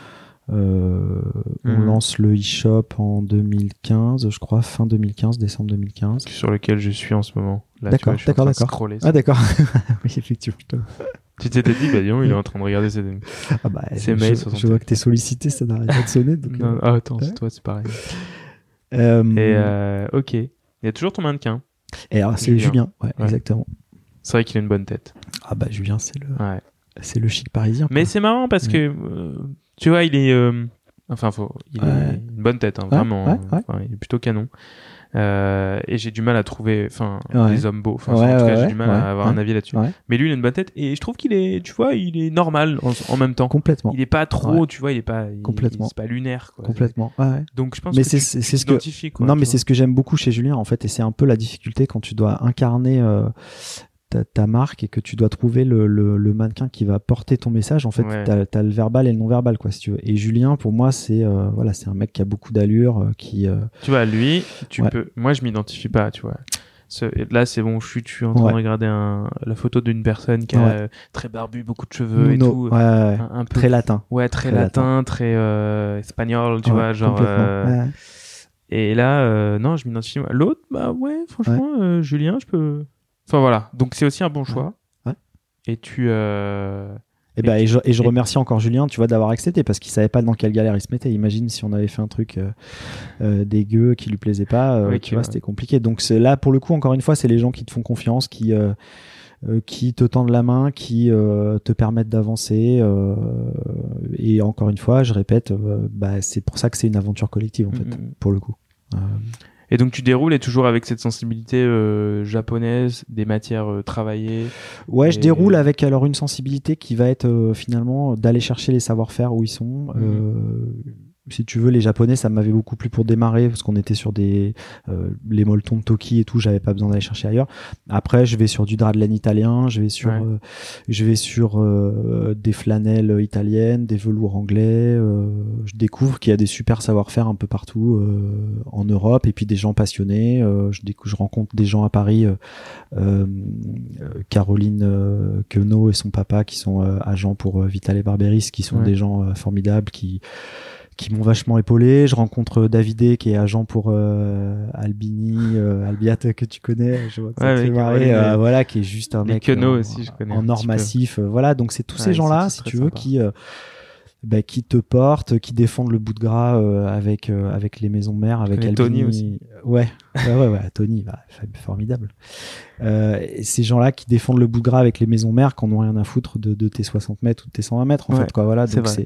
Euh, mmh. On lance le e-shop en deux mille quinze, je crois, fin deux mille quinze, décembre deux mille quinze.
Sur lequel je suis en ce moment. Là,
d'accord,
tu vois,
d'accord, d'accord.
Scroller,
ah d'accord. Oui, effectivement.
Tu t'étais dit, bah dis donc, il est en train de regarder ses,
ah bah,
ses
je,
mails.
Je, je vois que t'es sollicité, ça n'arrête pas de sonner. Donc,
non,
euh...
ah, attends,
ouais.
c'est toi, c'est pareil.
Euh...
Et euh, ok. Il y a toujours ton mannequin.
Et alors, c'est Julien, Julien. Ouais, ouais. Exactement.
C'est vrai qu'il a une bonne tête.
Ah bah Julien, c'est le,
ouais.
c'est le chic parisien.
Mais
quoi.
c'est marrant parce ouais. que, euh, tu vois, il est... Euh... Enfin, faut... il ouais. a une bonne tête, hein,
ouais,
vraiment.
Ouais, ouais.
Enfin, il est plutôt canon. Euh, et j'ai du mal à trouver enfin
ouais.
des hommes beaux enfin
ouais,
en tout cas
ouais,
j'ai du mal
ouais,
à avoir
ouais.
un avis là-dessus
ouais.
mais lui il a une bonne tête et je trouve qu'il est tu vois il est normal en, en même temps
complètement
il est pas trop
ouais.
tu vois il est pas il,
complètement
c'est pas lunaire quoi.
Complètement ouais.
Donc je pense
mais
que
c'est,
tu,
c'est,
tu
c'est ce
t'identifies
que
quoi,
non mais
vois.
c'est ce que j'aime beaucoup chez Julien en fait et c'est un peu la difficulté quand tu dois incarner euh, Ta, ta marque et que tu dois trouver le, le, le mannequin qui va porter ton message en fait
ouais.
t'as, t'as le verbal et le non verbal quoi si tu veux et Julien pour moi c'est euh, voilà c'est un mec qui a beaucoup d'allure euh, qui euh...
tu vois lui tu
ouais.
peux moi je m'identifie pas tu vois Ce... là c'est bon je suis, je suis en train
ouais.
de regarder un... la photo d'une personne qui a
ouais.
euh, très barbu beaucoup de cheveux
no,
et
no.
tout
ouais, ouais.
Un, un peu
très latin
ouais très,
très
latin,
latin
très euh, espagnol tu
ouais,
vois genre euh...
ouais.
Et là euh, non je m'identifie l'autre bah ouais franchement ouais. Euh, Julien je peux enfin voilà donc c'est aussi un bon choix.
Ouais.
Et tu euh...
et, et bah tu... et je, et je et... remercie encore Julien tu vois d'avoir accepté parce qu'il savait pas dans quelle galère il se mettait. Imagine si on avait fait un truc euh, euh, dégueu qui lui plaisait pas euh,
oui,
tu vois
ouais.
c'était compliqué donc c'est là pour le coup encore une fois c'est les gens qui te font confiance qui euh, euh, qui te tendent la main qui euh, te permettent d'avancer euh, et encore une fois je répète euh, bah c'est pour ça que c'est une aventure collective en fait
mm-hmm.
pour le coup. Euh...
Et donc tu déroules et toujours avec cette sensibilité euh, japonaise, des matières euh, travaillées.
Ouais,
et...
je déroule avec alors une sensibilité qui va être euh, finalement d'aller chercher les savoir-faire où ils sont. Mmh. Euh, si tu veux, les Japonais, ça m'avait beaucoup plu pour démarrer parce qu'on était sur des euh, les molletons de Toki et tout. J'avais pas besoin d'aller chercher ailleurs. Après, je vais sur du drap de laine italien, je vais sur, ouais. euh, je vais sur euh, des flanelles italiennes, des velours anglais. Euh, je découvre qu'il y a des super savoir-faire un peu partout euh, en Europe et puis des gens passionnés. Euh, je découvre, je rencontre des gens à Paris, euh, euh, Caroline euh, Queneau et son papa qui sont euh, agents pour euh, Vital et Barberis, qui sont ouais. des gens euh, formidables qui qui m'ont vachement épaulé. Je rencontre Davidé qui est agent pour euh, Albini, euh, Albiat que tu connais, je vois que
ouais,
ça te fait marrer, euh, voilà, qui est juste un
les
mec
Queneau
en,
aussi, je connais
en or massif. Euh, voilà, donc c'est tous
ouais,
ces gens-là, si tu veux,
sympa.
qui euh, bah, qui te portent, qui défendent le bout de gras euh, avec euh, avec les maisons mères, avec Albini.
Tony aussi.
Ouais, ouais, ouais, ouais Tony, bah, formidable. Euh, et ces gens-là qui défendent le bout de gras avec les maisons mères, qui n'ont rien à foutre de, de tes soixante mètres ou de tes cent vingt mètres, en
ouais,
fait, quoi. Voilà,
c'est
donc
vrai.
c'est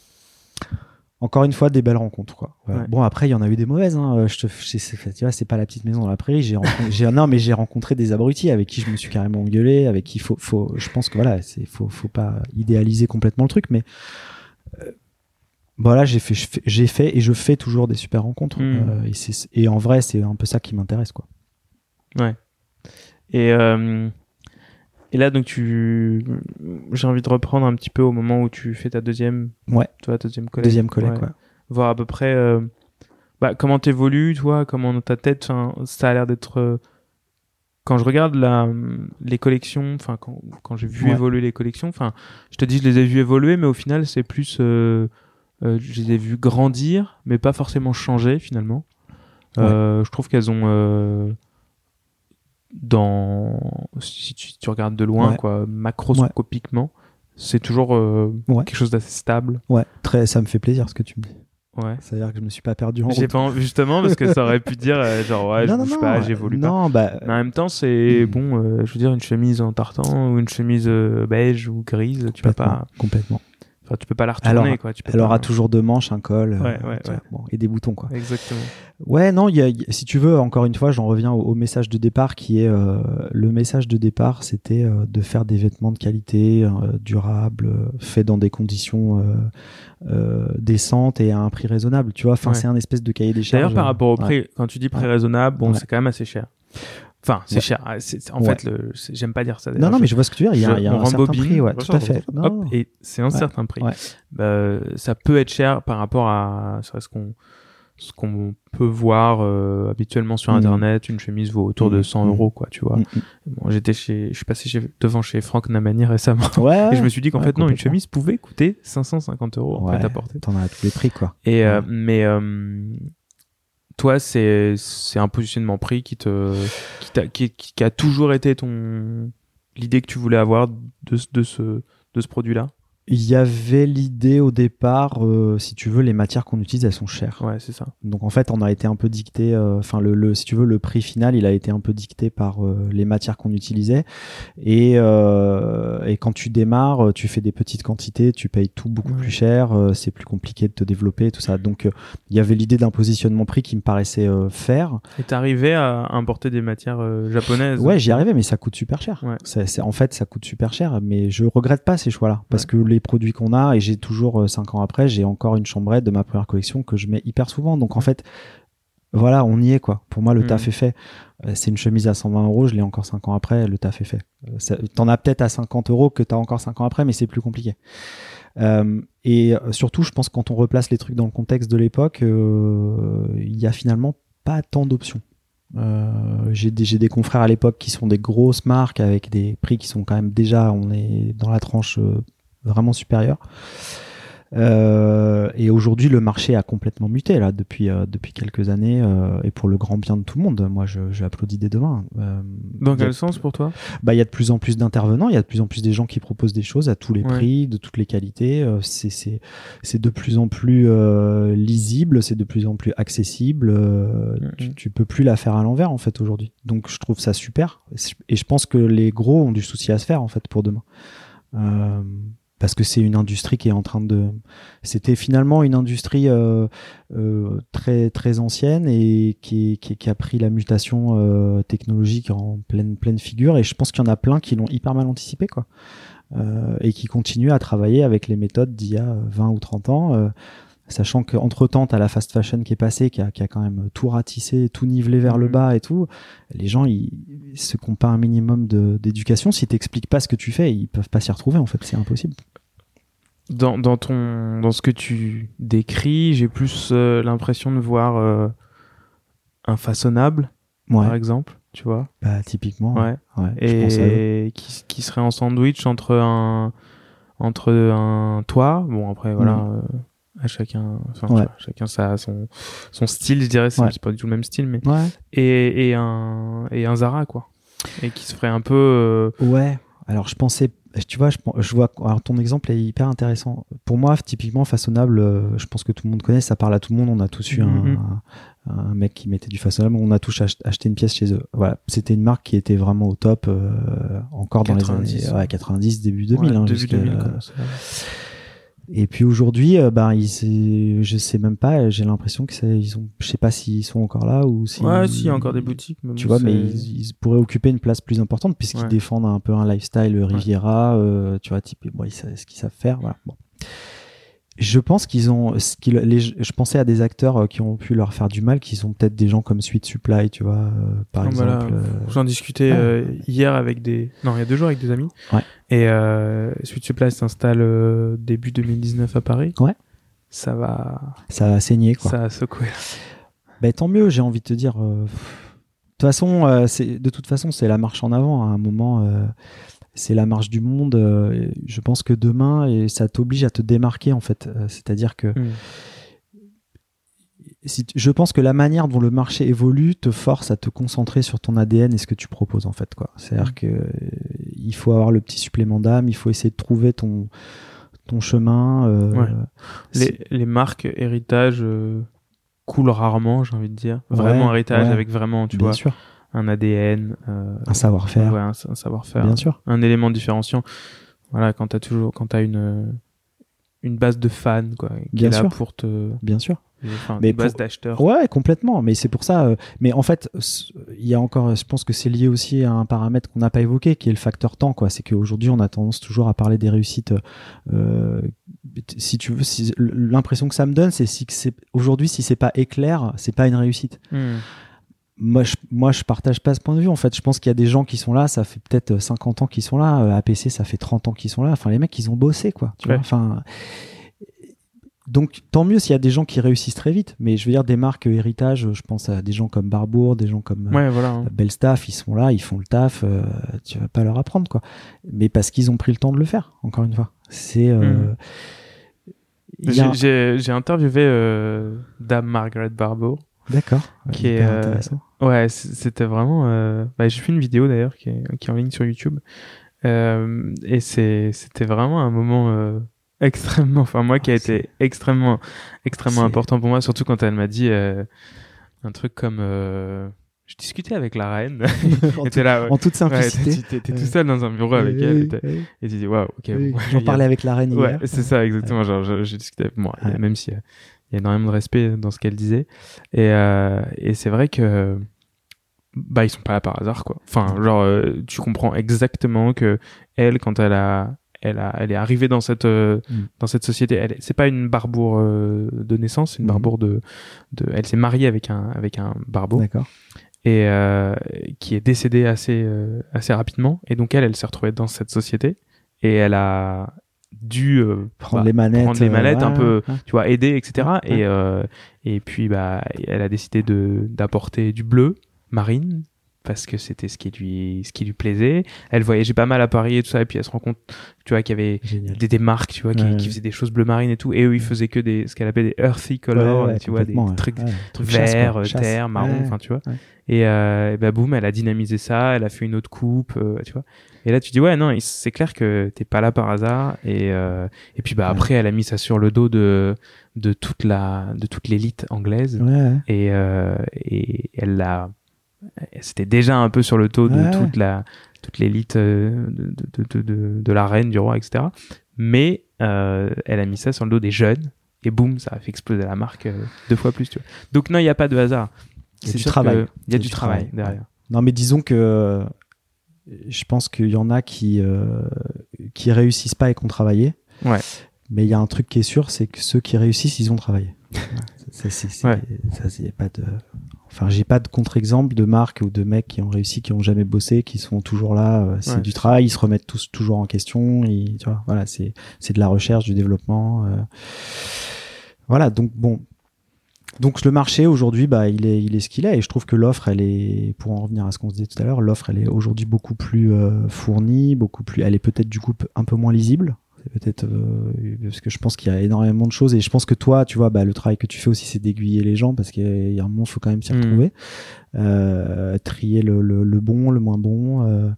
encore une fois des belles rencontres quoi. Voilà. Ouais. Bon après il y en a eu des mauvaises hein. Je te je, c'est, tu vois c'est pas la petite maison dans la prairie, j'ai rencontré j'ai non mais j'ai rencontré des abrutis avec qui je me suis carrément engueulé, avec qui faut faut je pense que voilà, c'est faut faut pas idéaliser complètement le truc mais euh, voilà, j'ai fait, fais, j'ai fait et je fais toujours des super rencontres mmh. euh, et c'est et en vrai, c'est un peu ça qui m'intéresse quoi.
Ouais. Et euh... Et là, donc, tu, j'ai envie de reprendre un petit peu au moment où tu fais ta deuxième,
ouais,
toi, deuxième collègue.
Deuxième collègue, ouais.
ouais. Voir à peu près, euh, bah, comment t'évolues, toi, comment dans ta tête, enfin, ça a l'air d'être, euh, quand je regarde la, les collections, enfin, quand, quand j'ai vu ouais. évoluer les collections, enfin, je te dis, je les ai vues évoluer, mais au final, c'est plus, euh, euh, je les ai vues grandir, mais pas forcément changer, finalement. Ouais. Euh, je trouve qu'elles ont, euh, dans si tu, si tu regardes de loin ouais. quoi macroscopiquement ouais. c'est toujours euh, ouais. quelque chose d'assez stable
ouais très ça me fait plaisir ce que tu me dis
ouais
c'est à dire que je me suis pas perdu en
j'ai
route.
pas envie, justement parce que ça aurait pu dire euh, genre ouais non, je bouge non, pas j'évolue
non,
pas
bah,
mais en même temps c'est
mmh.
bon euh, je veux dire une chemise en tartan ou une chemise euh, beige ou grise tu peux pas
complètement
enfin tu peux pas la retourner
alors,
quoi tu peux
elle
pas...
aura toujours deux manches un col
ouais,
euh,
ouais, ouais.
Bon, et des boutons quoi
exactement
ouais non y a, y, si tu veux encore une fois j'en reviens au, au message de départ qui est euh, le message de départ c'était euh, de faire des vêtements de qualité euh, durables euh, faits dans des conditions euh, euh, décentes et à un prix raisonnable tu vois enfin ouais. c'est un espèce de cahier des charges
d'ailleurs par rapport au prix
ouais.
quand tu dis prix ouais. raisonnable bon
ouais.
c'est quand même assez cher. Enfin, c'est
ouais.
cher. C'est, c'est, en
ouais.
fait, le, c'est, j'aime pas dire ça.
Non, non, mais je vois ce que tu veux dire. Il y a,
je,
il y a un certain prix, ouais, tout à fait.
Hop,
Non,
et c'est un
ouais.
certain prix.
Ouais.
Bah, ça peut être cher par rapport à ce qu'on, ce qu'on peut voir euh, habituellement sur
mmh.
Internet. Une chemise vaut autour mmh. de cent euros, quoi, tu vois. Mmh. Bon, j'étais chez, je suis passé chez, devant chez Franck Namani récemment.
Ouais,
et je me suis dit qu'en
ouais,
fait, non, une chemise pouvait coûter cinq cent cinquante euros en
ouais,
prêt-à-porter.
T'en as à tous les prix, quoi.
Et,
ouais.
euh, mais, euh, toi, c'est, c'est un positionnement prix qui te, qui, t'a, qui, qui, qui a toujours été ton, l'idée que tu voulais avoir de, de ce, de ce produit-là?
Il y avait l'idée au départ, euh, si tu veux, les matières qu'on utilise, elles sont chères.
Ouais, c'est ça.
Donc en fait, on a été un peu dicté, enfin euh, le, le, si tu veux, le prix final, il a été un peu dicté par euh, les matières qu'on utilisait. Et, euh, et quand tu démarres, tu fais des petites quantités, tu payes tout beaucoup ouais. plus cher, euh, c'est plus compliqué de te développer, tout ça. Donc euh, il y avait l'idée d'un positionnement prix qui me paraissait euh, faire.
Et t'arrivais à importer des matières euh, japonaises?
Ouais, j'y arrivais, mais ça coûte super cher.
Ouais.
C'est, c'est, en fait, ça coûte super cher, mais je regrette pas ces choix-là, parce ouais. que les produits qu'on a, et j'ai toujours euh, cinq ans après, j'ai encore une chambrette de ma première collection que je mets hyper souvent. Donc en fait, voilà, on y est, quoi. Pour moi, le mmh. taf est fait. Euh, c'est une chemise à cent vingt euros, je l'ai encore cinq ans après, le taf est fait. Euh, ça, t'en as peut-être à cinquante euros que t'as encore cinq ans après, mais c'est plus compliqué. Euh, et surtout, je pense que quand on replace les trucs dans le contexte de l'époque, euh, il y a finalement pas tant d'options. Euh, j'ai, des, j'ai des confrères à l'époque qui sont des grosses marques avec des prix qui sont quand même déjà, on est dans la tranche euh, vraiment supérieure. Euh, et aujourd'hui, le marché a complètement muté là depuis euh, depuis quelques années euh, et pour le grand bien de tout le monde. Moi, je, je applaudis dès demain. Euh,
Dans quel sens pour toi?
Bah, il y a de plus en plus d'intervenants, il y a de plus en plus des gens qui proposent des choses à tous les
ouais.
prix, de toutes les qualités. Euh, c'est c'est c'est de plus en plus euh, lisible, c'est de plus en plus accessible. Euh, mm-hmm. tu, tu peux plus la faire à l'envers en fait aujourd'hui. Donc, je trouve ça super. Et je pense que les gros ont du souci à se faire en fait pour demain. Euh, parce que c'est une industrie qui est en train de... C'était finalement une industrie euh, euh, très très ancienne et qui, qui, qui a pris la mutation euh, technologique en pleine, pleine figure. Et je pense qu'il y en a plein qui l'ont hyper mal anticipé, quoi. Euh, et qui continuent à travailler avec les méthodes d'il y a vingt ou trente ans. Euh, sachant qu'entre-temps, t'as la fast fashion qui est passée, qui a, qui a quand même tout ratissé, tout nivelé vers mmh. le bas et tout. Les gens, ils, ceux qui n'ont pas un minimum de, d'éducation, si t'expliques pas ce que tu fais, ils peuvent pas s'y retrouver, en fait. C'est impossible.
Dans, dans, ton, dans ce que tu décris, j'ai plus euh, l'impression de voir euh, un façonnable, ouais. par exemple, tu vois.
Bah, typiquement.
Ouais.
ouais
et qui, qui serait en sandwich entre un, entre un toit. Bon, après, voilà. Mmh. Euh, à chacun, enfin, ouais. vois, chacun ça a son, son style, je dirais. C'est, ouais. c'est pas du tout le même style, mais.
Ouais.
Et, et, un, et un Zara, quoi. Et qui se ferait un peu. Euh...
Ouais. Alors, je pensais. Tu vois, je, je vois. Alors, ton exemple est hyper intéressant. Pour moi, typiquement, façonnable, euh, je pense que tout le monde connaît, ça parle à tout le monde. On a tous eu mm-hmm. un, un, un mec qui mettait du façonnable. On a tous ach- acheté une pièce chez eux. Voilà. C'était une marque qui était vraiment au top, euh, encore dans les années ouais, quatre-vingt-dix, début deux mille.
Ouais,
hein,
début deux mille,
euh, et puis aujourd'hui, euh, ben ils, je sais même pas. J'ai l'impression que c'est, ils ont, je sais pas s'ils sont encore là ou si.
Ouais, si, il y a encore des boutiques.
Tu vois, c'est... mais ils, ils pourraient occuper une place plus importante puisqu'ils ouais. défendent un peu un lifestyle Riviera. Ouais. Euh, tu vois, type, bon, ils savent ce qu'ils savent faire. Voilà. Bon. Je pense qu'ils ont, ce qu'ils, les, je pensais à des acteurs qui ont pu leur faire du mal, qui sont peut-être des gens comme Sweet Supply, tu vois, euh, par
non,
exemple.
Voilà. Euh... J'en discutais ah. euh, hier avec des, non, il y a deux jours avec des amis.
Ouais.
Et euh, Sweet Supply s'installe euh, début deux mille dix-neuf à Paris.
Ouais.
Ça va.
Ça va saigner, quoi.
Ça va secouer.
Ben tant mieux, j'ai envie de te dire. Euh... De toute façon, euh, c'est, de toute façon, c'est la marche en avant. À un moment. Euh... C'est la marche du monde. Euh, je pense que demain, et ça t'oblige à te démarquer, en fait. Euh, c'est-à-dire que mmh. si t- je pense que la manière dont le marché évolue te force à te concentrer sur ton A D N et ce que tu proposes, en fait, quoi. C'est-à-dire mmh. que euh, il faut avoir le petit supplément d'âme, il faut essayer de trouver ton, ton chemin. Euh,
ouais. les, les marques héritage euh, coulent rarement, j'ai envie de dire. Vraiment ouais, héritage ouais. avec vraiment, tu
Bien
vois.
sûr.
Un A D N, euh,
un savoir-faire,
ouais, un, un savoir-faire,
bien sûr,
un élément différenciant. Voilà, quand t'as toujours, quand t'as une une base de fans, quoi, qui
bien
est
sûr.
là pour te,
bien sûr,
enfin,
mais
une base
pour...
d'acheteurs.
Ouais, complètement. Mais c'est pour ça. Euh, mais en fait, il y a encore, je pense que c'est lié aussi à un paramètre qu'on n'a pas évoqué, qui est le facteur temps, quoi. C'est qu'aujourd'hui, on a tendance toujours à parler des réussites. Euh, si tu veux, si, l'impression que ça me donne, c'est si que c'est aujourd'hui, si c'est pas éclair, c'est pas une réussite.
Mmh.
moi je, moi, je partage pas ce point de vue. En fait, je pense qu'il y a des gens qui sont là, ça fait peut-être cinquante ans qu'ils sont là. Euh, A P C, ça fait trente ans qu'ils sont là. Enfin, les mecs, ils ont bossé, quoi. Tu
ouais.
vois, enfin. Donc, tant mieux s'il y a des gens qui réussissent très vite. Mais je veux dire, des marques euh, héritage, je pense à des gens comme Barbour, des gens comme
ouais, voilà, hein.
euh, Belstaff, ils sont là, ils font le taf. Euh, tu vas pas leur apprendre, quoi. Mais parce qu'ils ont pris le temps de le faire, encore une fois. C'est. Euh,
mmh.
j'ai,
a... j'ai, j'ai interviewé euh, Dame Margaret Barbour.
D'accord.
Qui est euh, intéressant. Ouais, c'était vraiment. Euh... Bah, j'ai fait une vidéo d'ailleurs qui est, qui est en ligne sur YouTube. Euh, et c'est, c'était vraiment un moment. Euh... extrêmement, enfin moi qui a été c'est... extrêmement extrêmement c'est... important pour moi, surtout quand elle m'a dit euh, un truc comme euh, je discutais avec la reine
en, tout, là, ouais. en toute simplicité,
ouais, t'es, t'es, t'es tout seul dans un bureau avec oui, elle et, oui. et tu dis waouh, ok,
oui,
bon,
j'en parlais a... avec la reine
ouais,
hier.
c'est ça exactement, ouais. genre je, je discutais avec moi, ouais. même si il y a énormément de respect dans ce qu'elle disait et euh, et c'est vrai que bah ils sont pas là par hasard, quoi. Enfin genre euh, tu comprends exactement que elle, quand elle a Elle, a, elle est arrivée dans cette euh, mm. dans cette société. Elle, c'est pas une Barbour euh, de naissance, c'est une mm. Barbour de, de. Elle s'est mariée avec un avec un Barbour.
D'accord.
Et euh, qui est décédé assez euh, assez rapidement. Et donc elle, elle s'est retrouvée dans cette société et elle a dû euh,
prendre
bah,
les manettes,
prendre les manettes,
euh,
un peu,
ouais.
tu vois, aider, et cetera.
Ouais.
Et euh, et puis bah, elle a décidé de d'apporter du bleu marine, parce que c'était ce qui lui ce qui lui plaisait. Elle voyageait pas mal à Paris et tout ça, et puis elle se rend compte, tu vois, qu'il y avait des, des marques, tu vois, qui, ouais, qui faisaient des choses bleu marine et tout, et eux ils faisaient que des ce qu'elle appelait des earthy colors,
ouais, ouais,
tu vois, des
ouais.
trucs
ouais,
verts,
chasse,
terre, marron, enfin
ouais,
tu vois.
Ouais.
Et, euh, et bah boum, elle a dynamisé ça, elle a fait une autre coupe, euh, tu vois. Et là tu dis ouais non, c'est clair que t'es pas là par hasard. Et euh, et puis bah ouais. après elle a mis ça sur le dos de de toute la de toute l'élite anglaise,
ouais.
et euh, et elle l'a c'était déjà un peu sur le dos de ouais. toute la toute l'élite de, de, de, de, de la reine, du roi, et cetera. Mais euh, elle a mis ça sur le dos des jeunes et boum, ça a fait exploser la marque euh, deux fois plus, tu vois. Donc non, il n'y a pas de hasard.
Il y a du travail.
Il y a du travail, travail derrière.
Non, mais disons que je pense qu'il y en a qui euh, qui réussissent pas et qui ont travaillé.
Ouais.
Mais il y a un truc qui est sûr, c'est que ceux qui réussissent, ils ont travaillé. ça, c'est, c'est,
ouais.
ça, c'est pas de. Enfin, j'ai pas de contre-exemple de marques ou de mecs qui ont réussi, qui ont jamais bossé, qui sont toujours là. Euh, c'est ouais. du travail, ils se remettent tous toujours en question. Ils, tu vois, voilà, c'est c'est de la recherche, du développement. Euh... Voilà, donc bon. Donc le marché aujourd'hui, bah il est il est ce qu'il est, et je trouve que l'offre, elle est, pour en revenir à ce qu'on se disait tout à l'heure, l'offre elle est aujourd'hui beaucoup plus euh, fournie, beaucoup plus, elle est peut-être du coup un peu moins lisible. C'est peut-être euh, parce que je pense qu'il y a énormément de choses, et je pense que toi, tu vois, bah le travail que tu fais aussi, c'est d'aiguiller les gens, parce qu'il y a un moment, il faut quand même s'y retrouver, mmh. euh, trier le, le le bon, le moins bon. Euh,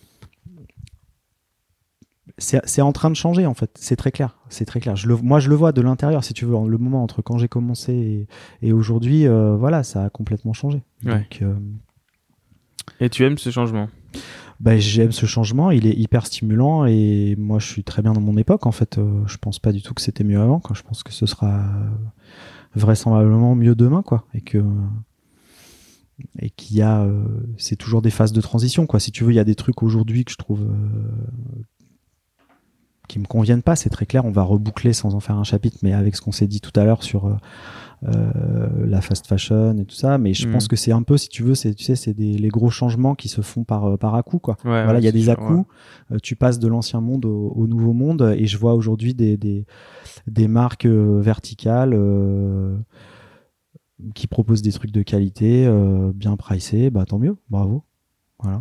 c'est c'est en train de changer en fait, c'est très clair, c'est très clair. Je le, moi je le vois de l'intérieur, si tu veux, le moment entre quand j'ai commencé et, et aujourd'hui, euh, voilà, ça a complètement changé.
Ouais.
Donc, euh,
et tu aimes ce changement?
Bah, j'aime ce changement, il est hyper stimulant, et moi je suis très bien dans mon époque en fait. Euh, je pense pas du tout que c'était mieux avant, quoi. Je pense que ce sera vraisemblablement mieux demain, quoi, et que et qu'il y a, euh, c'est toujours des phases de transition, quoi. Si tu veux, il y a des trucs aujourd'hui que je trouve euh, qui me conviennent pas, c'est très clair. On va reboucler sans en faire un chapitre, mais avec ce qu'on s'est dit tout à l'heure sur euh, euh, la fast fashion et tout ça. Mais je mmh. pense que c'est un peu, si tu veux, c'est tu sais, c'est des les gros changements qui se font par par à-coups, quoi.
Ouais,
voilà, il
ouais,
y a des à-coups.
Ouais.
Euh, tu passes de l'ancien monde au, au nouveau monde, et je vois aujourd'hui des des des marques euh, verticales euh, qui proposent des trucs de qualité, euh, bien pricés. Bah tant mieux, bravo. Voilà.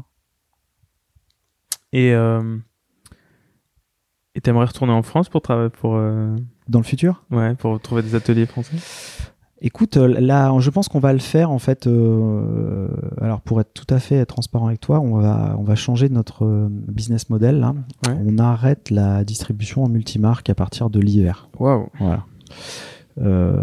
Et euh... Et t'aimerais retourner en France pour travailler pour euh...
dans le futur?
Ouais, pour trouver des ateliers français.
Écoute, là, je pense qu'on va le faire en fait. Euh, alors, pour être tout à fait transparent avec toi, on va on va changer notre business model là.
Ouais.
On arrête la distribution en multimarque à partir de l'hiver.
Waouh.
Voilà. Euh...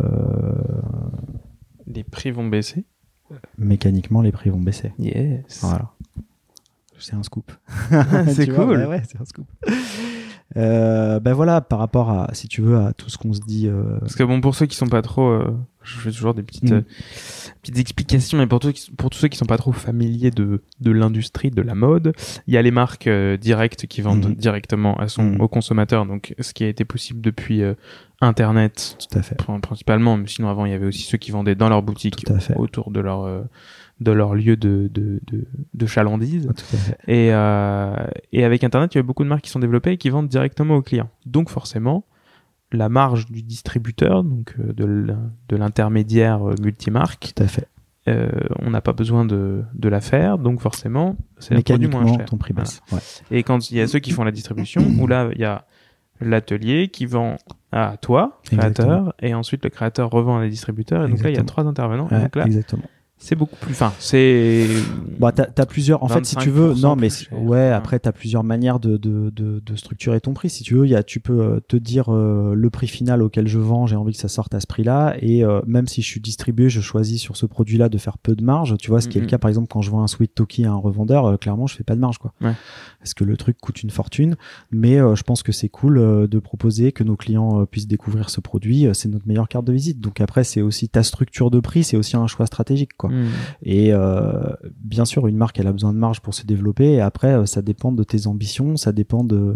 Les prix vont baisser.
Mécaniquement, les prix vont baisser.
Yes.
Voilà. C'est un scoop.
C'est cool.
Vois, ouais, ouais, c'est un scoop. Euh, ben voilà, par rapport à, si tu veux, à tout ce qu'on se dit. Euh...
Parce que bon, pour ceux qui sont pas trop, euh, je fais toujours des petites, mmh. euh, petites explications, mais pour tous, pour tous ceux qui sont pas trop familiers de de l'industrie de la mode, il y a les marques euh, directes qui vendent mmh. directement à son mmh. au consommateur, donc ce qui a été possible depuis euh, Internet,
tout à fait,
principalement. Mais sinon avant, il y avait aussi ceux qui vendaient dans leur boutique, autour de leur euh, de leur lieu de, de, de, de chalandise.
Ah, tout à fait.
Et, euh, et avec Internet, il y a beaucoup de marques qui sont développées et qui vendent directement aux clients. Donc forcément, la marge du distributeur, donc euh, de, de l'intermédiaire euh, multimarque,
Tout à fait.
euh, on n'a pas besoin de, de la faire. Donc forcément, c'est le produit moins cher.
Ton prix baisse.
Voilà.
Ouais.
Et quand il y a ceux qui font la distribution, où là, il y a l'atelier qui vend à toi, créateur, exactement. Et ensuite le créateur revend à les distributeurs. Et donc exactement. Là, il y a trois intervenants.
Ouais,
et donc là,
exactement.
C'est beaucoup plus fin. C'est.
Bah, t'as, t'as plusieurs. En fait, si tu veux, non, mais cher, ouais. Hein. Après, t'as plusieurs manières de, de de de structurer ton prix. Si tu veux, il y a, tu peux te dire euh, le prix final auquel je vends. J'ai envie que ça sorte à ce prix-là. Et euh, même si je suis distribué, je choisis sur ce produit-là de faire peu de marge. Tu vois, ce qui mm-hmm. est le cas, par exemple, quand je vends un Sweet Talkie à un revendeur, euh, clairement, je fais pas de marge, quoi.
Ouais.
Parce que le truc coûte une fortune. Mais euh, je pense que c'est cool euh, de proposer que nos clients euh, puissent découvrir ce produit. C'est notre meilleure carte de visite. Donc après, c'est aussi ta structure de prix. C'est aussi un choix stratégique, quoi. Mm. Et Euh, bien sûr, une marque, elle a besoin de marge pour se développer. Et après, euh, ça dépend de tes ambitions, ça dépend de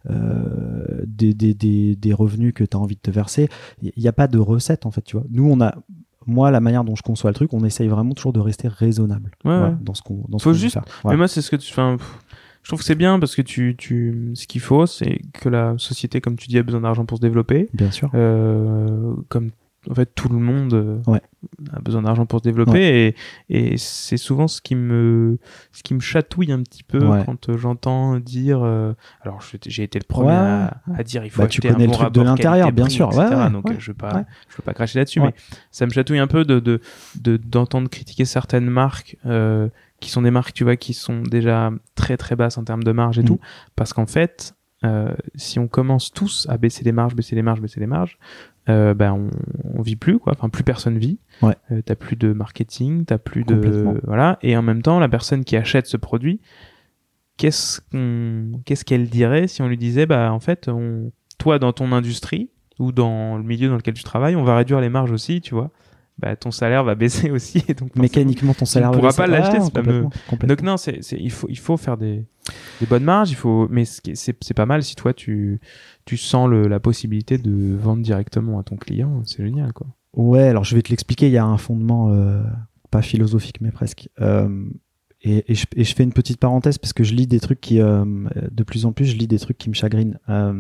euh, des, des, des, des revenus que tu as envie de te verser. Il n'y a pas de recette, en fait, tu vois. Nous, on a, moi, la manière dont je conçois le truc, on essaye vraiment toujours de rester raisonnable
ouais,
voilà,
ouais.
dans ce qu'on, dans ce
faut
qu'on
juste.
veut faire. Ouais.
Mais moi, c'est ce que tu. Enfin, je trouve que c'est bien parce que tu, tu, ce qu'il faut, c'est que la société, comme tu dis, a besoin d'argent pour se développer.
Bien sûr.
Euh, comme en fait, tout le monde
ouais.
a besoin d'argent pour se développer ouais. et, et c'est souvent ce qui me, ce qui me chatouille un petit peu ouais. quand j'entends dire. Euh, alors, j'ai été le premier ouais. à, à dire il faut
bah,
acheter
tu connais
un
le
bon
truc de l'intérieur, bien sûr.
et cetera.
Ouais,
donc,
ouais,
je veux pas,
ouais.
je veux pas cracher là-dessus,
ouais.
mais ça me chatouille un peu de, de, de d'entendre critiquer certaines marques. Euh, qui sont des marques, tu vois, qui sont déjà très très basses en termes de marge et mmh. tout, parce qu'en fait, euh, si on commence tous à baisser les marges, baisser les marges, baisser les marges, euh, ben on, on vit plus, quoi. Enfin, plus personne vit.
Ouais.
Euh, t'as plus de marketing, t'as plus de voilà, et en même temps, la personne qui achète ce produit, qu'est-ce qu'on, qu'est-ce qu'elle dirait si on lui disait, bah en fait, on, toi dans ton industrie ou dans le milieu dans lequel tu travailles, on va réduire les marges aussi, tu vois. Bah, ton salaire va baisser aussi et donc
mécaniquement ton salaire
tu ne pourras pas l'acheter
ah,
ce fameux. Donc non, c'est, c'est il faut il faut faire des des bonnes marges, il faut mais c'est c'est pas mal si toi tu tu sens le la possibilité de vendre directement à ton client, c'est génial quoi.
Ouais, alors je vais te l'expliquer, il y a un fondement euh, pas philosophique mais presque. Euh, et, et, je, et je fais une petite parenthèse parce que je lis des trucs qui euh, de plus en plus je lis des trucs qui me chagrinent. Euh,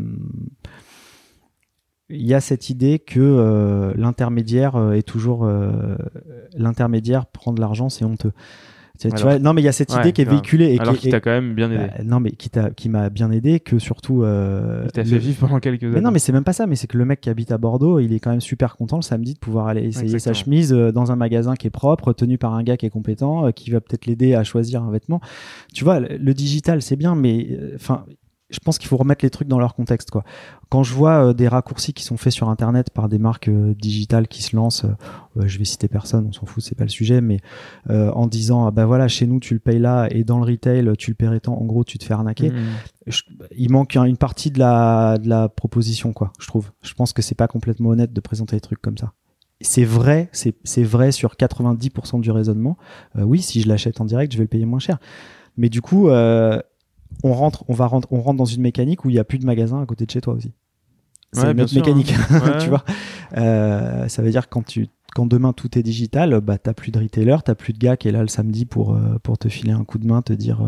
il y a cette idée que euh, l'intermédiaire euh, est toujours euh, l'intermédiaire prend de l'argent, c'est honteux. Tu, tu vois, non mais il y a cette
ouais,
idée qui est véhiculée et
alors
qui
qui t'a quand même bien aidé.
Bah, non mais qui t'a qui m'a bien aidé que surtout euh,
il t'a fait le... vivre pendant quelques années.
Mais non mais c'est même pas ça, mais c'est que le mec qui habite à Bordeaux, il est quand même super content le samedi de pouvoir aller essayer Exactement. sa chemise euh, dans un magasin qui est propre, tenu par un gars qui est compétent, euh, qui va peut-être l'aider à choisir un vêtement. Tu vois, le, le digital c'est bien, mais enfin euh, je pense qu'il faut remettre les trucs dans leur contexte, quoi. Quand je vois euh, des raccourcis qui sont faits sur Internet par des marques euh, digitales qui se lancent, euh, je vais citer personne, on s'en fout, c'est pas le sujet, mais euh, en disant, ah bah voilà, chez nous tu le payes là et dans le retail tu le paierais tant, en gros tu te fais arnaquer. Mmh. Je, il manque une partie de la de la proposition, quoi. Je trouve. Je pense que c'est pas complètement honnête de présenter des trucs comme ça. C'est vrai, c'est c'est vrai sur quatre-vingt-dix pour cent du raisonnement. Euh, oui, si je l'achète en direct, je vais le payer moins cher. Mais du coup. Euh, on rentre, on va rentrer, on rentre dans une mécanique où il y a plus de magasins à côté de chez toi aussi. C'est
ouais,
une autre
sûr,
mécanique,
hein. ouais.
tu vois. Euh, ça veut dire que quand tu, quand demain tout est digital, bah t'as plus de retailer, t'as plus de gars qui est là le samedi pour euh, pour te filer un coup de main, te dire. Euh...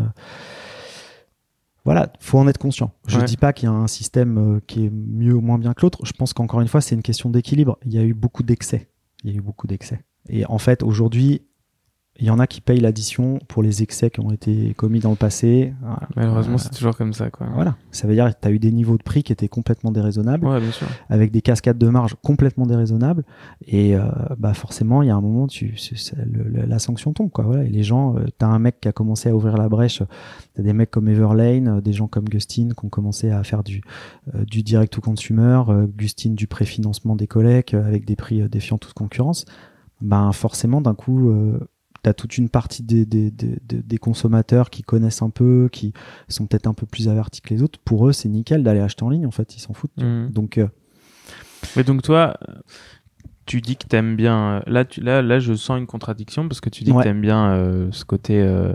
Voilà, faut en être conscient. Je
ouais.
dis pas qu'il y a un système euh, qui est mieux ou moins bien que l'autre. Je pense qu'encore une fois, c'est une question d'équilibre. Il y a eu beaucoup d'excès. Il y a eu beaucoup d'excès. Et en fait, aujourd'hui. Il y en a qui payent l'addition pour les excès qui ont été commis dans le passé.
Malheureusement,
euh,
c'est toujours comme ça, quoi.
Voilà. Ça veut dire que tu as eu des niveaux de prix qui étaient complètement déraisonnables.
Ouais, bien sûr.
Avec des cascades de marge complètement déraisonnables. Et, euh, bah, forcément, il y a un moment, tu, c'est, c'est, le, la sanction tombe, quoi. Voilà. Et les gens, euh, t'as un mec qui a commencé à ouvrir la brèche. T'as des mecs comme Everlane, des gens comme Gustin qui ont commencé à faire du, euh, du direct to consumer. Euh, Gustin, du préfinancement des collects euh, avec des prix euh, défiant toute concurrence. Ben, forcément, d'un coup, euh, t'as toute une partie des, des, des, des consommateurs qui connaissent un peu, qui sont peut-être un peu plus avertis que les autres. Pour eux, c'est nickel d'aller acheter en ligne, en fait, ils s'en foutent. Mmh. Donc, euh...
mais donc toi, tu dis que t'aimes bien. Là, tu, là, là, je sens une contradiction parce que tu dis ouais. que t'aimes bien euh, ce côté euh,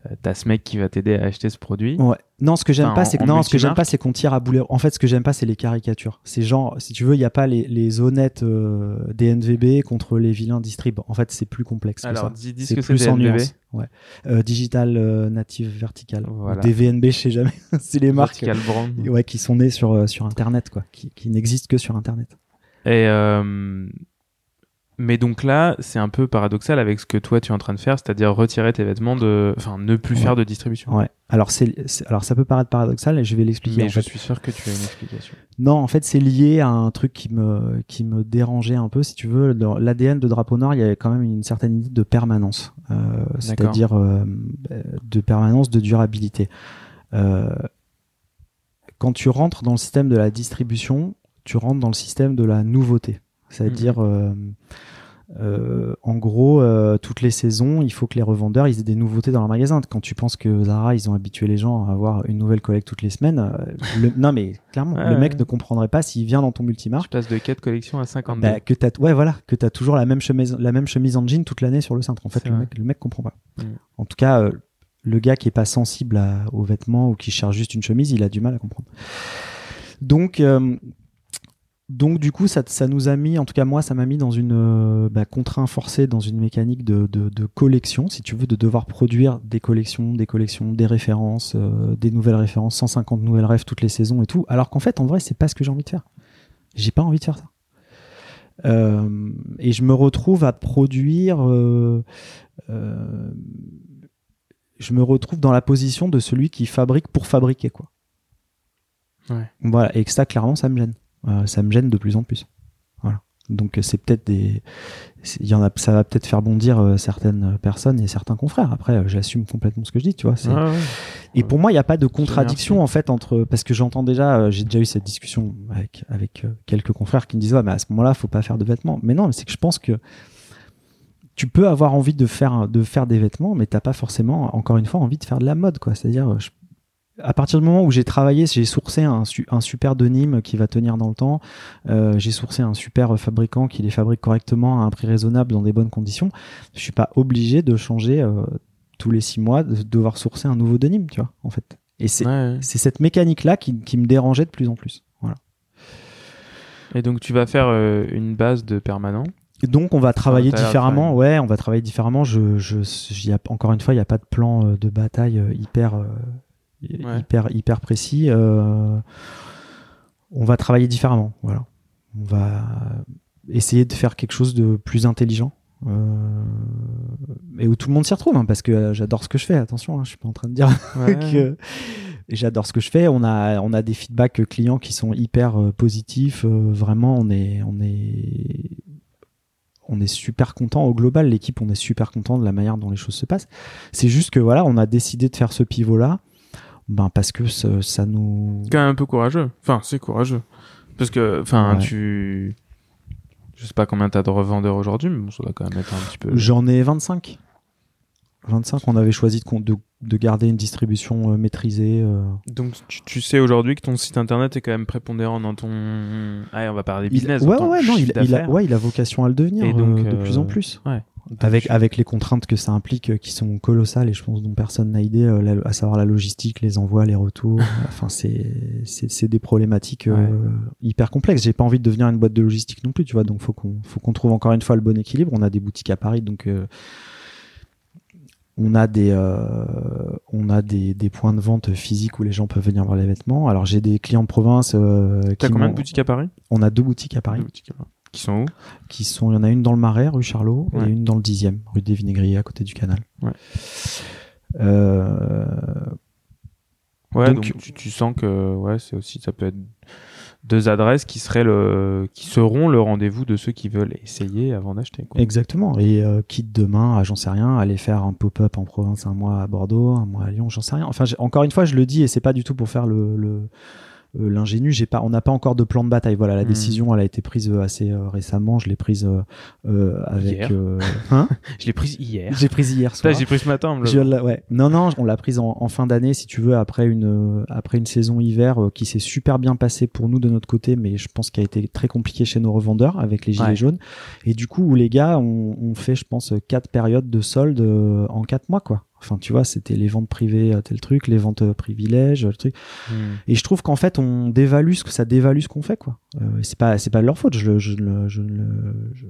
euh, t'as ce mec qui va t'aider à acheter ce produit.
Ouais. Non, ce que j'aime
Enfin,
pas,
en-
c'est que
en
non, ce que j'aime
multimarque.
pas, c'est qu'on tire à boulet. En fait, ce que j'aime pas, c'est les caricatures. C'est genre, si tu veux, il y a pas les, les honnêtes euh, D N V B contre les vilains distrib. En fait, c'est plus complexe
Alors,
que ça.
dis, dis ce que c'est
plus
D
en
N V B.
nuances. Ouais. Euh, digital euh, native vertical.
Voilà.
Ou D V N B, je sais jamais. C'est les marques.
Vertical brand.
Ouais, qui sont nées sur euh, sur Internet, quoi, qui, qui n'existent que sur Internet.
Et euh, mais donc là, c'est un peu paradoxal avec ce que toi tu es en train de faire, c'est-à-dire retirer tes vêtements de, enfin, ne plus
Ouais.
faire de distribution.
Ouais. Alors c'est, c'est- alors ça peut paraître paradoxal et je vais l'expliquer.
Mais
en
je
fait.
suis sûr que tu as une explication.
Non, en fait, c'est lié à un truc qui me qui me dérangeait un peu, si tu veux. Dans l'A D N de Drapeau Noir, il y avait quand même une certaine idée de permanence, euh, c'est-à-dire euh, de permanence, de durabilité. Euh, quand tu rentres dans le système de la distribution, tu rentres dans le système de la nouveauté. C'est-à-dire, euh, euh, en gros, euh, toutes les saisons, il faut que les revendeurs ils aient des nouveautés dans leur magasin. Quand tu penses que Zara, ils ont habitué les gens à avoir une nouvelle collecte toutes les semaines, euh, le, non mais clairement,
Ouais,
le mec
ouais.
ne comprendrait pas s'il vient dans ton
Je
multimarque.
passe de quatre collections à cinquante-deux.
Bah, que t'as, ouais, voilà, que t'as toujours la même chemise, la même chemise en jean toute l'année sur le cintre. En fait,
C'est
le
vrai.
mec, le mec comprend pas.
Mm.
En tout cas, euh, le gars qui est pas sensible à- aux vêtements ou qui cherche juste une chemise, il a du mal à comprendre. Donc, euh, donc du coup, ça, ça nous a mis, en tout cas moi, ça m'a mis dans une euh, bah, contraint forcée dans une mécanique de, de, de collection, si tu veux, de devoir produire des collections, des collections, des références, euh, des nouvelles références, cent cinquante nouvelles rêves toutes les saisons et tout. Alors qu'en fait, en vrai, c'est pas ce que j'ai envie de faire. J'ai pas envie de faire ça. Euh, et je me retrouve à produire. Euh, euh, je me retrouve dans la position de celui qui fabrique pour fabriquer, quoi.
Ouais.
Voilà, et que ça, clairement, ça me gêne. Euh, ça me gêne de plus en plus. Voilà. Donc c'est peut-être des, il y en a, ça va peut-être faire bondir euh, certaines personnes et certains confrères. Après, euh, j'assume complètement ce que je dis, tu vois. C'est...
Ouais, ouais.
Et pour moi, il n'y a pas de
Je te
contradiction
remercie.
en fait entre, parce que j'entends déjà, euh, j'ai déjà eu cette discussion avec avec euh, quelques confrères qui me disent ouais, mais à ce moment-là, faut pas faire de vêtements. Mais non, mais c'est que je pense que tu peux avoir envie de faire de faire des vêtements, mais t'as pas forcément, encore une fois, envie de faire de la mode, quoi. C'est-à-dire, je- à partir du moment où j'ai travaillé, j'ai sourcé un, su- un super denim qui va tenir dans le temps. Euh, j'ai sourcé un super fabricant qui les fabrique correctement à un prix raisonnable dans des bonnes conditions. Je suis pas obligé de changer euh, tous les six mois, de devoir sourcer un nouveau denim, tu vois, en fait. Et c'est,
Ouais.
c'est cette mécanique-là qui, qui me dérangeait de plus en plus. Voilà.
Et donc tu vas faire euh, une base de permanent.
Et donc on va travailler
t'as l'air de
différemment.
faire-
Ouais, on va travailler différemment. Je, je, j'y a- encore une fois, il n'y a pas de plan euh, de bataille euh, hyper, euh,
Ouais.
hyper, hyper précis. Euh, on va travailler différemment. Voilà. On va essayer de faire quelque chose de plus intelligent. Euh, et où tout le monde s'y retrouve, hein, parce que euh, j'adore ce que je fais. Attention, hein, je suis pas en train de dire
Ouais.
que et j'adore ce que je fais. On a, on a des feedbacks clients qui sont hyper euh, positifs. Euh, vraiment, on est, on est, on est super content au global. L'équipe, on est super content de la manière dont les choses se passent. C'est juste que voilà, on a décidé de faire ce pivot-là, ben parce que ça, ça nous.
C'est quand même un peu courageux. Enfin, c'est courageux. Parce que, enfin,
Ouais.
tu... Je sais pas combien t'as de revendeurs aujourd'hui, mais bon, ça doit quand même être un petit peu...
J'en ai vingt-cinq. vingt-cinq, on avait choisi de, con- de, de garder une distribution euh, maîtrisée. euh.
Donc, tu, tu sais aujourd'hui que ton site internet est quand même prépondérant dans ton... Allez, on va parler business.
Il,
dans
ouais,
ton
ouais, non,
chiffre
il, il a,
d'affaires.
ouais, il a vocation à le devenir
Et donc,
euh, de
euh,
plus en plus.
Ouais.
Avec, avec les contraintes que ça implique, euh, qui sont colossales et je pense dont personne n'a idée, euh, la- à savoir la logistique, les envois, les retours. Enfin, c'est, c'est, c'est des problématiques euh,
Ouais.
hyper complexes. J'ai pas envie de devenir une boîte de logistique non plus, tu vois. Donc, faut qu'on, faut qu'on trouve encore une fois le bon équilibre. On a des boutiques à Paris, donc euh, on a des, euh, on a des, des points de vente physiques où les gens peuvent venir voir les vêtements. Alors, j'ai des clients de province. Euh,
T'as
qui
combien
m'ont-
de boutiques à Paris?
On a deux boutiques à Paris.
Deux boutiques à Paris. Qui sont où?
Qui sont, il y en a une dans le Marais, rue Charlot,
Ouais.
et une dans le dixième, rue des Vinaigriers, à côté du canal.
Ouais.
Euh,
Ouais, donc,
Donc-
tu, tu sens que ouais, c'est aussi, ça peut être deux adresses qui seraient le, qui seront le rendez-vous de ceux qui veulent essayer avant d'acheter, quoi.
Exactement. Et euh, quitte demain, à, j'en sais rien, aller faire un pop-up en province un mois à Bordeaux, un mois à Lyon, j'en sais rien. Enfin, j'ai- encore une fois, je le dis, et c'est pas du tout pour faire le, le euh, l'ingénu. J'ai pas, on n'a pas encore de plan de bataille. Voilà, la
Hmm.
décision, elle a été prise euh, assez euh, récemment. Je l'ai prise euh, euh, avec.
Hier.
euh, hein
Je l'ai prise hier.
J'ai prise hier
Là,
soir.
j'ai pris ce matin. me le-
Je l'ai- ouais. Non, non, on l'a prise en, en fin d'année, si tu veux, après une, euh, après une saison hiver euh, qui s'est super bien passée pour nous de notre côté, mais je pense qu'elle a été très compliquée chez nos revendeurs avec les gilets
Ouais.
jaunes. Et du coup, où les gars ont, ont fait, je pense, quatre périodes de soldes euh, en quatre mois, quoi. Enfin, tu vois, c'était les ventes privées, tel truc, les ventes euh, privilèges, le truc. Mmh. Et je trouve qu'en fait, on dévalue ce que ça dévalue ce qu'on fait, quoi. Euh, c'est pas, c'est pas de leur faute. Je, je, je, je, je,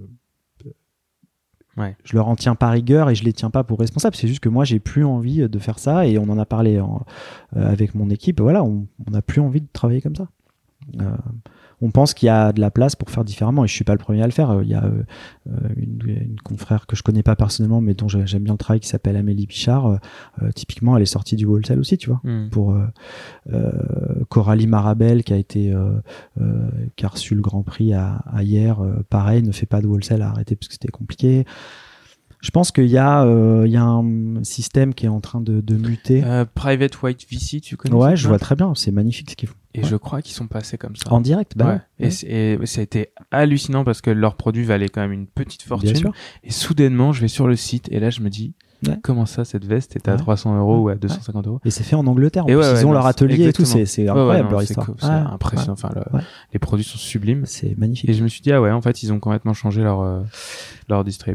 ouais.
je leur en tiens pas rigueur et je les tiens pas pour responsables. C'est juste que moi, j'ai plus envie de faire ça et on en a parlé en, euh, avec mon équipe. Voilà, on n'a plus envie de travailler comme ça. Euh, on pense qu'il y a de la place pour faire différemment et je suis pas le premier à le faire. Il y a euh, une, une confrère que je connais pas personnellement mais dont j'aime bien le travail qui s'appelle Amélie Pichard. Euh, typiquement, elle est sortie du wholesale aussi, tu vois. Mm. Pour euh, euh, Coralie Marabel qui a été euh, euh, qui a reçu le Grand Prix à, à hier. Euh, pareil, ne fait pas de wholesale, a arrêté parce que c'était compliqué. Je pense qu'il y a, euh, il y a un système qui est en train de, de muter.
Euh, Private White V C, tu connais?
Ouais, je vois très bien. C'est magnifique ce qu'ils font.
Et
ouais.
je crois qu'ils sont passés comme ça.
En direct, bah
ouais.
ouais.
Et, c'est, et ça a été hallucinant parce que leur produit valait quand même une petite fortune.
Bien sûr.
Et soudainement, je vais sur le site et là, je me dis, ouais. comment ça, cette veste était ouais. à trois cents euros ouais. ou à deux cent cinquante euros?
Et c'est fait en Angleterre. En
et
plus,
ouais,
ils
ouais,
ont
non,
leur atelier
exactement.
et tout. C'est, c'est incroyable
ouais, ouais, non,
leur
c'est
histoire.
Cool, c'est
ah,
impressionnant.
Ouais.
Enfin, le, ouais. les produits sont sublimes.
C'est magnifique.
Et je me suis dit, ah ouais, en fait, ils ont complètement changé leur, euh, leur distrib.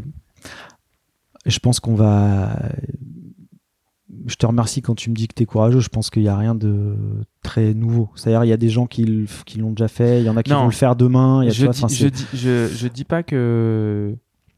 Je pense qu'on va. Je te remercie quand tu me dis que tu es courageux. Je pense qu'il n'y a rien de très nouveau. C'est-à-dire, il y a des gens qui, qui l'ont déjà fait, il y en a qui non, vont le faire demain. Il y a,
je,
vois,
dis, je, dis, je, je dis pas que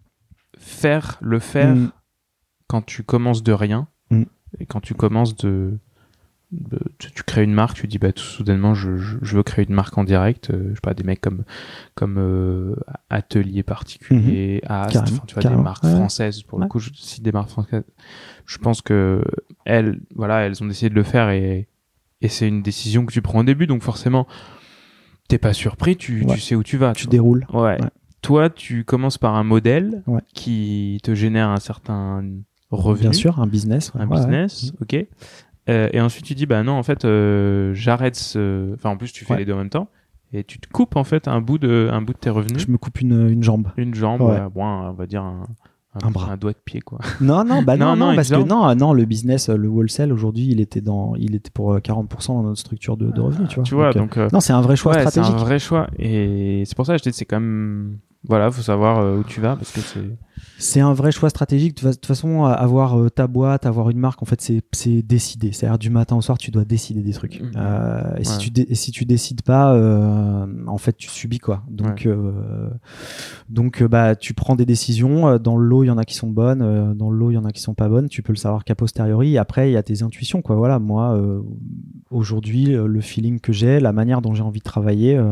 faire, le faire, mm. quand tu commences de rien, mm. et quand tu commences de. de tu, tu crées une marque, tu dis bah tout soudainement je, je, je veux créer une marque en direct. Euh, je sais pas, des mecs comme, comme euh, Atelier Particulier, mm-hmm. Ast, enfin, tu vois, carrément. Des marques ouais. françaises. Pour ouais. le coup, je cite des marques françaises. Je pense que elles, voilà, elles ont décidé de le faire et, et c'est une décision que tu prends au début, donc forcément, t'es pas surpris, tu, ouais. tu sais où tu vas.
Tu déroules.
Ouais. ouais. Toi, tu commences par un modèle
ouais.
qui te génère un certain revenu.
Bien sûr, un business.
Un
ouais,
business, ouais. ok. Euh, et ensuite, tu dis, bah non, en fait, euh, j'arrête ce. Enfin, en plus, tu fais ouais. les deux en même temps. Et tu te coupes, en fait, un bout de, un bout de tes revenus.
Je me coupe une, une jambe.
Une jambe,
ouais.
ouais, bon, on va dire un. Un,
un bras,
un doigt de pied, quoi.
Non, non, bah non, non, non parce
jambe.
que non, non, le business, le wholesale aujourd'hui, il était dans, il était pour quarante pour cent dans notre structure de, de revenus, tu vois.
Tu vois, donc,
donc euh, non, c'est un vrai choix
ouais,
stratégique.
C'est un vrai choix, et c'est pour ça que je dis, c'est quand même, voilà, faut savoir euh, où tu vas, parce que c'est.
C'est un vrai choix stratégique. De toute façon, avoir euh, ta boîte, avoir une marque, en fait, c'est, c'est décider. C'est-à-dire, du matin au soir, tu dois décider des trucs. Mmh. Euh, et, ouais. si tu dé- et si tu décides pas, euh, en fait, tu subis, quoi. Donc, ouais. euh, donc bah, tu prends des décisions. Dans le lot, il y en a qui sont bonnes. Euh, dans le lot, il y en a qui sont pas bonnes. Tu peux le savoir qu'a posteriori. Et après, il y a tes intuitions, quoi. Voilà, moi, euh, aujourd'hui, le feeling que j'ai, la manière dont j'ai envie de travailler, euh,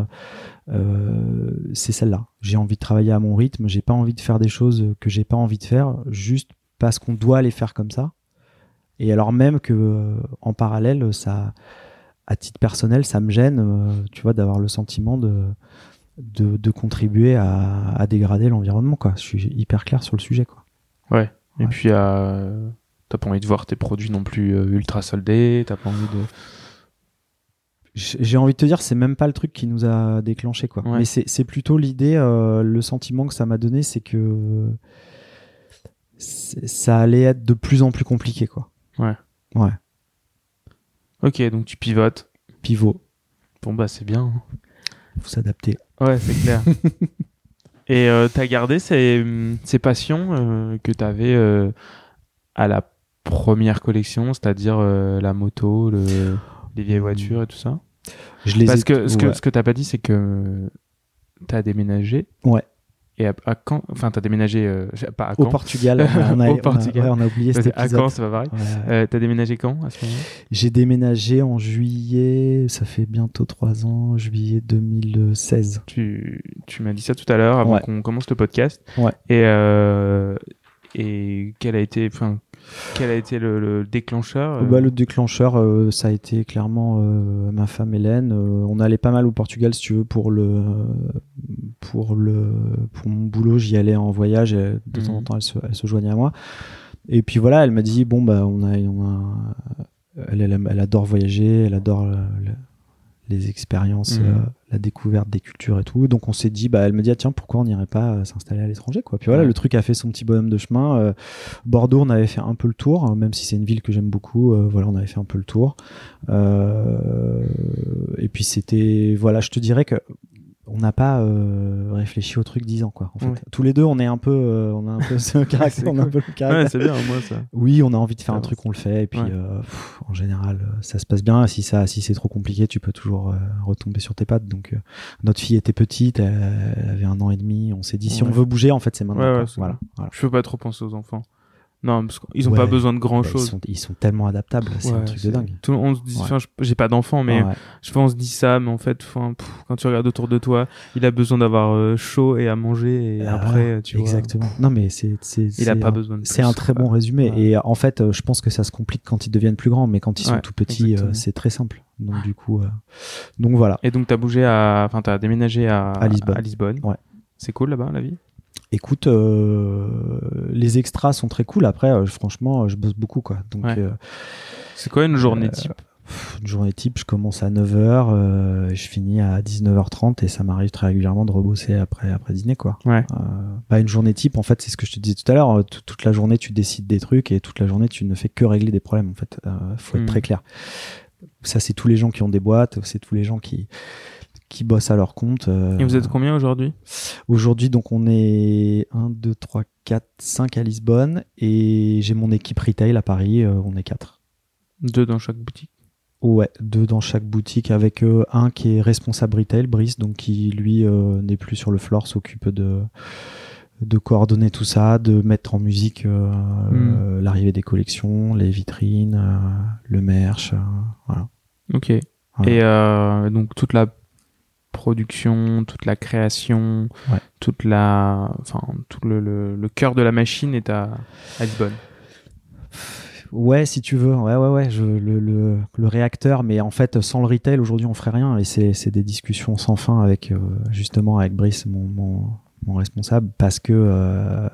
Euh, c'est celle-là. J'ai envie de travailler à mon rythme, j'ai pas envie de faire des choses que j'ai pas envie de faire juste parce qu'on doit les faire comme ça. Et alors même que euh, en parallèle, ça, à titre personnel, ça me gêne, euh, tu vois, d'avoir le sentiment de de, de contribuer à, à dégrader l'environnement, quoi. Je suis hyper clair sur le sujet, quoi.
Ouais. Et ouais. puis euh, t'as pas envie de voir tes produits non plus euh, ultra soldés, t'as pas envie de.
J'ai envie de te dire, c'est même pas le truc qui nous a déclenché, quoi. Ouais. Mais c'est, c'est plutôt l'idée, euh, le sentiment que ça m'a donné, c'est que c'est, ça allait être de plus en plus compliqué, quoi.
Ouais.
Ouais.
Ok, donc tu pivotes.
Pivot.
Bon, bah, c'est bien.
Faut s'adapter.
Ouais, c'est clair. Et euh, t'as gardé ces, ces passions euh, que t'avais euh, à la première collection, c'est-à-dire euh, la moto, le, les vieilles voitures et tout ça?
Je les
Parce
ai...
que ce,
ouais.
que ce que t'as pas dit, c'est que t'as déménagé.
Ouais.
Et à, à Caen, enfin t'as déménagé euh, pas à Caen.
Au Portugal. On a,
Au Portugal.
On a, ouais, on a oublié cet
à
épisode.
Caen, c'est pas pareil. Ouais. Euh, t'as déménagé quand à ce moment-là?
J'ai déménagé en juillet, ça fait bientôt trois ans, juillet deux mille seize.
Tu, tu m'as dit ça tout à l'heure avant
ouais.
qu'on commence le podcast.
Ouais.
Et euh, et quel a été, enfin. Quel a été le, le déclencheur?
bah, Le déclencheur, euh, ça a été clairement euh, ma femme Hélène. Euh, on allait pas mal au Portugal, si tu veux, pour le, pour le, pour mon boulot. J'y allais en voyage. Et de mmh. temps en temps, elle se, elle se joignait à moi. Et puis voilà, elle m'a dit bon bah on a, on a, elle, elle, elle adore voyager, elle adore le, le, les expériences, mmh. euh, la découverte des cultures et tout. Donc on s'est dit, bah elle me dit ah, tiens pourquoi on n'irait pas euh, s'installer à l'étranger, quoi. Puis voilà, ouais. le truc a fait son petit bonhomme de chemin. Euh, Bordeaux, on avait fait un peu le tour, hein, même si c'est une ville que j'aime beaucoup. Euh, voilà, on avait fait un peu le tour. Euh, et puis c'était, voilà, je te dirais que on on n'a pas euh, réfléchi au truc dix ans, quoi. En fait,
ouais.
tous les deux, on est un peu, euh, on a un peu ce caractère, on a un peu le caractère.
Ouais, c'est bien, moi ça.
Oui, on a envie de faire
ça
un truc, on le fait, et puis
ouais.
euh, pff, en général, ça se passe bien. Si ça, si c'est trop compliqué, tu peux toujours euh, retomber sur tes pattes. Donc, euh, notre fille était petite, elle, elle avait un an et demi. On s'est dit, si
ouais.
on veut bouger, en fait, c'est maintenant.
Ouais,
quoi.
ouais, c'est
voilà, voilà.
Je peux pas trop penser aux enfants. Non, parce qu'ils ont
ouais,
pas besoin de grand
bah,
chose.
Ils sont, ils sont tellement adaptables, c'est
ouais,
un truc
c'est...
de dingue.
Tout, on se dit,
ouais.
enfin, j'ai pas d'enfant, mais
ouais.
je pense on se dit ça, mais en fait, enfin, pff, quand tu regardes autour de toi, il a besoin d'avoir euh, chaud et à manger, et
Ah,
après, tu
exactement.
vois.
Non, mais c'est, c'est,
Il
c'est
a pas
un,
besoin de
c'est
plus,
un très
quoi.
bon résumé.
Ouais.
Et en fait, euh, je pense que ça se complique quand ils deviennent plus grands, mais quand ils sont
ouais,
tout petits, euh, c'est très simple. Donc du coup, euh... donc voilà.
Et donc t'as bougé à, enfin t'as déménagé à,
à Lisbonne.
À Lisbonne.
Ouais.
C'est cool là-bas la vie.
Écoute, euh, les extras sont très cool. Après, euh, franchement, je bosse beaucoup, quoi. Donc,
ouais.
euh,
c'est quoi une journée
euh,
type?
Une journée type, je commence à neuf heures, euh, je finis à dix-neuf heures trente et ça m'arrive très régulièrement de rebosser après, après dîner, quoi.
Ouais.
Euh, bah, une journée type, en fait, c'est ce que je te disais tout à l'heure. T- toute la journée, tu décides des trucs et toute la journée, tu ne fais que régler des problèmes, en fait. Euh, faut être
mmh.
très clair. Ça, c'est tous les gens qui ont des boîtes, c'est tous les gens qui, qui bossent à leur compte. Euh,
et vous êtes combien aujourd'hui?
Aujourd'hui, donc, on est un, deux, trois, quatre, cinq à Lisbonne et j'ai mon équipe retail à Paris, euh, on est quatre.
Deux dans chaque boutique?
Ouais, deux dans chaque boutique avec euh, un qui est responsable retail, Brice, donc qui lui euh, n'est plus sur le floor, s'occupe de de coordonner tout ça, de mettre en musique euh,
mmh.
euh, l'arrivée des collections, les vitrines, euh, le merch, euh, voilà.
Ok.
Voilà.
Et euh, donc toute la production, toute la création,
ouais.
toute la, enfin tout le, le, le cœur de la machine est à, à Lisbonne.
Ouais, si tu veux, ouais, ouais, ouais, je, le, le, le réacteur, mais en fait, sans le retail, aujourd'hui, on ferait rien, et c'est, c'est des discussions sans fin avec, euh, justement, avec Brice, mon, mon, mon responsable, parce que, euh,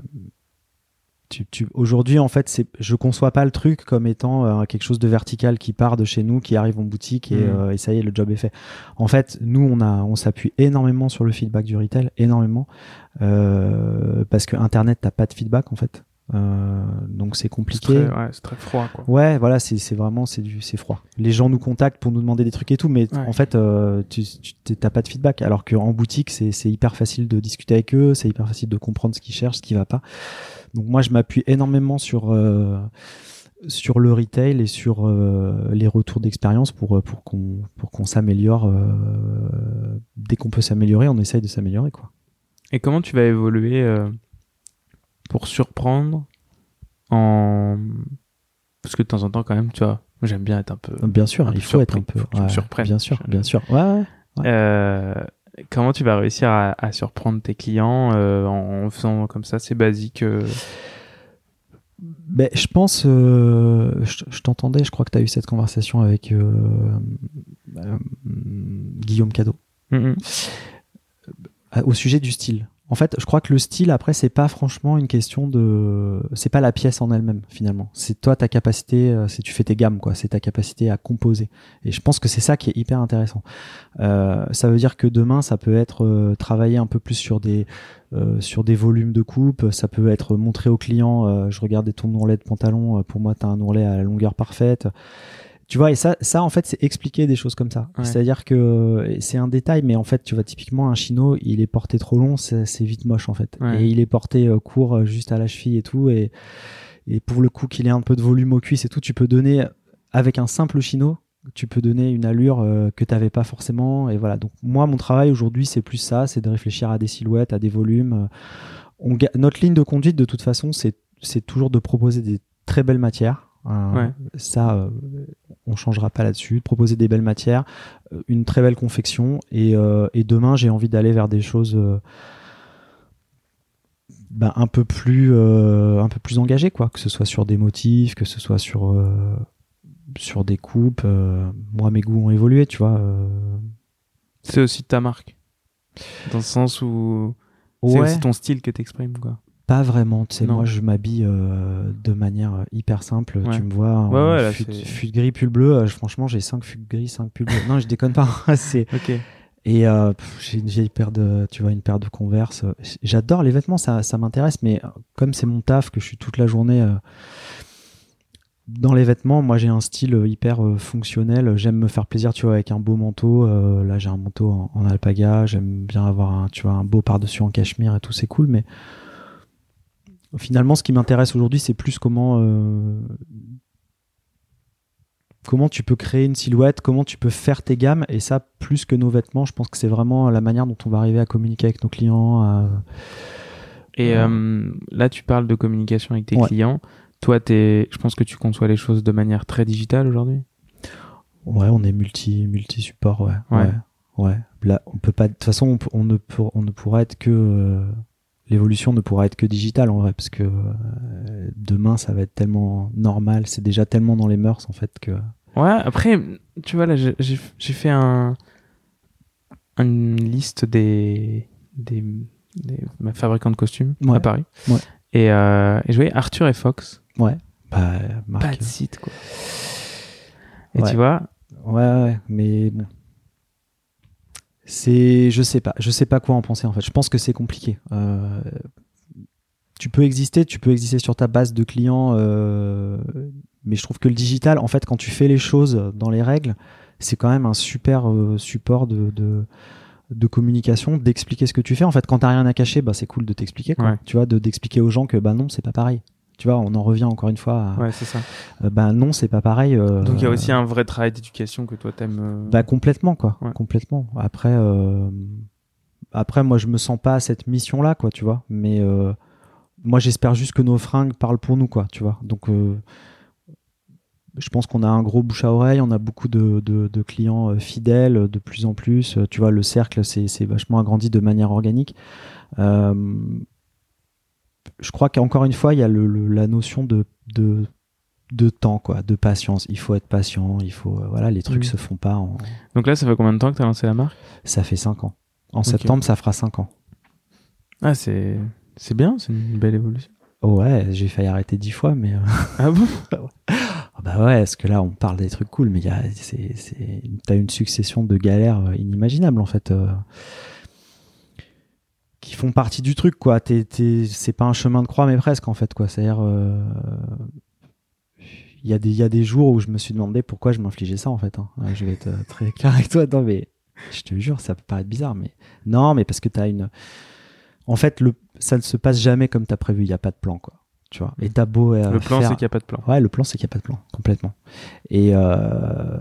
tu, tu, aujourd'hui, en fait, c'est, je conçois pas le truc comme étant euh, quelque chose de vertical qui part de chez nous, qui arrive en boutique, et, mmh. euh, et ça y est, le job est fait. En fait, nous, on a, on s'appuie énormément sur le feedback du retail, énormément, euh, parce que Internet, t'as pas de feedback, en fait. Euh, donc c'est compliqué.
C'est très, ouais, c'est très froid, quoi.
Ouais, voilà, c'est, c'est vraiment c'est du c'est froid. Les gens nous contactent pour nous demander des trucs et tout, mais ouais. en fait, euh, tu, tu t'as pas de feedback. Alors qu'en boutique, c'est c'est hyper facile de discuter avec eux, c'est hyper facile de comprendre ce qu'ils cherchent, ce qui va pas. Donc moi, je m'appuie énormément sur euh, sur le retail et sur euh, les retours d'expérience pour pour qu'on pour qu'on s'améliore. Euh, dès qu'on peut s'améliorer, on essaye de s'améliorer, quoi.
Et comment tu vas évoluer euh... pour surprendre en parce que de temps en temps quand même tu vois moi j'aime bien être un peu
bien sûr
un
il
peu
faut
surpris.
être un peu
Faut que tu
ouais,
me surprennes.
bien sûr
je...
bien sûr ouais, ouais, ouais.
Euh, comment tu vas réussir à, à surprendre tes clients euh, en, en faisant comme ça c'est basique euh...
ben, je pense euh, je, je t'entendais je crois que tu as eu cette conversation avec euh, euh, Guillaume Cadeau
mm-hmm.
au sujet du style. En fait, je crois que le style, après, c'est pas franchement une question de... C'est pas la pièce en elle-même, finalement. C'est toi, ta capacité, c'est tu fais tes gammes, quoi. C'est ta capacité à composer. Et je pense que c'est ça qui est hyper intéressant. Euh, ça veut dire que demain, ça peut être euh, travailler un peu plus sur des, euh, sur des volumes de coupe. Ça peut être montrer au client, euh, je regardais ton ourlet de pantalon, pour moi, t'as un ourlet à la longueur parfaite. Tu vois, et ça, ça en fait, c'est expliquer des choses comme ça. Ouais. C'est-à-dire que c'est un détail, mais en fait, tu vois, typiquement, un chino, il est porté trop long, c'est, c'est vite moche, en fait. Ouais. Et il est porté euh, court, euh, juste à la cheville et tout. Et, et pour le coup, qu'il ait un peu de volume aux cuisses et tout, tu peux donner, avec un simple chino, tu peux donner une allure euh, que tu n'avais pas forcément. Et voilà. Donc, moi, mon travail aujourd'hui, c'est plus ça, c'est de réfléchir à des silhouettes, à des volumes. On ga- Notre ligne de conduite, de toute façon, c'est, c'est toujours de proposer des très belles matières. Euh, ouais. Ça, euh, on changera pas là-dessus. De proposer des belles matières, euh, une très belle confection, et, euh, et demain, j'ai envie d'aller vers des choses euh, ben, un peu plus, euh, un peu plus engagées, quoi. Que ce soit sur des motifs, que ce soit sur euh, sur des coupes. Euh, moi, mes goûts ont évolué, tu vois. Euh...
C'est aussi ta marque, dans le sens où ouais. c'est aussi ton style que t'exprimes, quoi.
Pas vraiment, tu sais, moi je m'habille euh, de manière hyper simple, ouais. Tu me vois en
ouais, ouais, là,
fut, fut gris, pull bleu, euh, franchement j'ai cinq fut gris, cinq pull bleu. Non, je déconne pas, c'est...
Okay.
Et euh, pff, j'ai une vieille paire de, tu vois, une paire de Converse. J'adore les vêtements, ça, ça m'intéresse, mais comme c'est mon taf, que je suis toute la journée... Euh, dans les vêtements, moi j'ai un style hyper euh, fonctionnel. J'aime me faire plaisir, tu vois, avec un beau manteau. Euh, là, j'ai un manteau en, en alpaga. J'aime bien avoir un, tu vois, un beau par-dessus en cachemire et tout, c'est cool. Mais finalement, ce qui m'intéresse aujourd'hui, c'est plus comment euh, comment tu peux créer une silhouette, comment tu peux faire tes gammes. Et ça, plus que nos vêtements, je pense que c'est vraiment la manière dont on va arriver à communiquer avec nos clients. À...
Et euh... Euh, là, tu parles de communication avec tes ouais. clients. Toi, t'es, je pense que tu conçois les choses de manière très digitale aujourd'hui.
Ouais, on est multi, multi-support, ouais. Ouais. ouais. ouais. Là, on peut pas, de toute façon, on, on, ne, pour, on ne pourra être que, euh, l'évolution ne pourra être que digitale en vrai, parce que euh, demain, ça va être tellement normal, c'est déjà tellement dans les mœurs en fait que.
Ouais, après, tu vois, là, j'ai, j'ai fait un, une liste des, des, des fabricants de costumes
ouais.
à Paris.
Ouais.
Et, euh, et je voyais Arthur et Fox.
Ouais. Bah,
marque. Pas de site, quoi. Et
ouais.
tu vois.
Ouais, ouais, mais bon. C'est, je sais pas, je sais pas quoi en penser en fait. Je pense que c'est compliqué. Euh, tu peux exister, tu peux exister sur ta base de clients, euh, mais je trouve que le digital, en fait, quand tu fais les choses dans les règles, c'est quand même un super euh, support de, de de communication, d'expliquer ce que tu fais. En fait, quand t'as rien à cacher, bah c'est cool de t'expliquer, quoi.
Ouais.
Tu vois, de d'expliquer aux gens que bah non, c'est pas pareil. Tu vois, on en revient encore une fois à...
Ouais, c'est ça.
Euh, bah non, c'est pas pareil. Euh...
Donc il y a aussi un vrai travail d'éducation que toi t'aimes. Euh...
Bah complètement, quoi.
Ouais.
Complètement. Après, euh... après, moi, je me sens pas à cette mission-là, quoi, tu vois. Mais euh... moi, j'espère juste que nos fringues parlent pour nous, quoi, tu vois. Donc, euh... je pense qu'on a un gros bouche à oreille, on a beaucoup de, de, de clients euh, fidèles, de plus en plus. Tu vois, le cercle, c'est, c'est vachement agrandi de manière organique. Euh... Je crois qu'encore une fois, il y a le, le, la notion de, de, de temps, quoi, de patience. Il faut être patient, il faut, euh, voilà, les trucs
mmh.
se font pas en...
Donc là, ça fait combien de temps que tu as lancé la marque ?
Ça fait cinq ans. En okay. septembre, ça fera cinq ans.
Ah, c'est, c'est bien, c'est une belle évolution.
Oh ouais, j'ai failli arrêter dix fois, mais... Euh...
Ah bon ?
Oh bah ouais, parce que là, on parle des trucs cool, mais y a, c'est, c'est... t'as une succession de galères inimaginables, en fait. Euh... qui font partie du truc, quoi. T'es, t'es, c'est pas un chemin de croix, mais presque, en fait, quoi. C'est-à-dire, euh, il y a des, il y a des jours où je me suis demandé pourquoi je m'infligeais ça, en fait. Hein. Je vais être très clair avec toi. Non, mais je te jure, ça peut paraître bizarre, mais non, mais parce que t'as une, en fait, le, ça ne se passe jamais comme t'as prévu. Il y a pas de plan, quoi. Tu vois. Et t'as beau euh,
le plan,
faire...
c'est qu'il y a pas de plan.
Ouais, le plan, c'est qu'il y a pas de plan, complètement. Et euh...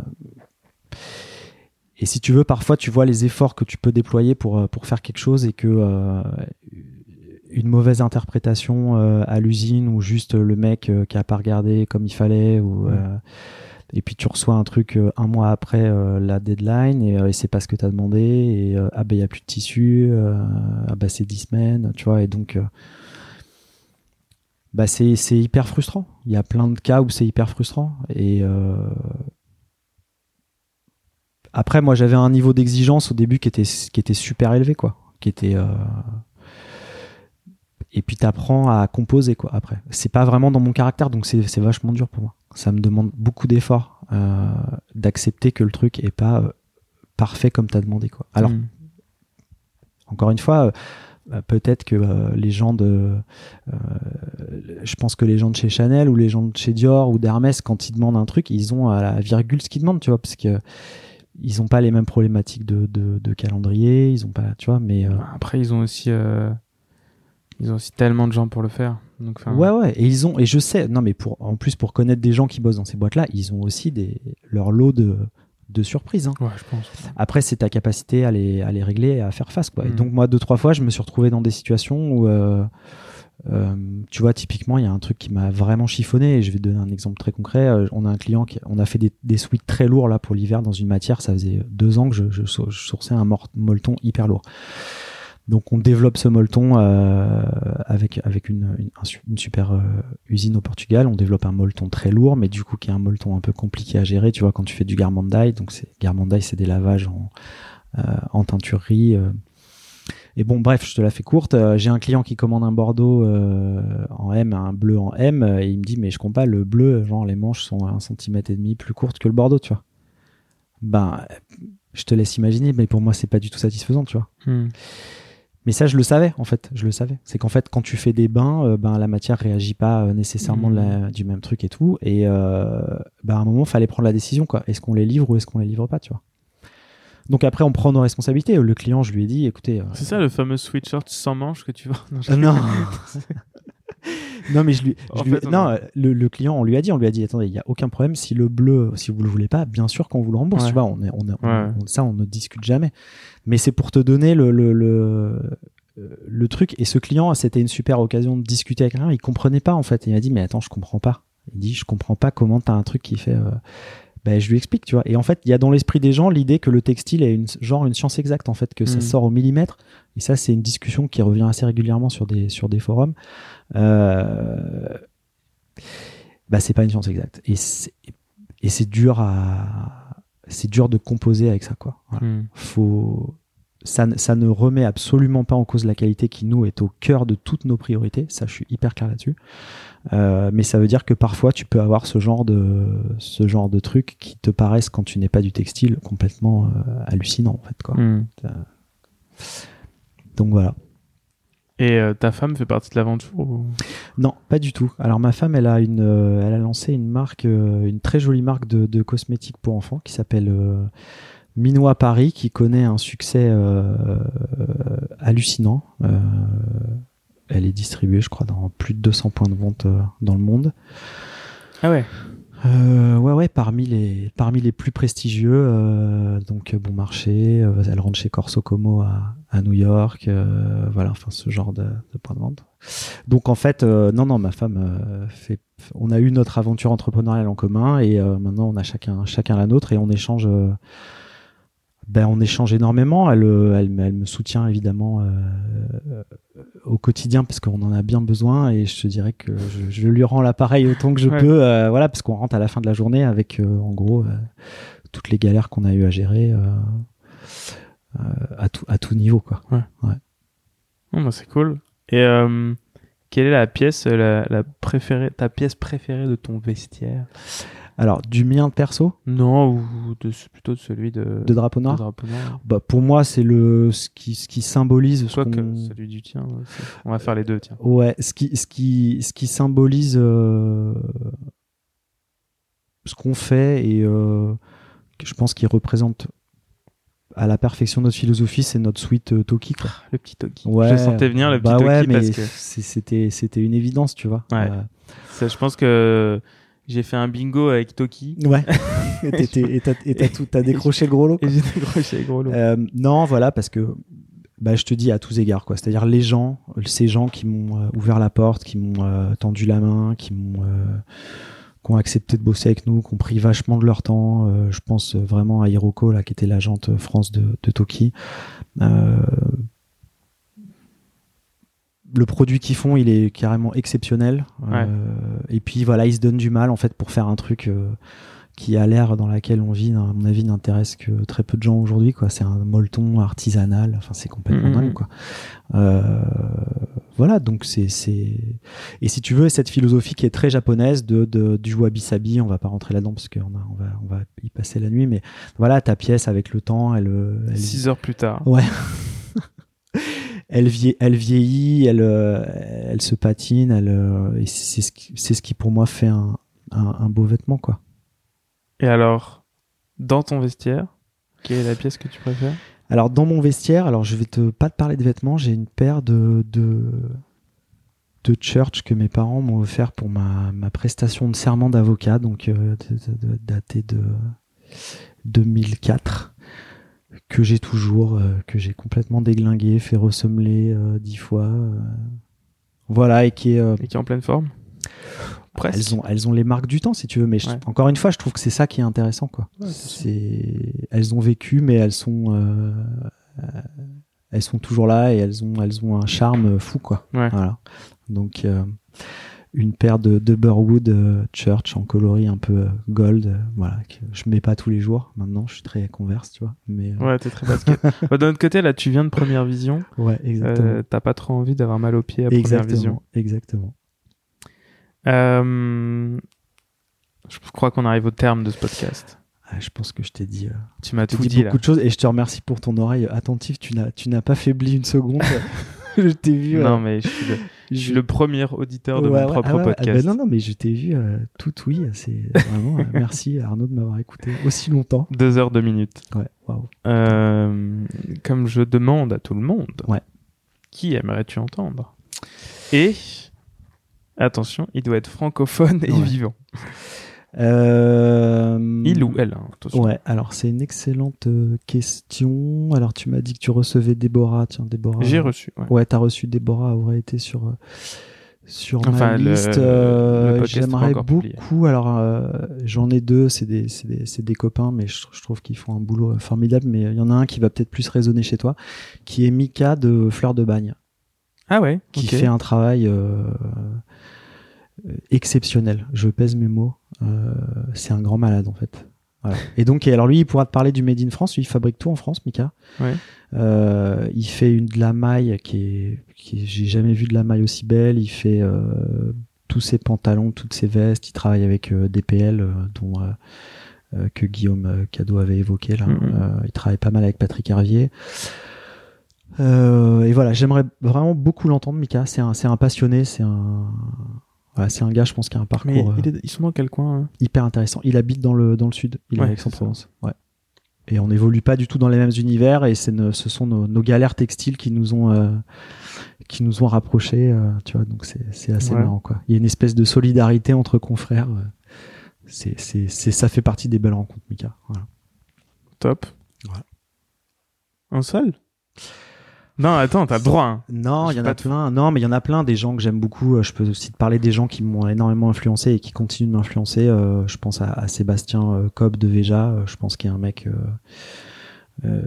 Et si tu veux, parfois, tu vois les efforts que tu peux déployer pour, pour faire quelque chose et que euh, une mauvaise interprétation euh, à l'usine ou juste le mec euh, qui a pas regardé comme il fallait ou, mmh. euh, et puis tu reçois un truc euh, un mois après euh, la deadline et, euh, et c'est pas ce que tu as demandé et euh, ah ben il y a plus de tissu, euh, ah ben c'est dix semaines, tu vois, et donc euh, bah c'est, c'est hyper frustrant. Il y a plein de cas où c'est hyper frustrant et euh, après, moi, j'avais un niveau d'exigence au début qui était, qui était super élevé, quoi. Qui était, euh... Et puis, t'apprends à composer, quoi, après. C'est pas vraiment dans mon caractère, donc c'est, c'est vachement dur pour moi. Ça me demande beaucoup d'efforts euh, d'accepter que le truc est pas euh, parfait comme t'as demandé, quoi. Alors, mmh. encore une fois, euh, peut-être que euh, les gens de... Euh, je pense que les gens de chez Chanel ou les gens de chez Dior ou d'Hermès, quand ils demandent un truc, ils ont à la virgule ce qu'ils demandent, tu vois, parce que ils ont pas les mêmes problématiques de, de, de calendrier, ils ont pas, tu vois, mais euh...
après ils ont aussi euh... ils ont aussi tellement de gens pour le faire. Donc,
ouais ouais, et ils ont, et je sais, non mais pour en plus pour connaître des gens qui bossent dans ces boîtes là, ils ont aussi des leur lot de de surprises. Hein.
Ouais, je pense.
Après c'est ta capacité à les à les régler et à faire face, quoi.
Mmh.
Et donc moi deux trois fois je me suis retrouvé dans des situations où euh, Euh, tu vois, typiquement, il y a un truc qui m'a vraiment chiffonné et je vais te donner un exemple très concret. Euh, on a un client qui, on a fait des, des suites très lourds là pour l'hiver dans une matière. Ça faisait deux ans que je, je, je sourçais un mort, molleton hyper lourd. Donc on développe ce molleton euh, avec avec une, une, une super euh, usine au Portugal. On développe un molleton très lourd, mais du coup qui est un molleton un peu compliqué à gérer. Tu vois, quand tu fais du garment dye, donc c'est garment dye, c'est des lavages en euh, en teinturerie. Euh, Et bon, bref, je te la fais courte. Euh, j'ai un client qui commande un bordeaux euh, en M, un bleu en M, et il me dit, mais je comprends pas, le bleu, genre les manches sont un centimètre et demi plus courtes que le bordeaux, tu vois. Ben, je te laisse imaginer, mais pour moi, c'est pas du tout satisfaisant, tu vois.
Hmm.
Mais ça, je le savais, en fait. Je le savais. C'est qu'en fait, quand tu fais des bains, euh, ben, la matière réagit pas euh, nécessairement
Mmh.
de la, du même truc et tout. Et euh, ben, à un moment, il fallait prendre la décision, quoi. Est-ce qu'on les livre ou est-ce qu'on les livre pas, tu vois. Donc après, on prend nos responsabilités. Le client, je lui ai dit, écoutez... Euh,
C'est ça le fameux sweatshirt sans manches que tu vois. Non, je-
euh, non. Non, mais je lui, je
En
lui-
fait, on
non,
a-
le, le client, on lui a dit, on lui a dit, attendez, il y a aucun problème. Si le bleu, si vous le voulez pas, bien sûr qu'on vous le rembourse.
Ouais.
Tu vois, on est, on, est- on-
Ouais.
on- ça, on ne discute jamais. Mais c'est pour te donner le, le, le, le truc. Et ce client, c'était une super occasion de discuter avec quelqu'un. Il comprenait pas en fait. Il m'a dit, mais attends, je comprends pas. Il dit, je comprends pas comment t'as un truc qui fait. Euh... Ben, je lui explique, tu vois. Et en fait, il y a dans l'esprit des gens l'idée que le textile est une, genre une science exacte, en fait, que ça
Mm.
sort au millimètre. Et ça, c'est une discussion qui revient assez régulièrement sur des, sur des forums. Euh... Bah, c'est pas une science exacte. Et c'est, et c'est dur à, c'est dur de composer avec ça, quoi. Voilà.
Mm.
Faut, ça, ça ne remet absolument pas en cause la qualité qui, nous, est au cœur de toutes nos priorités. Ça, je suis hyper clair là-dessus. Euh, mais ça veut dire que parfois tu peux avoir ce genre de ce genre de trucs qui te paraissent, quand tu n'es pas du textile, complètement euh, hallucinants en fait, quoi.
Mm.
Donc voilà.
Et euh, ta femme fait partie de l'aventure ou...
Non, pas du tout. Alors ma femme, elle a une euh, elle a lancé une marque, euh, une très jolie marque de, de cosmétiques pour enfants qui s'appelle euh, Minois Paris, qui connaît un succès euh, euh, hallucinant. Euh, Elle est distribuée, je crois, dans plus de deux cents points de vente euh, dans le monde.
Ah ouais.
Euh, ouais, ouais, parmi les, parmi les plus prestigieux, euh, donc Bon Marché, euh, elle rentre chez Corso Como à, à New York, euh, voilà, enfin ce genre de, de points de vente. Donc en fait, euh, non, non, ma femme euh, fait, on a eu notre aventure entrepreneuriale en commun et euh, maintenant on a chacun, chacun la nôtre et on échange. Euh, Ben, on échange énormément. Elle, elle, elle me soutient évidemment euh, euh, au quotidien parce qu'on en a bien besoin et je te dirais que je, je lui rends l'appareil autant que je
Ouais.
peux, euh, voilà, parce qu'on rentre à la fin de la journée avec euh, en gros euh, toutes les galères qu'on a eu à gérer euh, euh, à tout à tout niveau, quoi.
Oh, bah, c'est cool. Et euh, quelle est la pièce, la, la préférée, ta pièce préférée de ton vestiaire?
Alors du mien perso,
Non, ou de, plutôt de celui de,
de drapeau
de
noir.
drapeau noir.
Bah, pour moi, c'est le ce qui ce qui symbolise ce
Soit que
qu'on...
celui du tien aussi. On va faire les deux, tiens.
Ouais, ce qui, ce qui, ce qui symbolise euh, ce qu'on fait et euh, que je pense qu'il représente à la perfection notre philosophie, c'est notre suite euh, Toki, quoi.
Le petit Toki.
Ouais,
Je le sentais venir, le petit
bah
Toki,
ouais, mais
parce que
c'est- c'était, c'était une évidence, tu vois.
Ouais.
Euh,
ça, je pense que j'ai fait un bingo avec Toki
ouais. et t'étais- et t'as, et t'as tout, t'as décroché le gros lot, quoi.
et j'ai décroché les gros lots.
Euh, non, voilà, parce que bah, je te dis à tous égards, quoi. C'est-à-dire les gens, ces gens qui m'ont euh, ouvert la porte, qui m'ont euh, tendu la main, qui m'ont, euh, qui ont accepté de bosser avec nous, qui ont pris vachement de leur temps. Euh, je pense vraiment à Hiroko, là, qui était l'agente France de, de Toki. Euh, le produit qu'ils font, il est carrément exceptionnel.
Ouais.
Euh, et puis voilà, ils se donnent du mal en fait pour faire un truc euh, qui a l'ère dans laquelle on vit, à mon avis, n'intéresse que très peu de gens aujourd'hui, quoi. C'est un molleton artisanal. Enfin, c'est complètement
Mmh.
dingue, quoi. Euh, voilà, donc c'est, c'est... Et si tu veux, cette philosophie qui est très japonaise de, de, du wabi-sabi, on va pas rentrer là-dedans parce qu'on a, on va, on va y passer la nuit, mais voilà, ta pièce avec le temps, elle... elle...
Six heures plus tard.
Ouais. elle, vie... elle vieillit, elle, euh, elle se patine, elle, euh, et c'est, ce qui, c'est ce qui, pour moi, fait un, un, un beau vêtement, quoi.
Et alors, dans ton vestiaire, quelle est la pièce que tu préfères?
Alors, dans mon vestiaire, alors je vais te pas te parler de vêtements, j'ai une paire de, de, de church que mes parents m'ont offert pour ma, ma prestation de serment d'avocat, donc euh, de, de, de, datée de deux mille quatre, que j'ai toujours, euh, que j'ai complètement déglingué, fait ressemeler euh, dix fois. Euh, voilà, et qui est... Euh,
Et qui est en pleine forme? Presque.
Elles ont, elles ont les marques du temps, si tu veux, mais je,
Ouais.
encore une fois, je trouve que c'est ça qui est intéressant, quoi.
Ouais, c'est
c'est, elles ont vécu, mais elles sont, euh, euh, elles sont toujours là et elles ont, elles ont un charme fou, quoi.
Ouais.
Voilà. Donc, euh, une paire de, de Burwood euh, Church en coloris un peu euh, gold, euh, voilà, que je mets pas tous les jours. Maintenant, je suis très Converse, tu vois. Mais euh,
Ouais, t'es très basket. Bah, d'un autre côté, là, tu viens de Première Vision.
ouais, exactement,
Euh, t'as pas trop envie d'avoir mal aux pieds à Première Vision.
exactement, exactement.
Euh, je crois qu'on arrive au terme de ce podcast.
Ah, je pense que je t'ai dit, euh,
Tu m'as
t'ai
tout
dit
dit,
beaucoup
là.
de choses et je te remercie pour ton oreille attentive. Tu n'as, tu n'as pas faibli une seconde. Je t'ai vu.
Non,
euh,
mais je suis le, je suis
je-
le premier auditeur de
Ouais,
mon
ouais.
propre
Ah ouais, ouais. Ah
podcast.
ben non, non, mais je t'ai vu euh, tout oui. C'est vraiment euh, merci Arnaud de m'avoir écouté aussi longtemps.
Deux heures, deux minutes.
Ouais, waouh.
Euh, comme je demande à tout le monde,
Ouais.
qui aimerais-tu entendre? Et, attention, il doit être francophone et
Ouais.
vivant.
Euh...
Il ou elle, hein, attention.
Ouais, alors c'est une excellente euh, question. Alors tu m'as dit que tu recevais Déborah. Tiens, Déborah.
J'ai reçu, ouais.
Ouais, t'as reçu Déborah, aurait été sur, euh, sur
Enfin,
ma
le-
liste.
le
Euh,
podcast est pas
J'aimerais
encore publié.
beaucoup. Alors euh, j'en ai deux, c'est des, c'est des, c'est des copains, mais je, je trouve qu'ils font un boulot euh, formidable. Mais il y en a un qui va peut-être plus résonner chez toi, qui est Mika de Fleur de Bagne,
Ah ouais,
qui
ok.
fait un travail euh, exceptionnel. Je pèse mes mots. Euh, c'est un grand malade en fait. Voilà. Et donc, et alors lui, il pourra te parler du Made in France. Lui, il fabrique tout en France, Mika.
Ouais.
Euh, il fait une de la maille qui est, qui est- j'ai jamais vu de la maille aussi belle. Il fait euh, tous ses pantalons, toutes ses vestes. Il travaille avec euh, D P L, euh, dont euh, euh, que Guillaume euh, Cadeau avait évoqué là.
Mhm.
Euh, il travaille pas mal avec Patrick Hervier. Euh, et voilà, j'aimerais vraiment beaucoup l'entendre, Mika. C'est un, c'est un passionné, c'est un, voilà, c'est un gars, je pense, qui a un
Mais
parcours
il
euh,
est- ils sont dans quel coin hein
hyper intéressant. Il habite dans le dans le sud, il est
Ouais,
à Aix-en-Provence. Ouais. Et on n'évolue pas du tout dans les mêmes univers, et c'est ne- ce sont nos, nos galères textiles qui nous ont euh, qui nous ont rapprochés, euh, tu vois. Donc c'est c'est assez
Ouais.
marrant, quoi. Il y a une espèce de solidarité entre confrères. euh, c'est c'est c'est ça fait partie des belles rencontres, Mika. Voilà.
Top.
Voilà.
Un seul? Non, attends, t'as le droit. Hein.
Non, il y
J'ai
en
pas
a
de-
plein. Non, mais il y en a plein des gens que j'aime beaucoup. Euh, Je peux aussi te parler des gens qui m'ont énormément influencé et qui continuent de m'influencer. Euh, je pense à, à Sébastien euh, Cobb de Veja. Euh, je pense qu'il y a un mec euh, euh,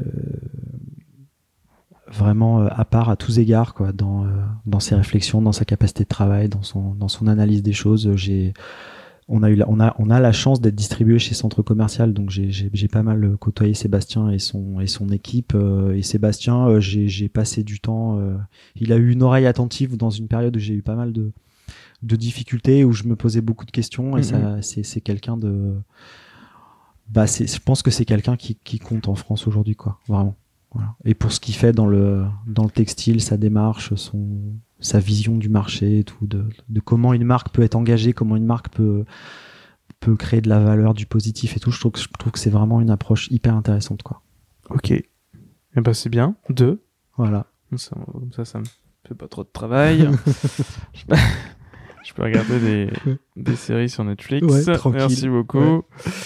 vraiment euh, à part à tous égards, quoi, dans euh, dans ses réflexions, dans sa capacité de travail, dans son dans son analyse des choses. Euh, J'ai on a eu la, on a on a la chance d'être distribué chez Centre Commercial, donc j'ai j'ai j'ai pas mal côtoyé Sébastien et son et son équipe. Euh, et Sébastien, euh, j'ai j'ai passé du temps. Euh, il a eu une oreille attentive dans une période où j'ai eu pas mal de de difficultés, où je me posais beaucoup de questions. Et
Mhm.
ça, c'est c'est quelqu'un de, bah c'est, je pense que c'est quelqu'un qui qui compte en France aujourd'hui, quoi, vraiment. Voilà. Et pour ce qu'il fait dans le dans le textile, sa démarche, son sa vision du marché et tout, de, de comment une marque peut être engagée, comment une marque peut peut créer de la valeur, du positif et tout. Je trouve que je trouve que c'est vraiment une approche hyper intéressante, quoi.
Ok. Eh ben, c'est bien. Deux.
Voilà.
Comme ça, comme ça, ça me fait pas trop de travail. je, peux, je peux regarder des, des séries sur Netflix.
Ouais, tranquille.
Merci beaucoup.
Ouais.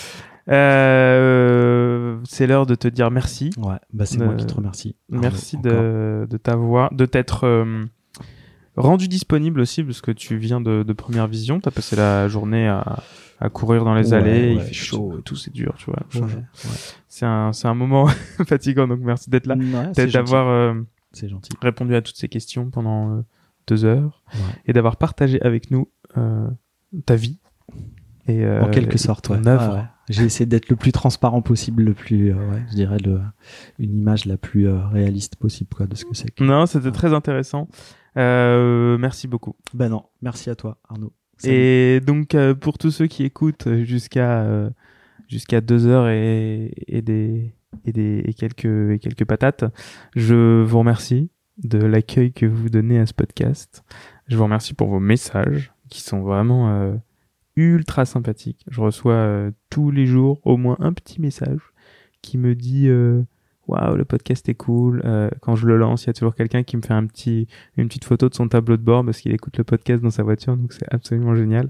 Euh, c'est l'heure de te dire merci.
Ouais. Bah c'est
Euh,
moi qui te remercie.
Merci
Arnaud, encore.
de, de t'avoir, de t'être euh, rendu disponible aussi, parce que tu viens de, de Première Vision. T'as passé la journée à, à courir dans les
Ouais,
allées. Il
ouais,
fait chaud et tout, c'est dur, tu vois.
Ouais, ouais.
C'est un, c'est un moment fatigant, donc merci d'être là.
Ouais, c'est
Peut-être
gentil.
d'avoir euh,
C'est gentil.
répondu à toutes ces questions pendant euh, deux heures
Ouais.
et d'avoir partagé avec nous euh, ta vie. Et, euh,
En quelque
et
sorte,
ton
ouais.
œuvre.
Ouais, ouais. J'ai essayé d'être le plus transparent possible, le plus, euh, ouais, je dirais le, une image la plus euh, réaliste possible, quoi, de ce que c'est. Que...
Non, c'était très intéressant. Euh, merci beaucoup.
Ben non, merci à toi, Arnaud. Salut.
Et donc, euh, pour tous ceux qui écoutent jusqu'à euh, jusqu'à deux heures et, et des et des et quelques et quelques patates, je vous remercie de l'accueil que vous donnez à ce podcast. Je vous remercie pour vos messages qui sont vraiment euh, ultra sympathiques. Je reçois euh, tous les jours au moins un petit message qui me dit euh, waouh, le podcast est cool. Euh, quand je le lance, il y a toujours quelqu'un qui me fait un petit, une petite photo de son tableau de bord parce qu'il écoute le podcast dans sa voiture, donc c'est absolument génial.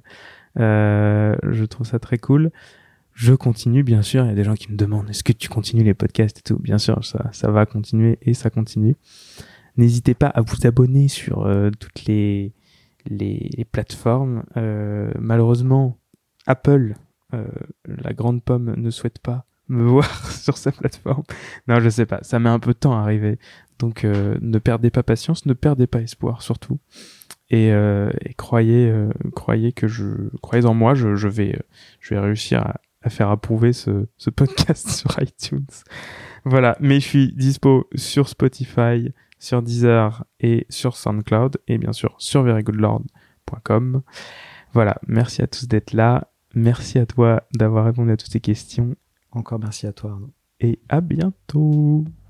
Euh, je trouve ça très cool. Je continue, bien sûr. Il y a des gens qui me demandent est-ce que tu continues les podcasts et tout. Bien sûr, ça, ça va continuer et ça continue. N'hésitez pas à vous abonner sur euh, toutes les, les, les plateformes. Euh, malheureusement, Apple, euh, la grande pomme, ne souhaite pas me voir sur sa plateforme. Non, je sais pas. Ça met un peu de temps à arriver. Donc, euh, ne perdez pas patience, ne perdez pas espoir, surtout. Et, euh, et croyez, euh, croyez que je, croyez en moi, je, je vais, je vais réussir à, à faire approuver ce, ce podcast sur iTunes. Voilà. Mais je suis dispo sur Spotify, sur Deezer et sur SoundCloud et bien sûr sur very good lord point com. Voilà. Merci à tous d'être là. Merci à toi d'avoir répondu à toutes ces questions.
Encore merci à toi, Arnaud.
Et à bientôt.